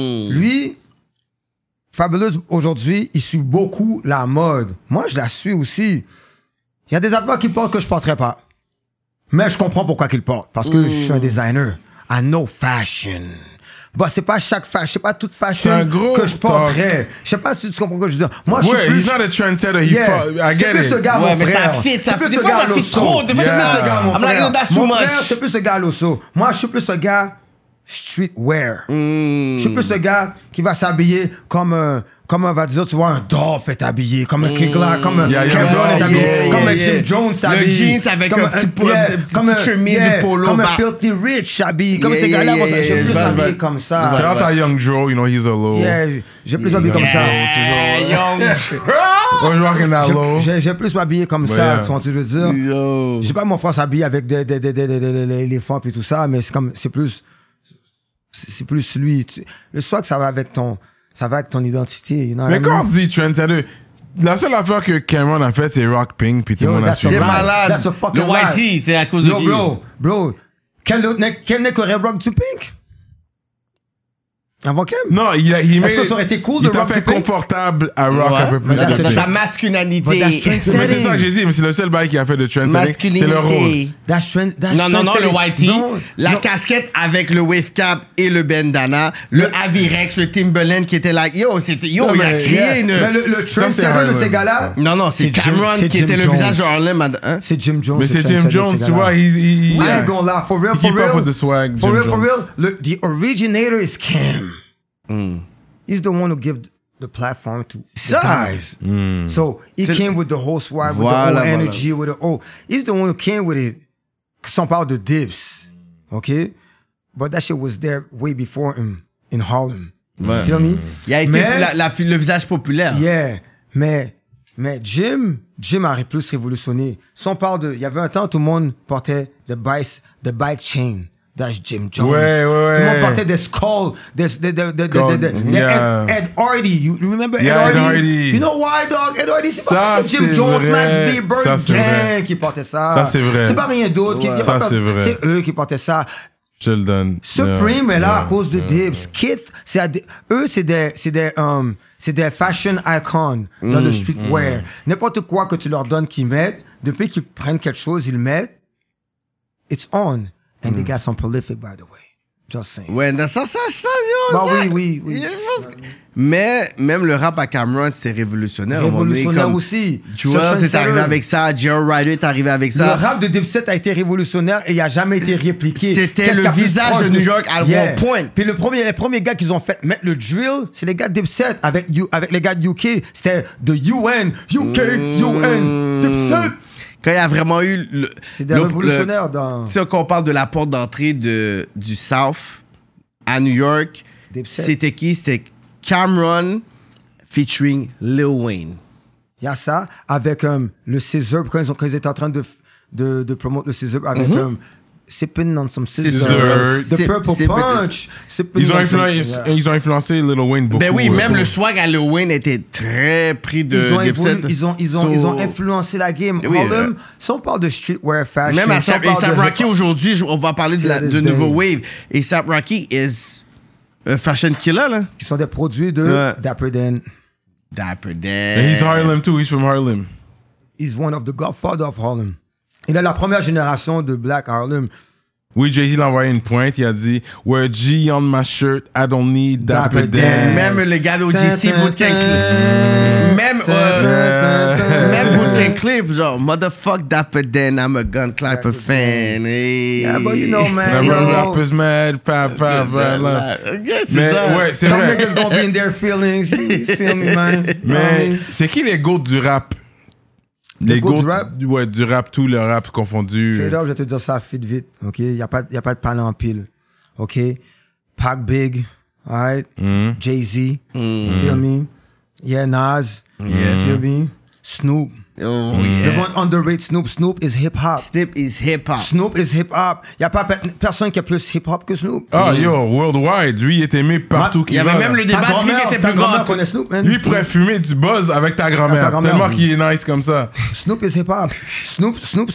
Lui, Fabulous, aujourd'hui, il suit beaucoup la mode. Moi, je la suis aussi. Il y a des affaires qu'il porte que je porterais pas. Mais je comprends pourquoi qu'il porte. Parce que je suis un designer. I know fashion. Bah, c'est pas chaque fashion, c'est pas toute C'est fashion un gros que je porterais. Je sais pas si tu comprends ce que je veux dire. Moi, je suis Ouais, plus... he's not a trendsetter. Yeah. I C'est get plus ce it. gars, Ouais, mon mais frère. ça fit, C'est plus des ce fois, gars, ça fit Losso. trop, des fois, C'est plus Yeah. ce gars, mon I'm like, frère. yo, that's too Mon much. frère, c'est plus ce gars, Losso. Moi, je suis plus ce gars streetwear. Je suis plus ce gars qui va s'habiller comme on va dire, tu vois, un Dolph est habillé, comme un Kigler, comme un Yeah, Cameron est yeah, habillé, yeah, comme un yeah. Jim Jones Le s'habille. jeans avec comme un petit petite chemise de polo, comme un bah. Filthy Rich s'habille. Comme Yeah, ces gars-là, yeah, moi, yeah, j'ai yeah, plus yeah. m'habiller comme ça. Shout out à Young Joe, you know, he's a low. Yeah, j'ai plus m'habiller comme ça. Toujours rocking that low. J'ai plus m'habiller comme ça, yeah. tu vois ce que je veux dire? Yo. Je sais pas, mon frère s'habille avec des éléphants et tout ça, mais c'est plus lui. Le swag, ça va avec ton identité. You know Mais what I quand on mean? dit trendsetter, la seule affaire que Cameron a fait, c'est Rock Pink, puis tout le Yo, monde a that's suivi. Il est Right. malade. That's a fucking Le YT, c'est à cause de Yo, qui? bro, quel neck aurait rock du Pink? Avant Cam? Non, Est-ce que ça aurait été cool de il t'a rock fait du Pink? confortable à rock un peu plus Mais de that's Dans Pink. sa But that's masculinité. trendsetting. Mais c'est ça que j'ai dit, mais c'est le seul bail qui a fait de trendsetting. C'est Masculinité. le rose. Non, le YT, Non, la non. casquette avec le wave cap et le bandana, le Avirex, le Timberland qui était là. Yo, il a mais, créé Yeah. une. Mais le trendsetter de Harlem. ces gars-là, Non, c'est C'est Jim- Cameron c'est qui Jim était le Jones. visage de Harlem. Hein? c'est Jim Jones. Mais le c'est Jim trendsetter de Jones, ces tu gars-là. vois, I yeah. ain't gonna lie, for real, He for keep up real. with the swag, For Jim real, for Jones. real. The originator is Cam. He's the one who gave the platform to the Ça. guys. So he C'est- came with the whole swag, with Voilà, the voilà. whole energy, with the whole. He's the one who came with it. Si on parle de Dips, okay? But that shit was there way before him in Harlem. Ouais. Feel me? Il a été Mais- le visage populaire. Yeah, mais Jim a plus révolutionné. Si on parle de, il y avait un temps tout le monde portait the bike chain. That's Jim Jones. Ouais. Tout le monde portait des skulls, Yeah. Ed Hardy. You remember Yeah, Ed Ed Hardy? Hardy. You know why, dog? Ed Hardy, c'est Ça, parce que c'est Jim c'est Jones, vrai. Max B, Bird Ça, c'est Gang vrai. qui portait ça. Ça, c'est vrai. C'est pas rien d'autre. Ça, c'est vrai. C'est eux qui portaient ça. Je le donne. Supreme est là Yeah. à cause de Dibs. Kith, eux, c'est des fashion icons dans le streetwear. N'importe quoi que tu leur donnes qu'ils mettent, depuis qu'ils prennent quelque chose, ils le mettent, it's on. And they got some prolific, by the way. Just saying. Ouais, dans ça, yo. Bah ça- oui. Je pense que- Mais même le rap à Cameron, c'était révolutionnaire. à un moment donné, Révolutionnaire comme aussi. Jewel, c'est arrivé avec ça. J.R. Ryder est arrivé avec Le ça. rap de Dipset a été révolutionnaire et il n'a jamais été répliqué. C'était Qu'est-ce le qui a plus visage proche de New York à one point. Puis les premiers gars qu'ils ont fait mettre le drill, c'est les gars de Dipset avec les gars de UK. C'était de UN, Dipset. Quand il y a vraiment eu... C'est des révolutionnaires dans... Si on parle de la porte d'entrée du South à New York, Dipset. c'était qui? C'était Cameron featuring Lil Wayne. Il y a ça avec le scissor, quand ils étaient en train de promouvoir le scissor avec sipping on some scissor. The Purple Punch. Sipping Ils ont, on some- influencé, Yeah. ils ont influencé Lil Wayne beaucoup. Ben oui, même ouais. le swag à Lil Wayne était très pris de Ils Dipset. ont influencé la game. Oui, Harlem, si on parle de streetwear fashion, Même à si on A$AP parle de Rocky hip-hop, aujourd'hui, on va parler de To this nouveau day. wave. A$AP Rocky is Fashion Killer, là. qui sont des produits de Ouais. Dapper Dan. Dapper And Dan. he's Harlem too. He's from Harlem. He's one of the godfather of Harlem. Il est la première génération de Black Harlem. Oui, Jay-Z l'a envoyé une pointe. Il a dit Wear G on my shirt. I don't need Dapper Dapper Dan. Même le gars d'OGC, Bootcamp Clip. Même Bootcamp Clip, genre, motherfuck Dapper Dan, I'm a gun clapper fan. Hey. Yeah, but you know, man. Remember yo, rappers mad, Yeah, c'est Mais ça. ouais, c'est some vrai. niggas gonna be in their feelings. You feel me, man? Mais c'est qui les GOAT du rap? Les GOAT du rap? Ouais, du rap, tout le rap confondu. Straight up, je vais te dire ça vite, ok? Il n'y a pas de panneau en pile, ok? Pac Big, alright? Jay-Z, feel me? Yeah, Nas, feel me? Snoop. Oh, Le yeah. monde underrated Snoop. Snoop is hip-hop. Snip is hip-hop. Snoop is hip-hop. Il n'y a pas personne qui est plus hip-hop que Snoop. Ah, yo, worldwide. Lui, il est aimé partout Il qu'il y avait va. même le Ta débat qui grand-mère, était ta plus grand-mère grand. connaît Snoop, man. Lui, il pourrait fumer du buzz avec ta Avec grand-mère. ta grand-mère. Tellement qu'il est nice comme ça. Snoop is hip-hop. Snoop,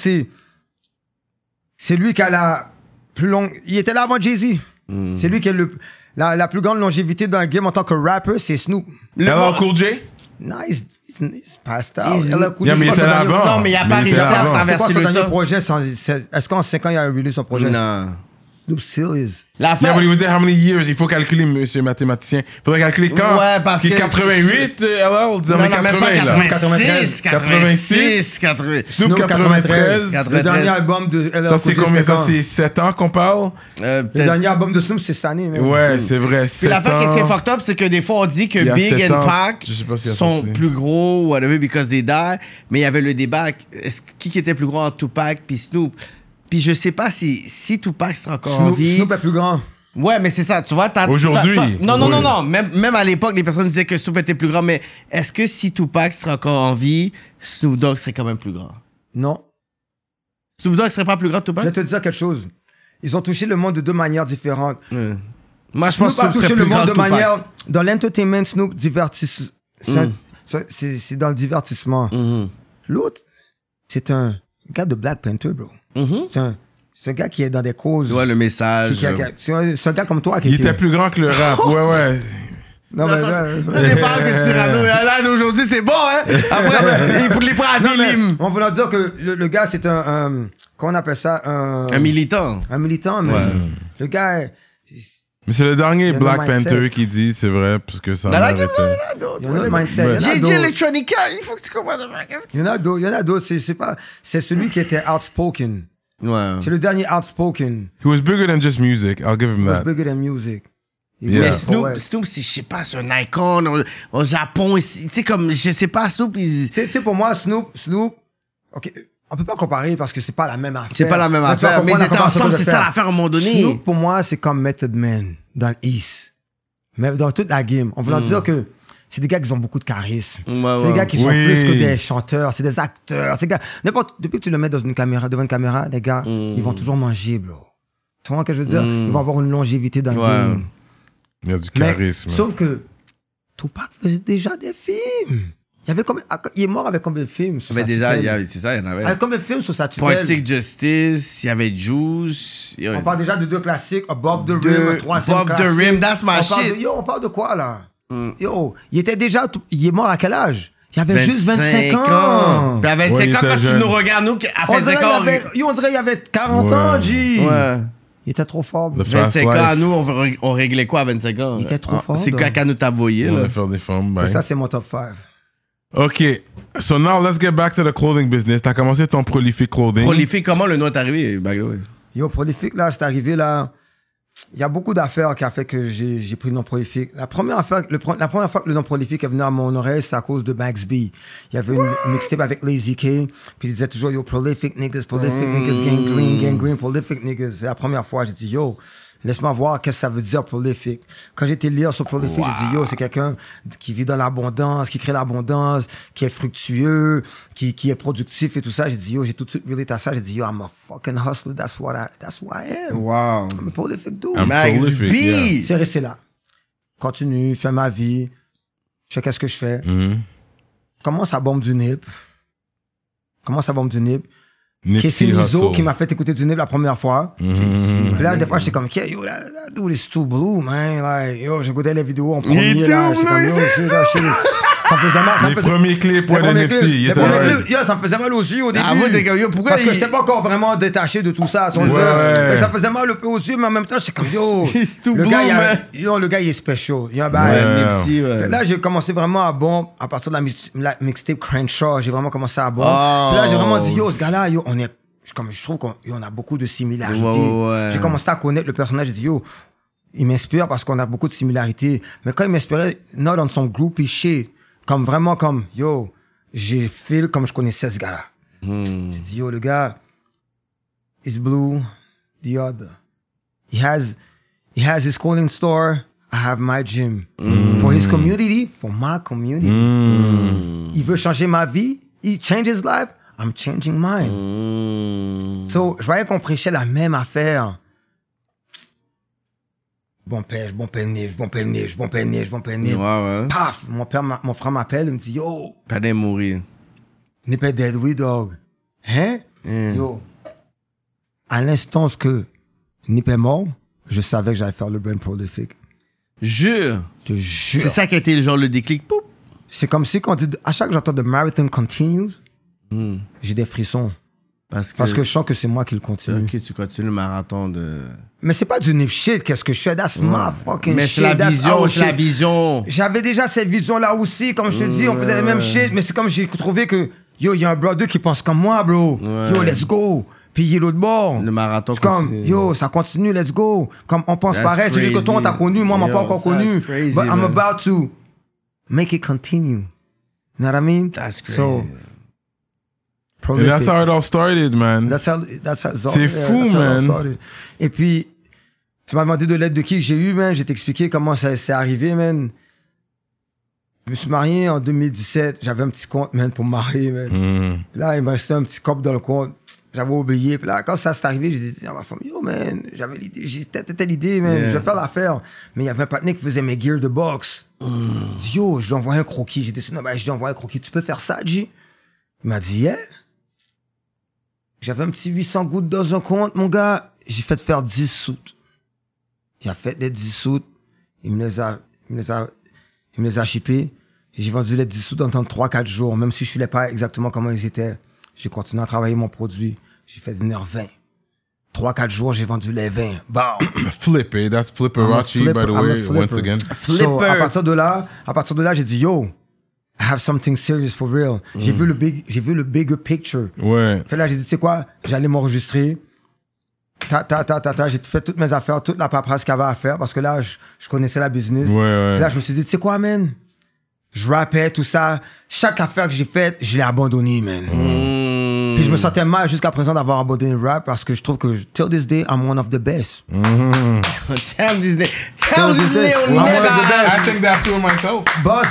c'est lui qui a la plus longue... Il était là avant Jay-Z. C'est lui qui a la plus grande longévité dans le game en tant que rapper, c'est Snoop. LL Cool J? Nice. He's passed out. He's- LL Cool Yeah, J, mais il c'est était quoi là son dernier- avant. Non, mais il a Mais pas il était réussi là à avant. C'est traverser quoi son le dernier temps. projet? Est-ce qu'en 5 ans, il a release son projet? Non. Snoop still is. La Yeah, fin. but he was there how many years? Il faut calculer, monsieur mathématicien. Il faudrait calculer quand. Ouais, parce que- 88, LL, disons Non, non, même pas 80, là. 86, 86, 80. Snoop 93. Le dernier album de LL Ça, c'est Cool J, combien? Ça, quand? c'est 7 ans qu'on parle? Le Peut-être. dernier album de Snoop, c'est cette année. même. Ouais, c'est vrai. Puis 7 l'affaire qui est ans. fucked up, c'est que des fois on dit que Il y a Big 7 and ans, Pac je sais pas s'il a sont sorti. plus gros, whatever, because they die. Mais il y avait le débat, qui était plus gros entre Tupac puis Snoop. Puis je sais pas si Tupac sera encore en vie. Snoop est plus grand. Ouais, mais c'est ça, tu vois, Aujourd'hui. Non. Même à l'époque, les personnes disaient que Snoop était plus grand, mais est-ce que si Tupac serait encore en vie, Snoop Dogg serait quand même plus grand? Non. Snoop Dogg serait pas plus grand que Je Tupac? vais te dire quelque chose. Ils ont touché le monde de deux manières différentes. Moi, je pense Snoop a que Snoop touché serait le plus grand monde que de Tupac. manière... Dans l'entertainment, Snoop divertisse... C'est dans le divertissement. L'autre, c'est un gars de Black Panther, bro. C'est un gars qui est dans des causes... Tu vois le message. C'est un gars comme toi qui Il était plus grand que le rap. Ouais. Non, mais... Ça dépend que Cyrano est là d'aujourd'hui, c'est bon, hein? Après, il les prend à Non, mais Philippe. on va dire que le gars, c'est un... Comment on appelle ça? Un militant. Un militant, mais le gars... Mais c'est le dernier Il y a Black un mindset. Panther qui dit, c'est vrai, parce que ça Dans la en gueule, arrêtait. Il y a un autre mindset. Il y en a JJ d'autres. Electronica, il faut que tu comprennes. Qu'est-ce Il y en a d'autres. C'est celui qui était outspoken. que... Ouais. C'est le dernier outspoken. He was bigger than just music. I'll give him He was that. bigger than music. Yeah. Mais Ouais. Snoop, c'est, je sais pas, c'est un icon au Japon. Tu sais, comme, je sais pas, Snoop, il... Tu sais, pour moi, Snoop, ok, on peut pas comparer parce que c'est pas la même affaire. C'est pas la même Mais tu vas affaire, mais ils comprendre étaient la comparaison ensemble, que je c'est vais ça faire. l'affaire à un moment donné. Snoop, pour moi, c'est comme Method Man dans le East. Mais dans toute la game. On veut dire que c'est des gars qui ont beaucoup de charisme. Ouais, C'est ouais. des gars qui sont Oui. plus que des chanteurs, c'est des acteurs. C'est des gars, depuis que tu le mets devant une caméra, les gars, ils vont toujours manger, bro. Tu comprends ce que je veux dire? Ils vont avoir une longévité dans le Ouais. game. Il y a du Mais, charisme. sauf que Tupac faisait déjà des films. Il est mort avec combien de films sur Mais sa déjà, tutelle? c'est ça, il y en avait. Avec combien de films sur sa tutelle? Poetic Justice, il y avait Juice. On parle déjà de deux classiques, Above the Rim, un troisième Above the classique. Rim, that's my On parle shit. on parle de quoi, là? Yo, il était déjà... Il est mort à quel âge? Il avait juste 25 ans. Puis à 25 Ouais, il ans, était quand tu jeune. nous regardes, nous, à On dirait 25 ans, on dirait il avait 40 Ouais. ans, G. ouais. Il était trop fort. bro. The Fast 25 ans, à Life. nous, on réglait quoi à 25 ans? Il était trop fort, C'est donc. quand nous t'a voyé, On là. va faire des formes. Ben. Ça, c'est mon top 5. OK. So now, let's get back to the clothing business. T'as commencé ton Prolific Clothing. Prolifique, comment le nom est arrivé, by the way? Yo, Prolific, là, c'est arrivé, là. Il y a beaucoup d'affaires qui a fait que j'ai pris le nom Prolific. La première fois que le nom Prolific est venu à mon oreille, c'est à cause de Max B. Il y avait une mixtape avec Lazy K, puis il disait toujours, yo, Prolific niggas, gang green, Prolific niggas. C'est la première fois, j'ai dit, yo, laisse-moi voir qu'est-ce que ça veut dire Prolific. Quand j'étais lire sur Prolific, j'ai dit, yo, c'est quelqu'un qui vit dans l'abondance, qui crée l'abondance, qui est fructueux, qui est productif et tout ça. J'ai dit, yo, j'ai tout de suite relate à ça. J'ai dit, yo, I'm a fucking hustler, that's who I am. Wow. I'm a prolific dude. Max prolific, B! yeah. C'est resté là. Continue, je fais ma vie, je fais qu'est-ce que je fais. Commence à bombe du Nip. Casey Nipsey Nizo Hussle. qui m'a fait écouter du Nip la première fois. Puis là, des fois, j'étais comme, yo, that dude is too blue, man. Like, yo, j'écoutais les vidéos en premier, là. J'étais comme, yo, ça me faisait mal. Les premiers clips pour NFC. Ça me faisait mal aux yeux au début. Ah, vous, yo, pourquoi parce que j'étais pas encore vraiment détaché de tout ça. Ça me faisait mal un peu aux yeux, mais en même temps, j'étais comme, yo, le gars, il est special. Il y a un bail. Là, j'ai commencé vraiment à partir de la mixtape Crenshaw, j'ai vraiment commencé à Puis là, j'ai vraiment dit, yo, ce gars-là, yo, je trouve qu'on a beaucoup de similarités. J'ai commencé à connaître le personnage, j'ai dit, yo, il m'inspire parce qu'on a beaucoup de similarités. Mais quand il m'inspirait, not on son groupie shit, comme vraiment comme, yo, j'ai fait comme je connaissais ce gars-là. J'ai dit, yo, le gars, is blue, the other. He has his clothing store, I have my gym. For his community, for my community. Il veut changer ma vie, he change his life, I'm changing mine. So, je voyais qu'on prêchait la même affaire. Bon père, Paf, mon frère m'appelle, il me dit, yo. Pas de mourir. N'est pas dead, oui, dog. Hein? Yo. À l'instant que Nip est mort, je savais que j'allais faire le Brain Prolific. Jure. Je te jure. C'est ça qui a été genre le déclic. Poup. C'est comme si quand à chaque que j'entends The Marathon Continues, j'ai des frissons. Parce que je sens que c'est moi qui le continue. Ok, tu continues le marathon de... Mais c'est pas du nip shit, qu'est-ce que je fais? That's my fucking mais shit. Mais c'est la vision. J'avais déjà cette vision-là aussi, comme je te dis, on faisait les mêmes shit, mais c'est comme j'ai trouvé que, yo, il y a un brother qui pense comme moi, bro. Yo, let's go. Puis il est l'autre bord. Le marathon continue. Comme, yo, ça continue, let's go. Comme on pense pareil, c'est juste que toi, on t'a connu, moi, on m'a pas encore connu. Crazy, but I'm about to make it continue. You know what I mean? That's crazy. So, and that's how it all started, man. C'est fou, man. Et puis, tu m'as demandé de l'aide de qui j'ai eu, man. Je vais t'expliquer comment ça s'est arrivé, man. Je me suis marié en 2017. J'avais un petit compte, man, pour me marier, man. Puis là, il me restait un petit cop dans le compte. J'avais oublié. Puis là, quand ça s'est arrivé, j'ai dit à ma femme, yo, man, j'avais l'idée, j'ai telle idée, man. Je vais faire l'affaire. Mais il y avait un partenaire qui faisait mes gears de boxe. Il dit, yo, je lui ai envoyé un croquis. J'ai dit, non, ben, je lui ai envoyé un croquis. Tu peux faire ça, G? Il m'a dit, yeah. J'avais un petit 800 gouttes dans un compte, mon gars. J'ai fait faire 10 sous. J'ai fait les 10 sous. Il me les a shippés. J'ai vendu les 10 sous dans 3-4 jours. Même si je ne savais pas exactement comment ils étaient. J'ai continué à travailler mon produit. J'ai fait venir 20. 3-4 jours, j'ai vendu les 20. Bam! Flipper, that's Flipperachi, by the way, once again. So, à partir de là, j'ai dit, yo, I have something serious for real. J'ai vu le bigger picture. Ouais. Fait là, j'ai dit, tu sais quoi, j'allais m'enregistrer. J'ai fait toutes mes affaires, toute la paperasse qu'il y avait à faire parce que là, je connaissais la business. Ouais. Là, je me suis dit, tu sais quoi, man? Je rappais, tout ça. Chaque affaire que j'ai faite, je l'ai abandonnée, man. Puis je me sentais mal jusqu'à présent d'avoir abandonné le rap parce que je trouve que, till this day, I'm one of the best. Tell this day, I'm one of the best. I think that too myself. But.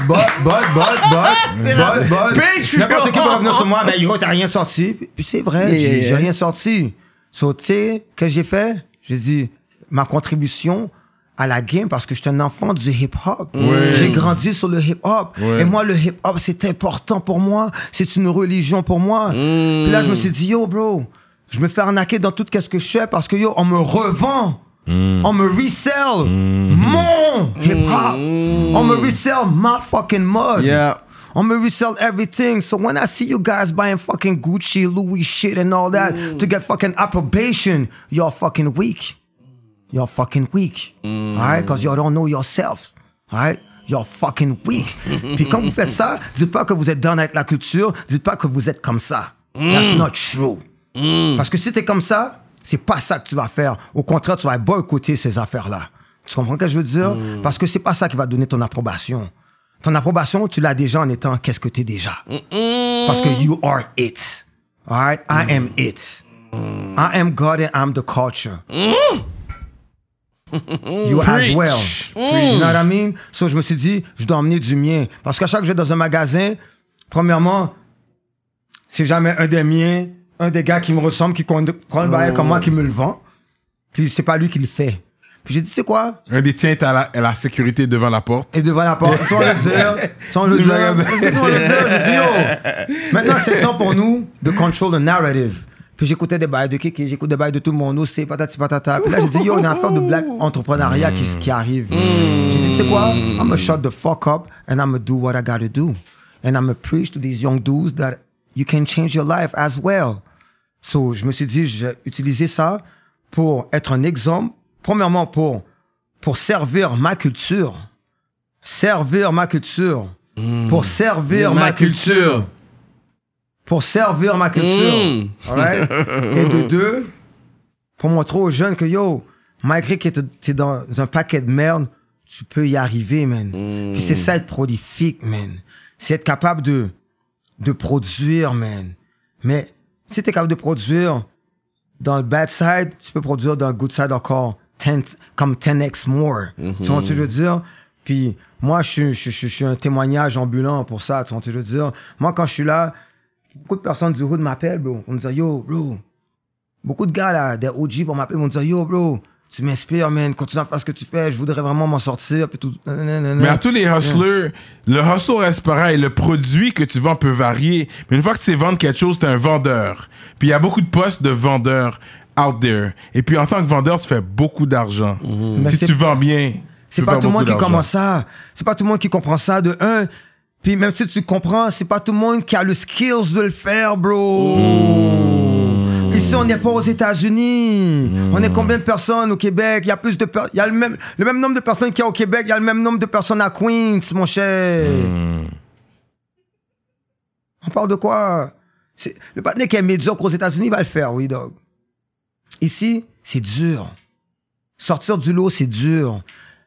N'importe qui peut revenir sur moi, ben yo, t'as rien sorti. Puis c'est vrai, j'ai rien sorti. So, tu sais, qu'est-ce que j'ai fait? J'ai dit, ma contribution à la game parce que je suis un enfant du hip-hop. J'ai grandi sur le hip-hop. Et moi, le hip-hop, c'est important pour moi. C'est une religion pour moi. Puis là, je me suis dit, yo, bro, je me fais arnaquer dans tout ce que je fais parce que, yo, on me revend. On me resell mon hip-hop. On me resell my fucking mud. Yeah. On me resell everything. So when I see you guys buying fucking Gucci, Louis shit and all that to get fucking approbation, you're fucking weak. You're fucking weak. Alright? Because you don't know yourself. Alright? You're fucking weak. Puis quand vous faites ça, dites pas que vous êtes down avec la culture, dites pas que vous êtes comme ça. That's not true. Parce que si t'es comme ça, c'est pas ça que tu vas faire. Au contraire, tu vas boycotter ces affaires-là. Tu comprends ce que je veux dire? Parce que c'est pas ça qui va donner ton approbation. Ton approbation, tu l'as déjà en étant qu'est-ce que t'es déjà. Parce que you are it. Alright? I am it. I am God and I'm the culture. You as well. You know what I mean? So, je me suis dit, je dois emmener du mien. Parce qu'à chaque fois que je vais dans un magasin, premièrement, c'est jamais un des miens, un des gars qui me ressemble, qui prend le bail comme moi, qui me le vend. Puis c'est pas lui qui le fait. Puis j'ai dit, c'est quoi? Un des tiens est à la sécurité devant la porte. Et devant la porte. Sans le dire. Sans le dire. J'ai dit, yo, maintenant c'est le temps pour nous de control the narrative. Puis j'écoutais des bails de Kéké, j'écoute des bails de tout le monde, aussi, patati patata. Puis là, j'ai dit, yo, on a affaire de black entrepreneuriat qui arrive. J'ai dit, tu sais quoi? I'm gonna shut the fuck up and I'm gonna do what I gotta do. And I'm gonna preach to these young dudes that you can change your life as well. So, je me suis dit, j'ai utilisé ça pour être un exemple. Premièrement, pour servir ma culture. Servir ma culture. Pour servir ma culture. Pour servir ma culture. All right? Et de deux, pour montrer aux jeunes que, yo, malgré que t'es dans un paquet de merde, tu peux y arriver, man. Puis c'est ça être prolifique, man. C'est être capable de produire, man. Mais si t'es capable de produire dans le bad side, tu peux produire dans le good side encore 10x more. Tu vois ce que je veux dire? Puis moi, je suis un témoignage ambulant pour ça. Tu vois ce que je veux dire? Moi, quand je suis là, beaucoup de personnes du hood m'appellent, bro. On me dit, yo, bro. Beaucoup de gars, là, des OG vont m'appeler, vont me dire, yo, bro, tu m'inspires, man. Continue à faire ce que tu fais. Je voudrais vraiment m'en sortir. Puis tout. Mais à tous les hustlers, le hustle reste pareil. Le produit que tu vends peut varier. Mais une fois que tu sais vendre quelque chose, t'es un vendeur. Puis il y a beaucoup de postes de vendeurs out there. Et puis en tant que vendeur, tu fais beaucoup d'argent. Si tu vends bien, c'est pas tout le monde qui commence ça. C'est pas tout le monde qui comprend ça, de un. Puis même si tu comprends, c'est pas tout le monde qui a le skills de le faire, bro. Ici, on n'est pas aux États-Unis. On est combien de personnes au Québec? Il y a plus de il y a le même nombre de personnes qu'il y a au Québec, il y a le même nombre de personnes à Queens, mon cher. On parle de quoi? Le partenaire qui est médiocre aux États-Unis va le faire, oui, dog. Ici, c'est dur. Sortir du lot, c'est dur.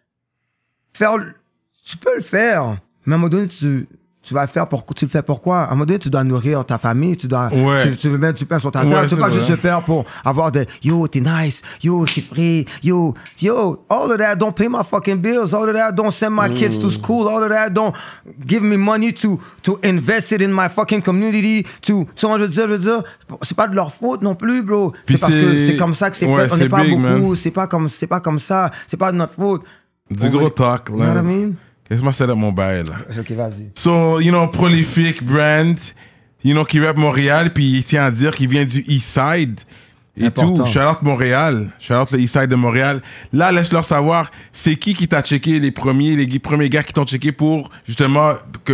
Tu peux le faire, mais à un moment donné, tu vas le faire tu le fais pourquoi? À un moment donné, tu dois nourrir ta famille, tu veux mettre du pain sur ta table, tu peux pas juste le faire pour avoir des yo, t'es nice, yo, c'est free, yo, all of that don't pay my fucking bills, all of that don't send my kids to school, all of that don't give me money to invest it in my fucking community, tu vois, je veux dire, c'est pas de leur faute non plus, bro. C'est parce que c'est comme ça que c'est fait, on n'est pas beaucoup, man. C'est pas comme ça, c'est pas de notre faute. Du gros talk, là. You know what I mean? Laisse-moi set up mon bail, là. Ok, vas-y. So, prolifique brand, qui rap Montréal, puis il tient à dire qu'il vient du East Side et important. tout. Shout-out Montréal. Shout-out le East Side de Montréal. Là, laisse-leur savoir, c'est qui t'a checké, les premiers gars qui t'ont checké pour, justement,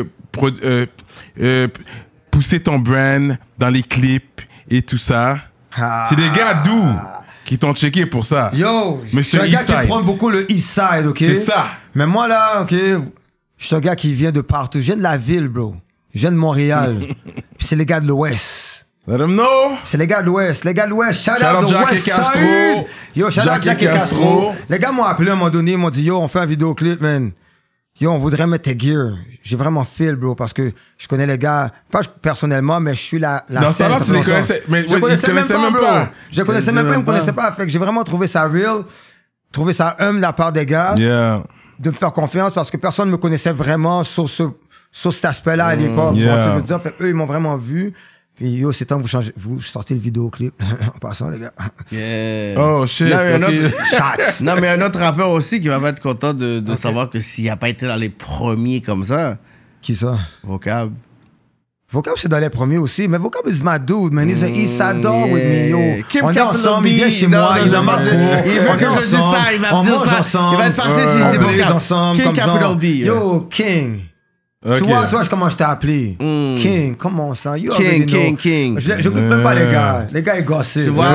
pousser ton brand dans les clips et tout ça. C'est des gars d'où qui t'ont checké pour ça. Yo, je suis un gars qui prend beaucoup le East Side, ok? C'est ça. Mais moi, là, ok, je suis un gars qui vient de partout. Je viens de la ville, bro. Je viens de Montréal. Puis c'est les gars de l'Ouest. Let them know. C'est les gars de l'Ouest. Les gars de l'Ouest. Shout out Jack West et Castro. Side. Yo, shout out Jack et Castro. Les gars m'ont appelé à un moment donné, ils m'ont dit, yo, on fait un vidéoclip, man. Yo, on voudrait mettre tes gears. J'ai vraiment feel, bro, parce que je connais les gars, pas personnellement, mais je suis la scène. Dans ce temps-là, tu les connaissais, mais je connaissais même pas, bro. Je connaissais même pas, ils me connaissaient pas. pas. Fait que j'ai vraiment trouvé ça real, trouvé ça humble de la part des gars. Yeah. De me faire confiance parce que personne ne me connaissait vraiment sur cet aspect-là à l'époque. Yeah. Tu vois ce que je veux dire? Fait, eux, ils m'ont vraiment vu. Puis yo, c'est temps que vous sortez le vidéoclip. En passant, les gars. Yeah. Oh shit. Non, mais un autre rappeur aussi qui va pas être content de savoir que s'il a pas été dans les premiers comme ça. Qui ça? Vocab. Vocab, c'est dans les premiers aussi. Mais Vocab is my dude, man. He's an East Side dog with me, yo. Kim On est ensemble, il vient chez moi, il a ma cour. Il veut que je dise ça, il va me dire ça. Il va être fâché si c'est Vocab. ensemble, King comme Capital genre, B. yo, King. Okay. Tu vois comment je t'ai appelé? King, comment ça? You already know. King. J'écoute même pas les gars. Les gars, ils gossent. Tu vois,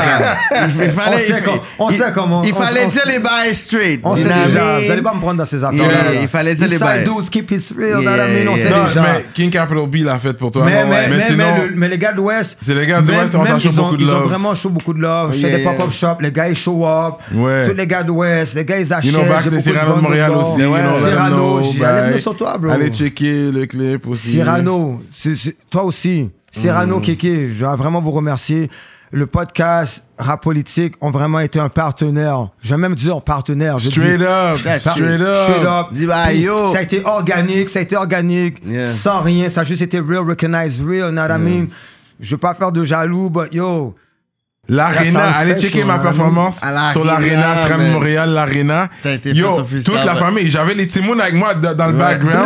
on sait comment. Il fallait dire les bails straight. On sait déjà. Vous allez pas me prendre dans ces affaires-là. Il fallait dire les bails. Side dudes keep it real. On sait Non, déjà. mais King Capital B l'a fait pour toi. Mais les gars de l'Ouest, c'est les gars de l'Ouest, on t'a chaud beaucoup de love. Ils ont vraiment chaud beaucoup de love. Je fais des pop-up shops, les gars ils show up. Tous les gars de l'Ouest, les gars ils achètent. J'ai beaucoup de Cyrano de Montréal aussi. Cyrano, j'allais venir sur toi, bro. Allez checker le clip aussi. Cyrano, toi aussi. Cyrano, Kéké, je dois vraiment vous remercier. Le podcast Rap Politique ont vraiment été un partenaire. Je vais même dire partenaire. Straight up. Dis bah, yo. Ça a été organique, sans rien. Ça a juste été real, recognized real, you know what I mean? Je veux pas faire de jaloux, but yo. L'Arena, allez checker ma performance sur l'Arena, SRAM Montréal, l'Arena. Yo, toute la famille, j'avais les Timounes avec moi dans le background.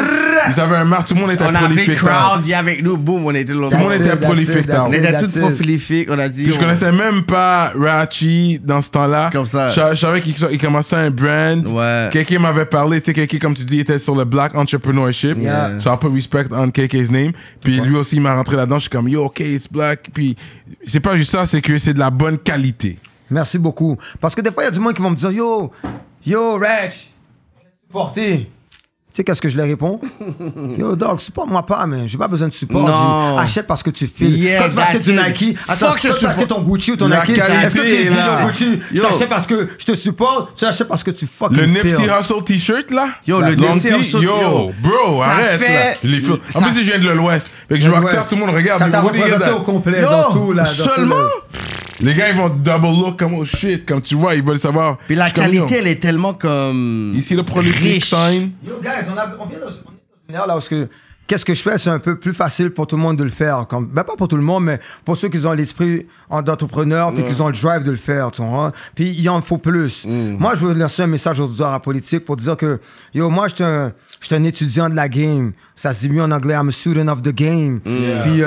Ils avaient un masque, tout le monde était On a appelé prolifique. crowd, viens avec nous, boum, on était là. Tout le monde était prolifique. On était That's tous it. prolifiques, on a dit. Puis je connaissais même pas Rachi dans ce temps-là. Comme ça. Je savais qu'il commençait un brand. Ouais. Kéké m'avait parlé, tu sais, Kéké, comme tu dis, était sur le Black Entrepreneurship. Yeah. So I put respect on Kéké's name. Puis lui aussi, il m'a rentré là-dedans. Je suis comme, yo, Kéké's Black. Puis c'est pas juste ça, c'est que c'est de la bonne qualité. Merci beaucoup. Parce que des fois, il y a du monde qui vont me dire Yo, Rach, supporter. Tu sais qu'est-ce que je leur réponds? Yo, dog, supporte-moi pas, man. J'ai pas besoin de support. Non. Achète parce que tu files. Yeah, quand tu vas acheter du that's it. Nike, attends, Fuck quand le tu vas acheter support. ton Gucci ou ton La Nike, qualité est-ce que tu est dis, là. yo, Gucci, je Yo. t'achète parce que je te supporte, tu l'achètes parce que tu fucking Le Nipsey feel. Hussle t-shirt, là? Yo, le Long Nipsey tee, Hussle, yo, yo. bro, Ça arrête, fait- là. Je l'ai fait. En ça- plus, je viens de l'Ouest. Fait que je vois que ça, tout le monde regarde. Ça t'a What do you get représenté that? au complet Yo, dans tout, là. dans tout seulement? le- Les gars, ils vont double look comme oh shit, comme tu vois, ils veulent savoir. Puis la Je suis comme, qualité, yo, elle est tellement comme. Ici, le prolifique riche. sign. Yo, guys, on vient dans une ère là où qu'est-ce que je fais, c'est un peu plus facile pour tout le monde de le faire. Ben, pas pour tout le monde, mais pour ceux qui ont l'esprit d'entrepreneur puis qui ont le drive de le faire, tu vois. Puis il en faut plus. Moi, je veux lancer un message aujourd'hui à la politique pour dire que, yo, moi, je suis un étudiant de la game. Ça se dit mieux en anglais, I'm a student of the game. Puis,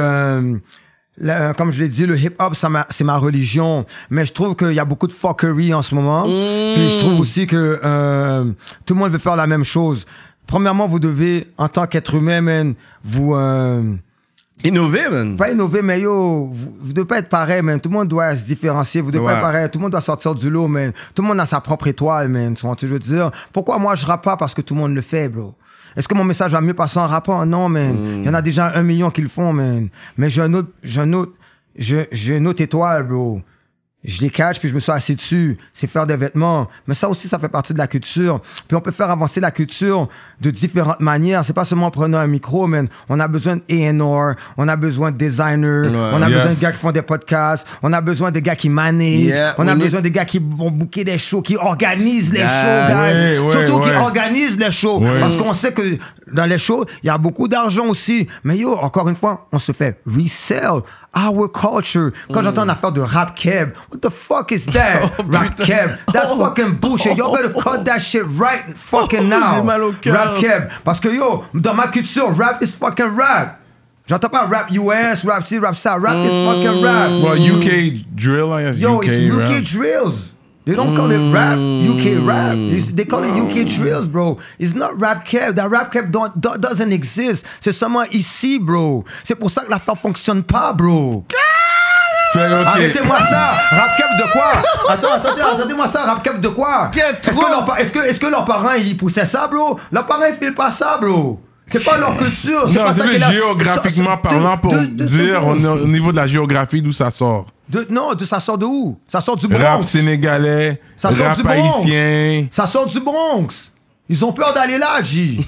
comme je l'ai dit, le hip-hop, c'est ma religion. Mais je trouve qu'il y a beaucoup de fuckery en ce moment. Puis je trouve aussi que tout le monde veut faire la même chose. Premièrement, vous devez, en tant qu'être humain, man, vous... Innover, man. pas innover, mais yo, vous devez pas être pareil, man. Tout le monde doit se différencier. Vous devez pas être pareil. Tout le monde doit sortir du lot, man. Tout le monde a sa propre étoile, man. Tu vois ce que je veux dire? Pourquoi moi, je rappe pas parce que tout le monde le fait, bro? Est-ce que mon message va mieux passer en rappant? Non, man. Il y en a déjà 1 million qui le font, man. Mais j'ai une autre étoile, bro. Je les catch, puis je me suis assis dessus. C'est faire des vêtements. Mais ça aussi, ça fait partie de la culture. Puis on peut faire avancer la culture de différentes manières. C'est pas seulement en prenant un micro, man. On a besoin de A&R, on a besoin de designers, on a besoin de gars qui font des podcasts, on a besoin de gars qui managent, on a besoin de gars qui vont booker des shows, qui organisent les shows, guys. Surtout qui organisent les shows. Parce qu'on sait que dans les shows, il y a beaucoup d'argent aussi. Mais yo, encore une fois, on se fait resell our culture. Quand j'entends une affaire de rap keb, what the fuck is that? Rap keb. That's fucking bullshit. Y'all better cut that shit right fucking now. J'ai mal au cœur. Rap keb. Parce que yo, dans ma culture, rap is fucking rap. J'entends pas rap US, rap ci, rap ça. Rap is fucking rap. Well, UK drill, I guess. Yo, UK it's UK rap. drills. They don't call it rap, UK rap. They call it UK drills, bro. It's not rap cap. That rap cap doesn't exist. C'est seulement ici, bro. C'est pour ça que l'affaire fonctionne pas, bro. Fait, ok. Arrêtez-moi ça. Rap cap de quoi? Attendez-moi ça. Rap cap de quoi? Est-ce que leurs parents, ils poussaient ça, bro? Leurs parents, ils filent pas ça, bro. C'est pas leur culture. Non, pas c'est ça plus qu'elle a- géographiquement parlant pour dire au niveau de la géographie d'où ça sort. Ça sort de où? Ça sort du Bronx. Rap sénégalais, Ça sort rap du Bronx. haïtien. Ça sort du Bronx. Ils ont peur d'aller là, G.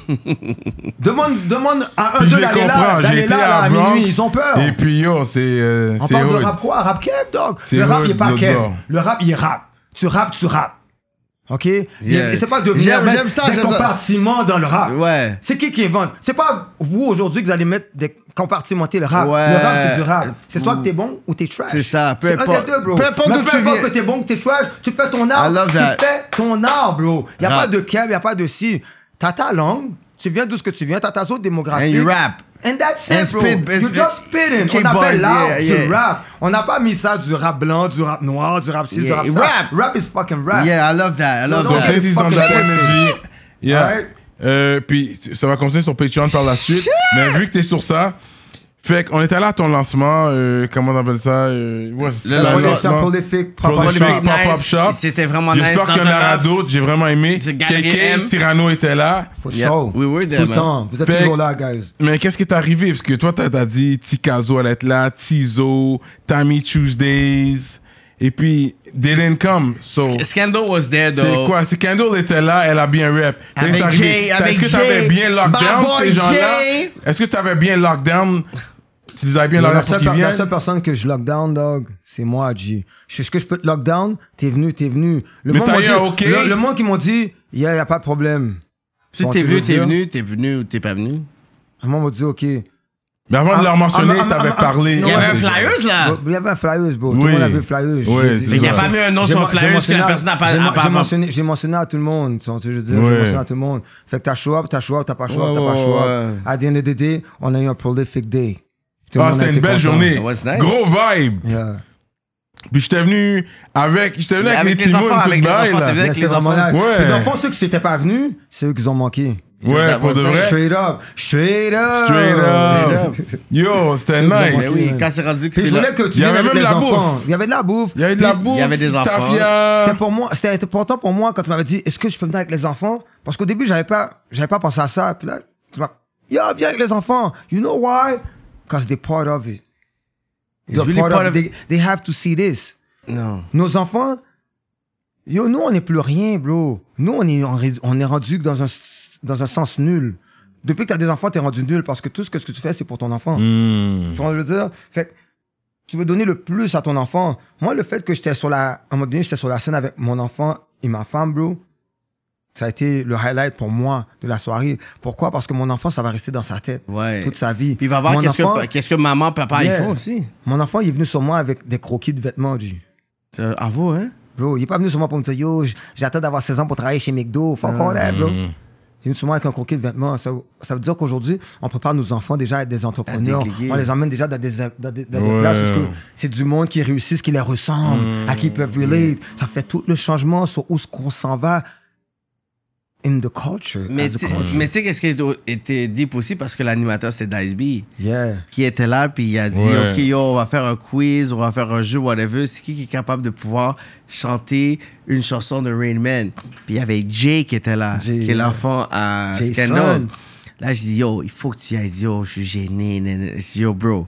demande à un Puis je d'eux les d'aller comprends, là, j'ai d'aller été là, à à Bronx. minuit. Ils ont peur. Et puis yo, c'est On c'est parle de hood. rap quoi? Rap keb, dog. C'est Le rap, il est hood, pas l'autre keb. bord. Le rap, il est rap. Tu rappes. OK? Yeah. Et c'est pas de J'aime mettre ça, des j'aime ça. compartiments dans le rap. Ouais. C'est qui invente? C'est pas vous aujourd'hui que vous allez mettre des compartimenter le rap. Ouais. Le rap, c'est du rap. C'est soit que t'es bon ou t'es trash. C'est ça, peu C'est un importe. des deux, bro. Peu importe Mais d'où peu tu importe viens. que t'es bon, que t'es trash, tu fais ton art. I love that. Tu fais ton art, bro. Y a Rap. pas de keb, y a pas de si. T'as ta langue, tu viens d'où ce que tu viens, t'as ta zone démographique. And you rap. And that's And it, bro. spit, You just spitting. keep On appelle bars, l'art yeah. du rap. On n'a pas mis ça du rap blanc, du rap noir, du rap ci, du Yeah, rap ça. rap. Rap is fucking rap. Yeah, I love that. I love So Non, that. since he's on fucking that pussy. energy, yeah. Alright. Puis ça va continuer sur Patreon par la suite. Mais vu que t'es sur ça, fait qu'on était là à ton lancement, comment on appelle ça? Ouais, c'est ça, lancement. C'est un prolific pop-up Prolific shop. pop-up Nice. shop. C'était vraiment nice. J'espère qu'il y en dans un aura œuf. d'autres. J'ai vraiment aimé. C'est Galerie KK, M. Cyrano était là. For Yeah, sure. we were there, Tout le man. temps. Vous êtes Fait- toujours là, guys. Mais qu'est-ce qui est arrivé? Parce que toi, t'as dit Tikazo allait être là, Tizo, Tammy Tuesdays, et puis they didn't come. So, Scandal was there, though. c'est quoi? C'est Kendall était là, elle a bien rap. Avec Qu'est-ce qui est Jay, arrivé? avec Est-ce que t'avais Jay. bien lockdown Bad boy ces gens-là? Jay. Est-ce que t'avais bien lockdown? Tu les avais bien La lockdown pour qu'ils seule viennent? personne que je lockdown, dog, c'est moi, G. Est-ce que je peux te lockdown? T'es venu. Le Mais monde t'as m'a eu dit- un OK? Le monde qui m'ont dit, y a pas de problème. Si Bon, t'es tu veux venu, t'es dire? venu. T'es venu ou t'es pas venu. Le monde m'a dit, OK. Mais avant de leur mentionner, t'avais parlé. Il y avait un Flyers, là. Il y avait un Flyers, bro. Tout Oui. le monde avait le Flyers. Oui, J'ai- c'est Mais il n'y a ça. pas mis un nom j'ai sur le mon- j'ai Flyers que mentionné la à- personne n'a j'ai mon- pas. j'ai mentionné à tout le monde. Tu sais, je veux dire, Ouais. j'ai mentionné à tout le monde. Fait que t'as show up, t'as pas show up, t'as pas show up. À the end of the day, on a eu un prolific day. Tout le Ah, monde a c'était été une belle content. journée. That was nice. Gros vibe. Yeah. Puis j'étais venu avec les Avec les Timons enfants, et tout avec le les bail, enfants, là. t'es venu avec C'était les vraiment enfants. nice. Ouais. Puis dans le fond, ceux qui n'étaient pas venus, c'est eux qui ont manqué. Ouais, pour de vrai. Straight up. Straight up. Straight up. Yo, c'était C'est nice. vraiment Mais oui, Ouais. quand c'est rendu que Puis c'est je voulais là. que tu Il y viennes avait avec même les la enfants. bouffe. Il y avait de la bouffe. Il y avait de la Puis bouffe. il y avait des enfants. Tafia. c'était important pour moi quand tu m'avais dit, est-ce que je peux venir avec les enfants? Parce qu'au début, j'avais pas pensé à ça. Puis là, tu m'as, yo, viens avec les enfants. You know why? Because they're part of it. They're really part part of it. They have to see this. Non. Nos enfants, yo, nous, on n'est plus rien, bro. Nous, on est rendu dans un sens nul. Depuis que tu as des enfants, tu es rendu nul parce que tout ce que tu fais, c'est pour ton enfant. Tu vois ce que je veux dire? Fait que tu veux donner le plus à ton enfant. Moi, le fait que à un moment donné, j'étais sur la scène avec mon enfant et ma femme, bro, ça a été le highlight pour moi de la soirée. Pourquoi? Parce que mon enfant, ça va rester dans sa tête Ouais. toute sa vie. Puis il va voir Mon enfant, qu'est-ce que maman, papa, Yeah. ils font aussi. Mon enfant, il est venu sur moi avec des croquis de vêtements, du. À vous, hein? Bro, il est pas venu sur moi pour me dire, yo, j'attends d'avoir 16 ans pour travailler chez McDo. Fuck all that, bro. Il est venu sur moi avec un croquis de vêtements. Ça veut dire qu'aujourd'hui, on prépare nos enfants déjà à être des entrepreneurs. À décliquer. On les emmène déjà dans des places où c'est du monde qui réussissent, qui les ressemble, à qui ils peuvent relate. Ça fait tout le changement sur où ce qu'on s'en va in the culture. Mais as a tu culture. sais qu'est-ce qui était deep aussi parce que l'animateur c'est Dice B Yeah. qui était là puis il a dit Ouais. ok yo on va faire un quiz, on va faire un jeu whatever. C'est qui est capable de pouvoir chanter une chanson de Rain Man? Puis il y avait Jay qui était là, Jay, qui est l'enfant à Jason. Scandal. Là je dis yo il faut que tu ailles. Yo je suis gêné. Je dis yo bro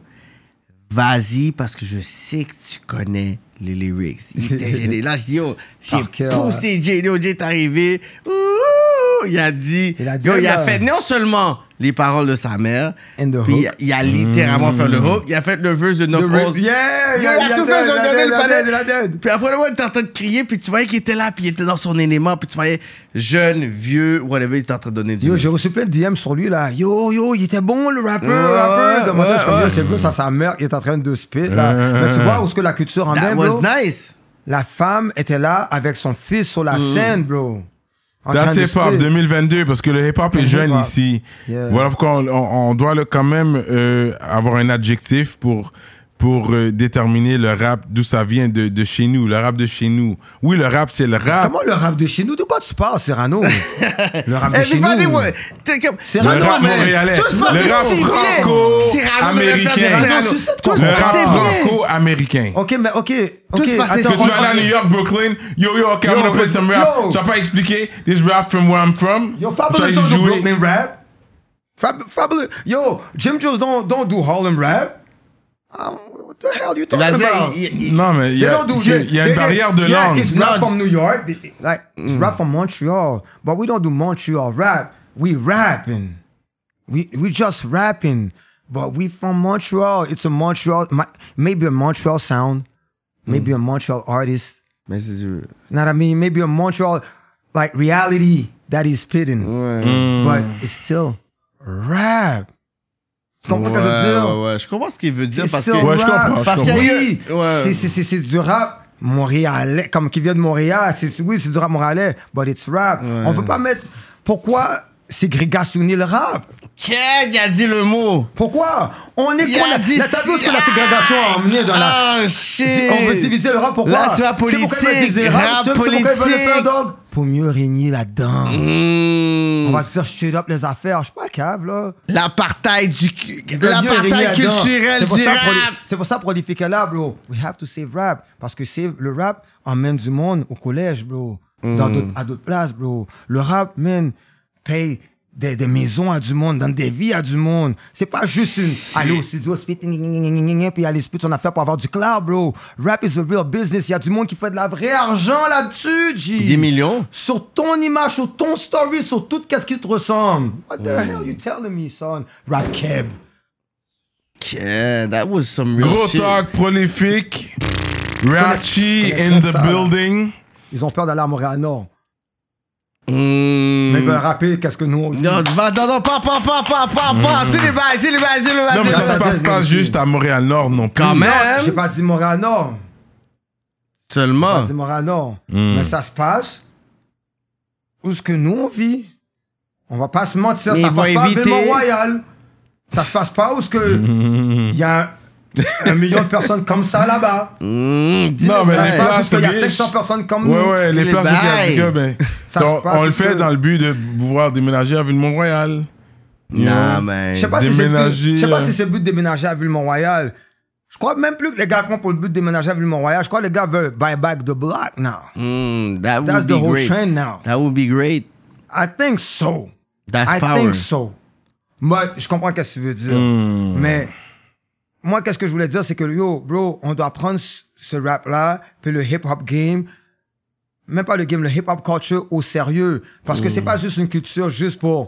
vas-y parce que je sais que tu connais les lyrics. Il était gêné. Là je dis yo j'ai Par cœur, poussé Jay. Yo Jay est arrivé. Ouh, il a dit, Il a dit, yo, il a là. fait non seulement les paroles de sa mère, And the puis hook. il a littéralement fait le hook, il a fait le verse de 9 roses. Yeah, Il a tout fait, j'ai donné le panel. Il a dead. Puis après, il était en train de crier, puis tu voyais qu'il était là, puis il était dans son élément, puis tu voyais jeune, vieux, whatever, il était en train de donner du Yo, verse. j'ai reçu plein de DM sur lui, là. Yo, il était bon, le rappeur, Ouais, Dans mon temps, je suis comme, ouais. yo, c'est vrai, ça, sa mère qui est en train de spit, là. Mais tu vois où est-ce que la culture That emmène, was bro? nice. La femme était là avec son fils sur la scène, bro. En train That's de hip-hop spit. 2022 parce que le hip-hop est jeune Hip-hop. ici. Yeah. Voilà pourquoi on doit quand même avoir un adjectif pour déterminer le rap, d'où ça vient de chez nous, le rap de chez nous. Oui, le rap, c'est le rap. Comment le rap de chez nous? De quoi tu parles, Cyrano? Le rap de chez Everybody, nous. ouais. T'es comme- C'est Le Cyrano, rap man. montréalais. Tout se passe Le rap si bien. franco-américain. Cyrano, tu sais de quoi Tout Le se rap passait bien. franco-américain. OK, mais OK. Tout se passait Que tu vas aller à New York, Brooklyn, yo, ok, I'm Yo, gonna play some rap. yo. Tu vas pas expliquer this rap from where I'm from? Yo, Tu Fabulous vas don't do jouer. Brooklyn rap. Fabulous. Yo, Jim Jones don't do Harlem rap. What the hell you Il a talking dit, about? Non, mais il y They a, don't do il y a une barrière de yeah, langue. it's rap No, from New York. Like, it's rap from Montreal. But we don't do Montreal rap. We rapping. We just rapping. But we from Montreal. It's a Montreal, maybe a Montreal sound. Maybe a Montreal artist. Mais c'est sûr. You know what I mean? Maybe a Montreal, like, reality that he's spitting. But it's still rap. Tu comprends ce que je veux dire? Ouais, je comprends ce qu'il veut dire C'est parce still que. Ouais, je rap. comprends, Parce je qu'il y a Oui, eu- ouais. c'est du rap montréalais, comme qui vient de Montréal. Oui, c'est du rap montréalais, but it's rap. On peut pas mettre... Pourquoi ségrégationner le rap? Quel, il a dit le mot. Pourquoi? On est Il quoi? a dit T'as vu ce que la si- ségrégation a emmené dans la... Ah, shit. On veut diviser le rap, pourquoi? Là, tu vas C'est pourquoi ils veulent politique, diviser le rap Tu sais pourquoi ils veulent le faire, politique. dog? Pour mieux régner là-dedans. Hmm. On va se dire straight up les affaires. Je suis pas cave, là. L'apartheid Ils veulent mieux régner l'apartheid là-dedans. culturel C'est pour du ça, rap. C'est pour ça, prolifique est là, bro. We have to save rap. Parce que le rap emmène du monde au collège, bro. À d'autres places, bro. Le rap, man, paye des maisons à du monde, donne des vies à du monde. C'est pas juste aller au studio, spit, puis aller spit son affaire pour avoir du cloud, bro. Rap is a real business. Il y a du monde qui fait de la vraie argent là-dessus, G. Des millions. Sur ton image, sur ton story, sur tout ce qui te ressemble. What the hell you telling me, son? Rap Keb. Yeah, that was some real Gros shit. talk prolifique. Ratchi connaissez in the ça, là. building. Ils ont peur d'aller à Montréal-Nord. Hmm. Mais ils veulent rapper, qu'est-ce que nous on dit? Non, pas. Dis les bails. Non, mais ça se passe pas juste à Montréal-Nord non plus. Quand même. Non, j'ai pas dit Montréal-Nord. J'ai Seulement. pas dit Montréal-Nord. Mais ça se passe où ce que nous on vit. On va pas se mentir, Mais ça ils passe vont pas à éviter. Ville-Mont-Royal. Ça se passe pas où ce que il y a 1 million de personnes comme ça là-bas. Non, mais Ça les se passe où places ce qu'il y a riches. 500 personnes comme nous. Ouais, les les places bails. de ben, Ça se passe on le parce fait que- dans le but de pouvoir déménager à Ville-Mont-Royal. Non, mais. Je sais pas si c'est Déménager, le but de déménager à Ville-Mont-Royal. Je crois même plus que les gars font pour le but de déménager à Ville-Mont-Royal. Je crois que les gars veulent buy back the block now. That That's would the be whole great. trend now. That would be great. I think so. That's I power. think so. Moi, je comprends ce que tu veux dire. Mais moi, qu'est-ce que je voulais dire, c'est que yo, bro, on doit prendre ce rap-là, puis le hip-hop game, même pas le game, le hip-hop culture au sérieux. Parce que c'est pas juste une culture juste pour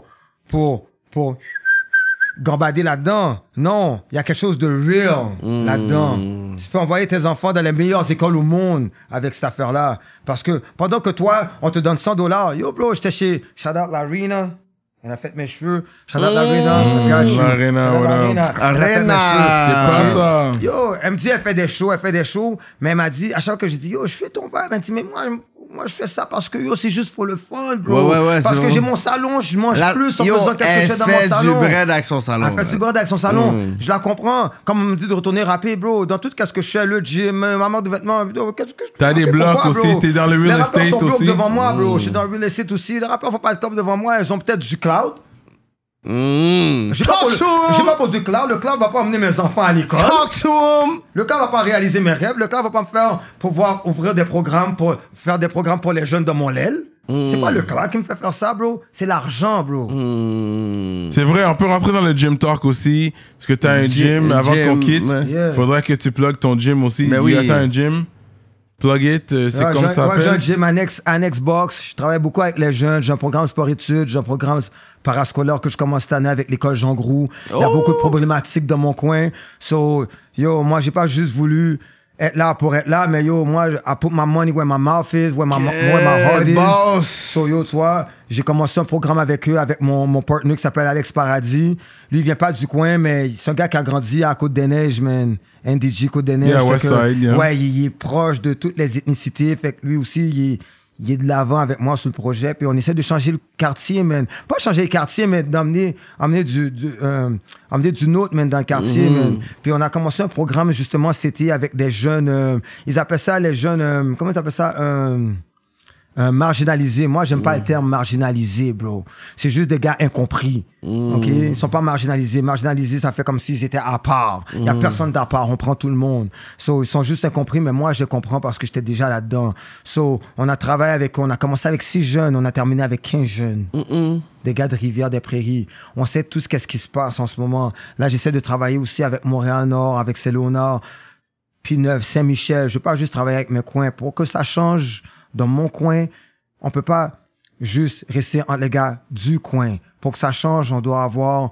gambader là-dedans. Non, il y a quelque chose de real là-dedans. Tu peux envoyer tes enfants dans les meilleures écoles au monde avec cette affaire-là. Parce que pendant que toi, on te donne $100, yo bro, j'étais chez Shout Out Larena, elle a fait mes cheveux. Shout Out Larena, I got you. Larena, Shout out what up? Larena, elle a fait mes Arena. cheveux. C'est pas ça. Yo, elle me dit, elle fait des shows, mais elle m'a dit, à chaque fois que j'ai dit, yo, je fais ton vibe, elle me dit, mais moi, je fais ça parce que, yo, c'est juste pour le fun, bro. Ouais, parce c'est que bon. j'ai mon salon, je mange plus en Yo, faisant qu'est-ce que je fais dans mon elle fait salon. du bread avec son salon. Elle fait du bread avec son salon. Je la comprends. Comme on me dit de retourner rapper, bro. Dans tout ce que je fais, le gym, ma marque de vêtements, qu'est-ce que T'as des blocs pourquoi, aussi, bro? t'es dans le real Les rappeurs estate sont blocs aussi. devant moi, bro. Je suis dans le real estate aussi. Les rappeurs font pas le top devant moi. Ils ont peut-être du cloud. J'ai pas pour du cloud. Le cloud va pas emmener mes enfants à l'école. Talk to him. Le cloud va pas réaliser mes rêves. Le cloud va pas me faire pouvoir ouvrir des programmes pour faire des programmes pour les jeunes de mon l'aile. C'est pas le cloud qui me fait faire ça, bro. C'est l'argent, bro. C'est vrai, on peut rentrer dans le gym talk aussi. Parce que t'as un gym, avant qu'on quitte. ouais. Yeah. Faudrait que tu plugues ton gym aussi. Ben oui. T'as un gym. Plug it, c'est Ouais, comme ça moi, j'ai un s'appelle. gym annex box. Je travaille beaucoup avec les jeunes. J'ai un programme sport-études. J'ai un programme parascolaire que je commence cette année avec l'école Jean Groux. Il y a beaucoup de problématiques dans mon coin. So, yo, moi, j'ai pas juste voulu être là pour être là, mais yo, moi, I put my money where my mouth is, where my heart is. Boss. So, yo, tu vois, j'ai commencé un programme avec eux, avec mon partenaire qui s'appelle Alex Paradis. Lui, il vient pas du coin, mais c'est un gars qui a grandi à Côte-des-Neiges, man. NDG Côte-des-Neiges. Yeah, Fait West que, Side, yeah. Ouais, il est proche de toutes les ethnicités. Fait que lui aussi, il est de l'avant avec moi sur le projet. Puis on essaie de changer le quartier, man. Pas changer le quartier, mais d'amener du nôtre, man, dans le quartier, man. Puis on a commencé un programme, justement, c'était avec des jeunes... ils appellent ça les jeunes... comment ils appellent ça marginalisés. Moi, j'aime pas le terme marginalisé, bro. C'est juste des gars incompris. OK? Ils sont pas marginalisés. Marginalisés, ça fait comme s'ils étaient à part. Il y a personne d'à part. On prend tout le monde. So, ils sont juste incompris, mais moi, je comprends parce que j'étais déjà là-dedans. So, on a travaillé avec... On a commencé avec 6 jeunes. On a terminé avec 15 jeunes. Des gars de Rivière des Prairies. On sait tout ce qui se passe en ce moment. Là, j'essaie de travailler aussi avec Montréal-Nord, avec Saint-Léonard, Pineuve, Saint-Michel. Je veux pas juste travailler avec mes coins. Pour que ça change dans mon coin, on peut pas juste rester entre les gars du coin. Pour que ça change, on doit avoir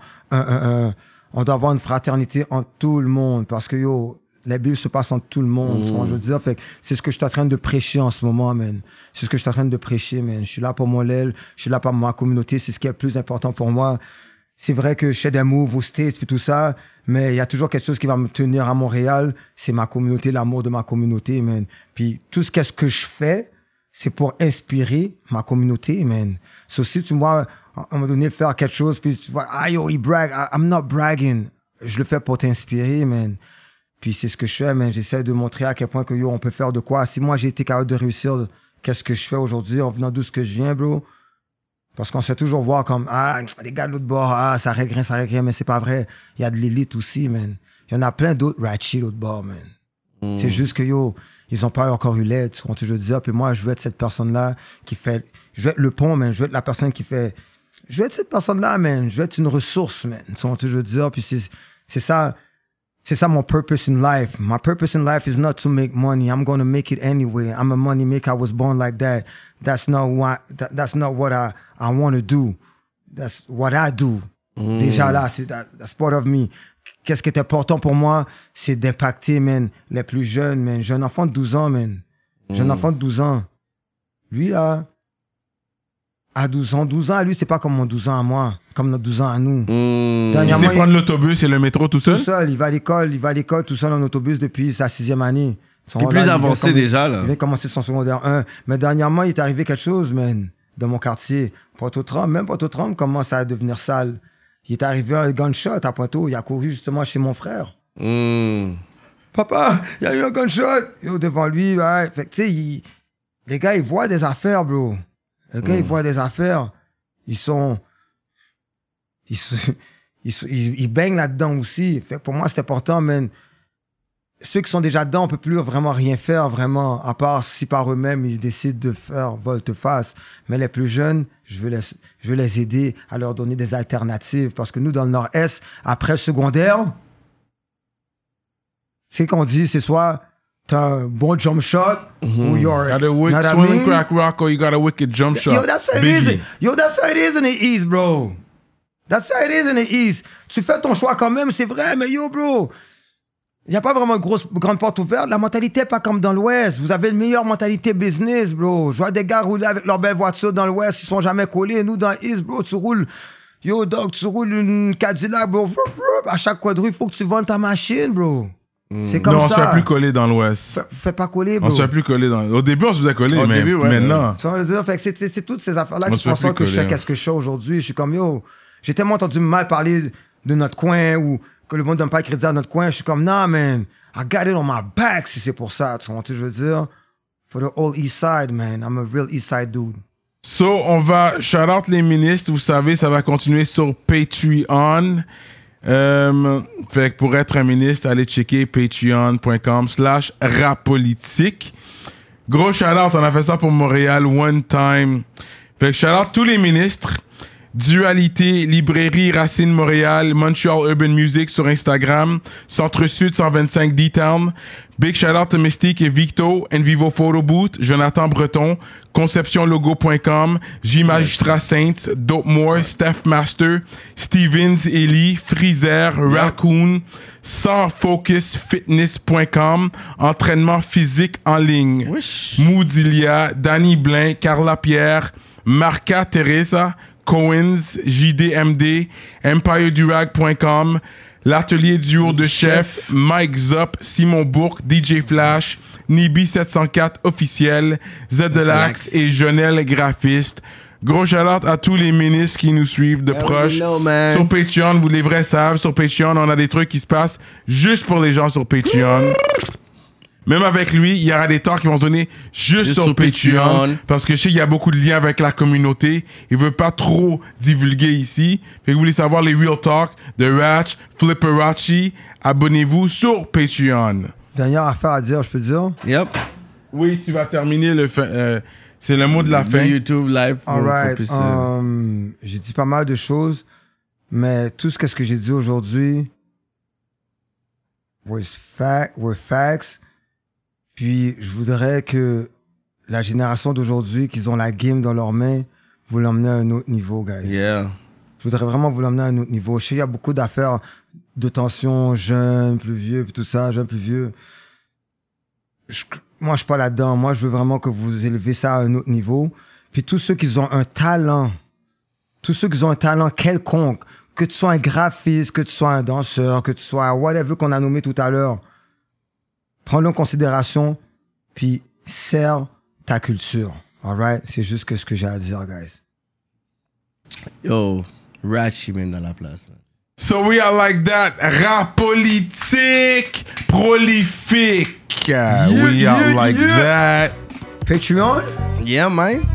une fraternité entre tout le monde. Parce que, yo, la Bible se passe entre tout le monde. Je veux dire, fait que c'est ce que je suis en train de prêcher en ce moment, man. C'est ce que je suis en train de prêcher, man. Je suis là pour mon l'aile. Je suis là pour ma communauté. C'est ce qui est le plus important pour moi. C'est vrai que je fais des moves aux States puis tout ça, mais il y a toujours quelque chose qui va me tenir à Montréal. C'est ma communauté, l'amour de ma communauté, man. Puis tout ce que je fais, c'est pour inspirer ma communauté, man. So, si tu me vois, à un moment donné, faire quelque chose, puis tu vois, ah yo, il brague, I'm not bragging. Je le fais pour t'inspirer, man. Puis c'est ce que je fais, man. J'essaie de montrer à quel point que yo, on peut faire de quoi. Si moi, j'ai été capable de réussir, qu'est-ce que je fais aujourd'hui en venant d'où ce que je viens, bro? Parce qu'on se fait toujours voir comme, les gars de l'autre bord, ça règle rien, mais c'est pas vrai. Il y a de l'élite aussi, man. Il y en a plein d'autres ratchis l'autre bord, man. C'est juste que, yo, ils ont pas encore eu l'aide, tu vois, je veux dire. Puis moi, je veux être cette personne-là qui fait... Je veux être le pont, man. Je veux être la personne qui fait... Je veux être cette personne-là, man. Je veux être une ressource, man. Tu vois, je veux dire. Puis c'est ça mon purpose in life. My purpose in life is not to make money. I'm going to make it anyway. I'm a money maker. I was born like that. That's not what I want to do. That's what I do. Déjà là, that's part of me. Qu'est-ce qui est important pour moi, c'est d'impacter, man, les plus jeunes, man. J'ai un enfant de 12 ans, man. J'ai un enfant de 12 ans. Lui, là, à 12 ans. 12 ans à lui, c'est pas comme mon 12 ans à moi, comme notre 12 ans à nous. Il sait prendre l'autobus et le métro tout seul? Tout seul, il va à l'école tout seul en autobus depuis sa 6e année. Il est plus avancé déjà, là. Il vient commencer son secondaire 1. Mais dernièrement, il est arrivé quelque chose, man, dans mon quartier. Pointe-aux-Trembles commence à devenir sale. Il est arrivé un gunshot à Pointe-aux. Il a couru justement chez mon frère. Papa, il y a eu un gunshot. Yo, devant lui, ouais. Fait que, tu sais, les gars, ils voient des affaires, bro. Les gars, ils voient des affaires. Ils baignent là-dedans aussi. Fait que pour moi, c'est important, man. Ceux qui sont déjà dedans, on peut plus vraiment rien faire, vraiment, à part si par eux-mêmes, ils décident de faire volte-face. Mais les plus jeunes, je veux les aider à leur donner des alternatives. Parce que nous, dans le Nord-Est, après secondaire, c'est qu'on dit, c'est soit t'as un bon jump shot, ou you're... Got a swinging crack rock, or you got a wicked jump shot. Yo, that's how it is. Yo, that's how it is in the East, bro. That's how it is in the East. Tu fais ton choix quand même, c'est vrai, mais yo, bro... Il n'y a pas vraiment une grande porte ouverte. La mentalité n'est pas comme dans l'Ouest. Vous avez une meilleure mentalité business, bro. Je vois des gars rouler avec leur belle voiture dans l'Ouest. Ils ne sont jamais collés. Nous, dans l'East, bro, tu roules... Yo, dog, tu roules une Cadillac, bro. À chaque quadrille, il faut que tu vendes ta machine, bro. C'est comme ça. Non, on se fait plus coller dans l'Ouest. Fais pas coller, bro. On se fait plus coller dans... Au début, on se faisait coller, mais maintenant... Fait que c'est toutes ces affaires-là qui font ça que je sais qu'est-ce que je fais aujourd'hui. Je suis comme, yo, j'ai tellement entendu mal parler de notre coin ou que le monde donne pas crédit à notre coin. Je suis comme, nah, man, I got it on my back si c'est pour ça. Tu comprends ce que je veux dire? For the old East Side, man. I'm a real East Side dude. So, on va shout out les ministres. Vous savez, ça va continuer sur Patreon. Fait que pour être un ministre, allez checker patreon.com/rapolitique. Gros shout out, on a fait ça pour Montréal one time. Fait que shout out tous les ministres. Dualité, Librairie Racine Montréal, Montreal Urban Music sur Instagram, Centre Sud 125 D-Town. Big shout out to Mystique et Victo, Envivo Photo Booth, Jonathan Breton, ConceptionLogo.com, J Magistrat Saints, Dope More, Steph Master, Stevens Ellie, Freezer, Raccoon, SansFocusFitness.com, Entraînement physique en ligne, Moudilia, Danny Blin, Carla Pierre, Marca Teresa, Coens, JDMD, EmpireDurag.com, L'Atelier du Jour de Chef, Mike Zop, Simon Bourque, DJ Flash, Nibi704 officiel, Zdelax et Jonel Graphiste. Gros shout-out à tous les ministres qui nous suivent de proche. Sur Patreon, vous les vrais savent, sur Patreon, on a des trucs qui se passent juste pour les gens sur Patreon. Même avec lui, il y aura des talks qui vont se donner juste sur Patreon. Parce que je sais qu'il y a beaucoup de liens avec la communauté. Il veut pas trop divulguer ici. Fait que vous voulez savoir les real talks de Ratch, Flipperachi, abonnez-vous sur Patreon. Dernière affaire à dire, je peux dire? Yep. Oui, tu vas terminer le c'est le mot de la fin. YouTube live. Alright. J'ai dit pas mal de choses, mais tout ce que j'ai dit aujourd'hui were facts. Puis, je voudrais que la génération d'aujourd'hui, qu'ils ont la game dans leurs mains, vous l'emmenez à un autre niveau, guys. Yeah. Je voudrais vraiment vous l'emmener à un autre niveau. Je sais qu'il y a beaucoup d'affaires de tension, jeunes, plus vieux, puis tout ça, jeunes, plus vieux. Moi, je suis pas là-dedans. Moi, je veux vraiment que vous élevez ça à un autre niveau. Puis tous ceux qui ont un talent, quelconque, que tu sois un graphiste, que tu sois un danseur, que tu sois whatever qu'on a nommé tout à l'heure, prends-le en considération, puis serre ta culture. All right? C'est juste ce que j'ai à dire, guys. Yo, Ratchy, man, dans la place. Man. So we are like that. Rap politique prolifique. We are like that. Patreon? Yeah, man.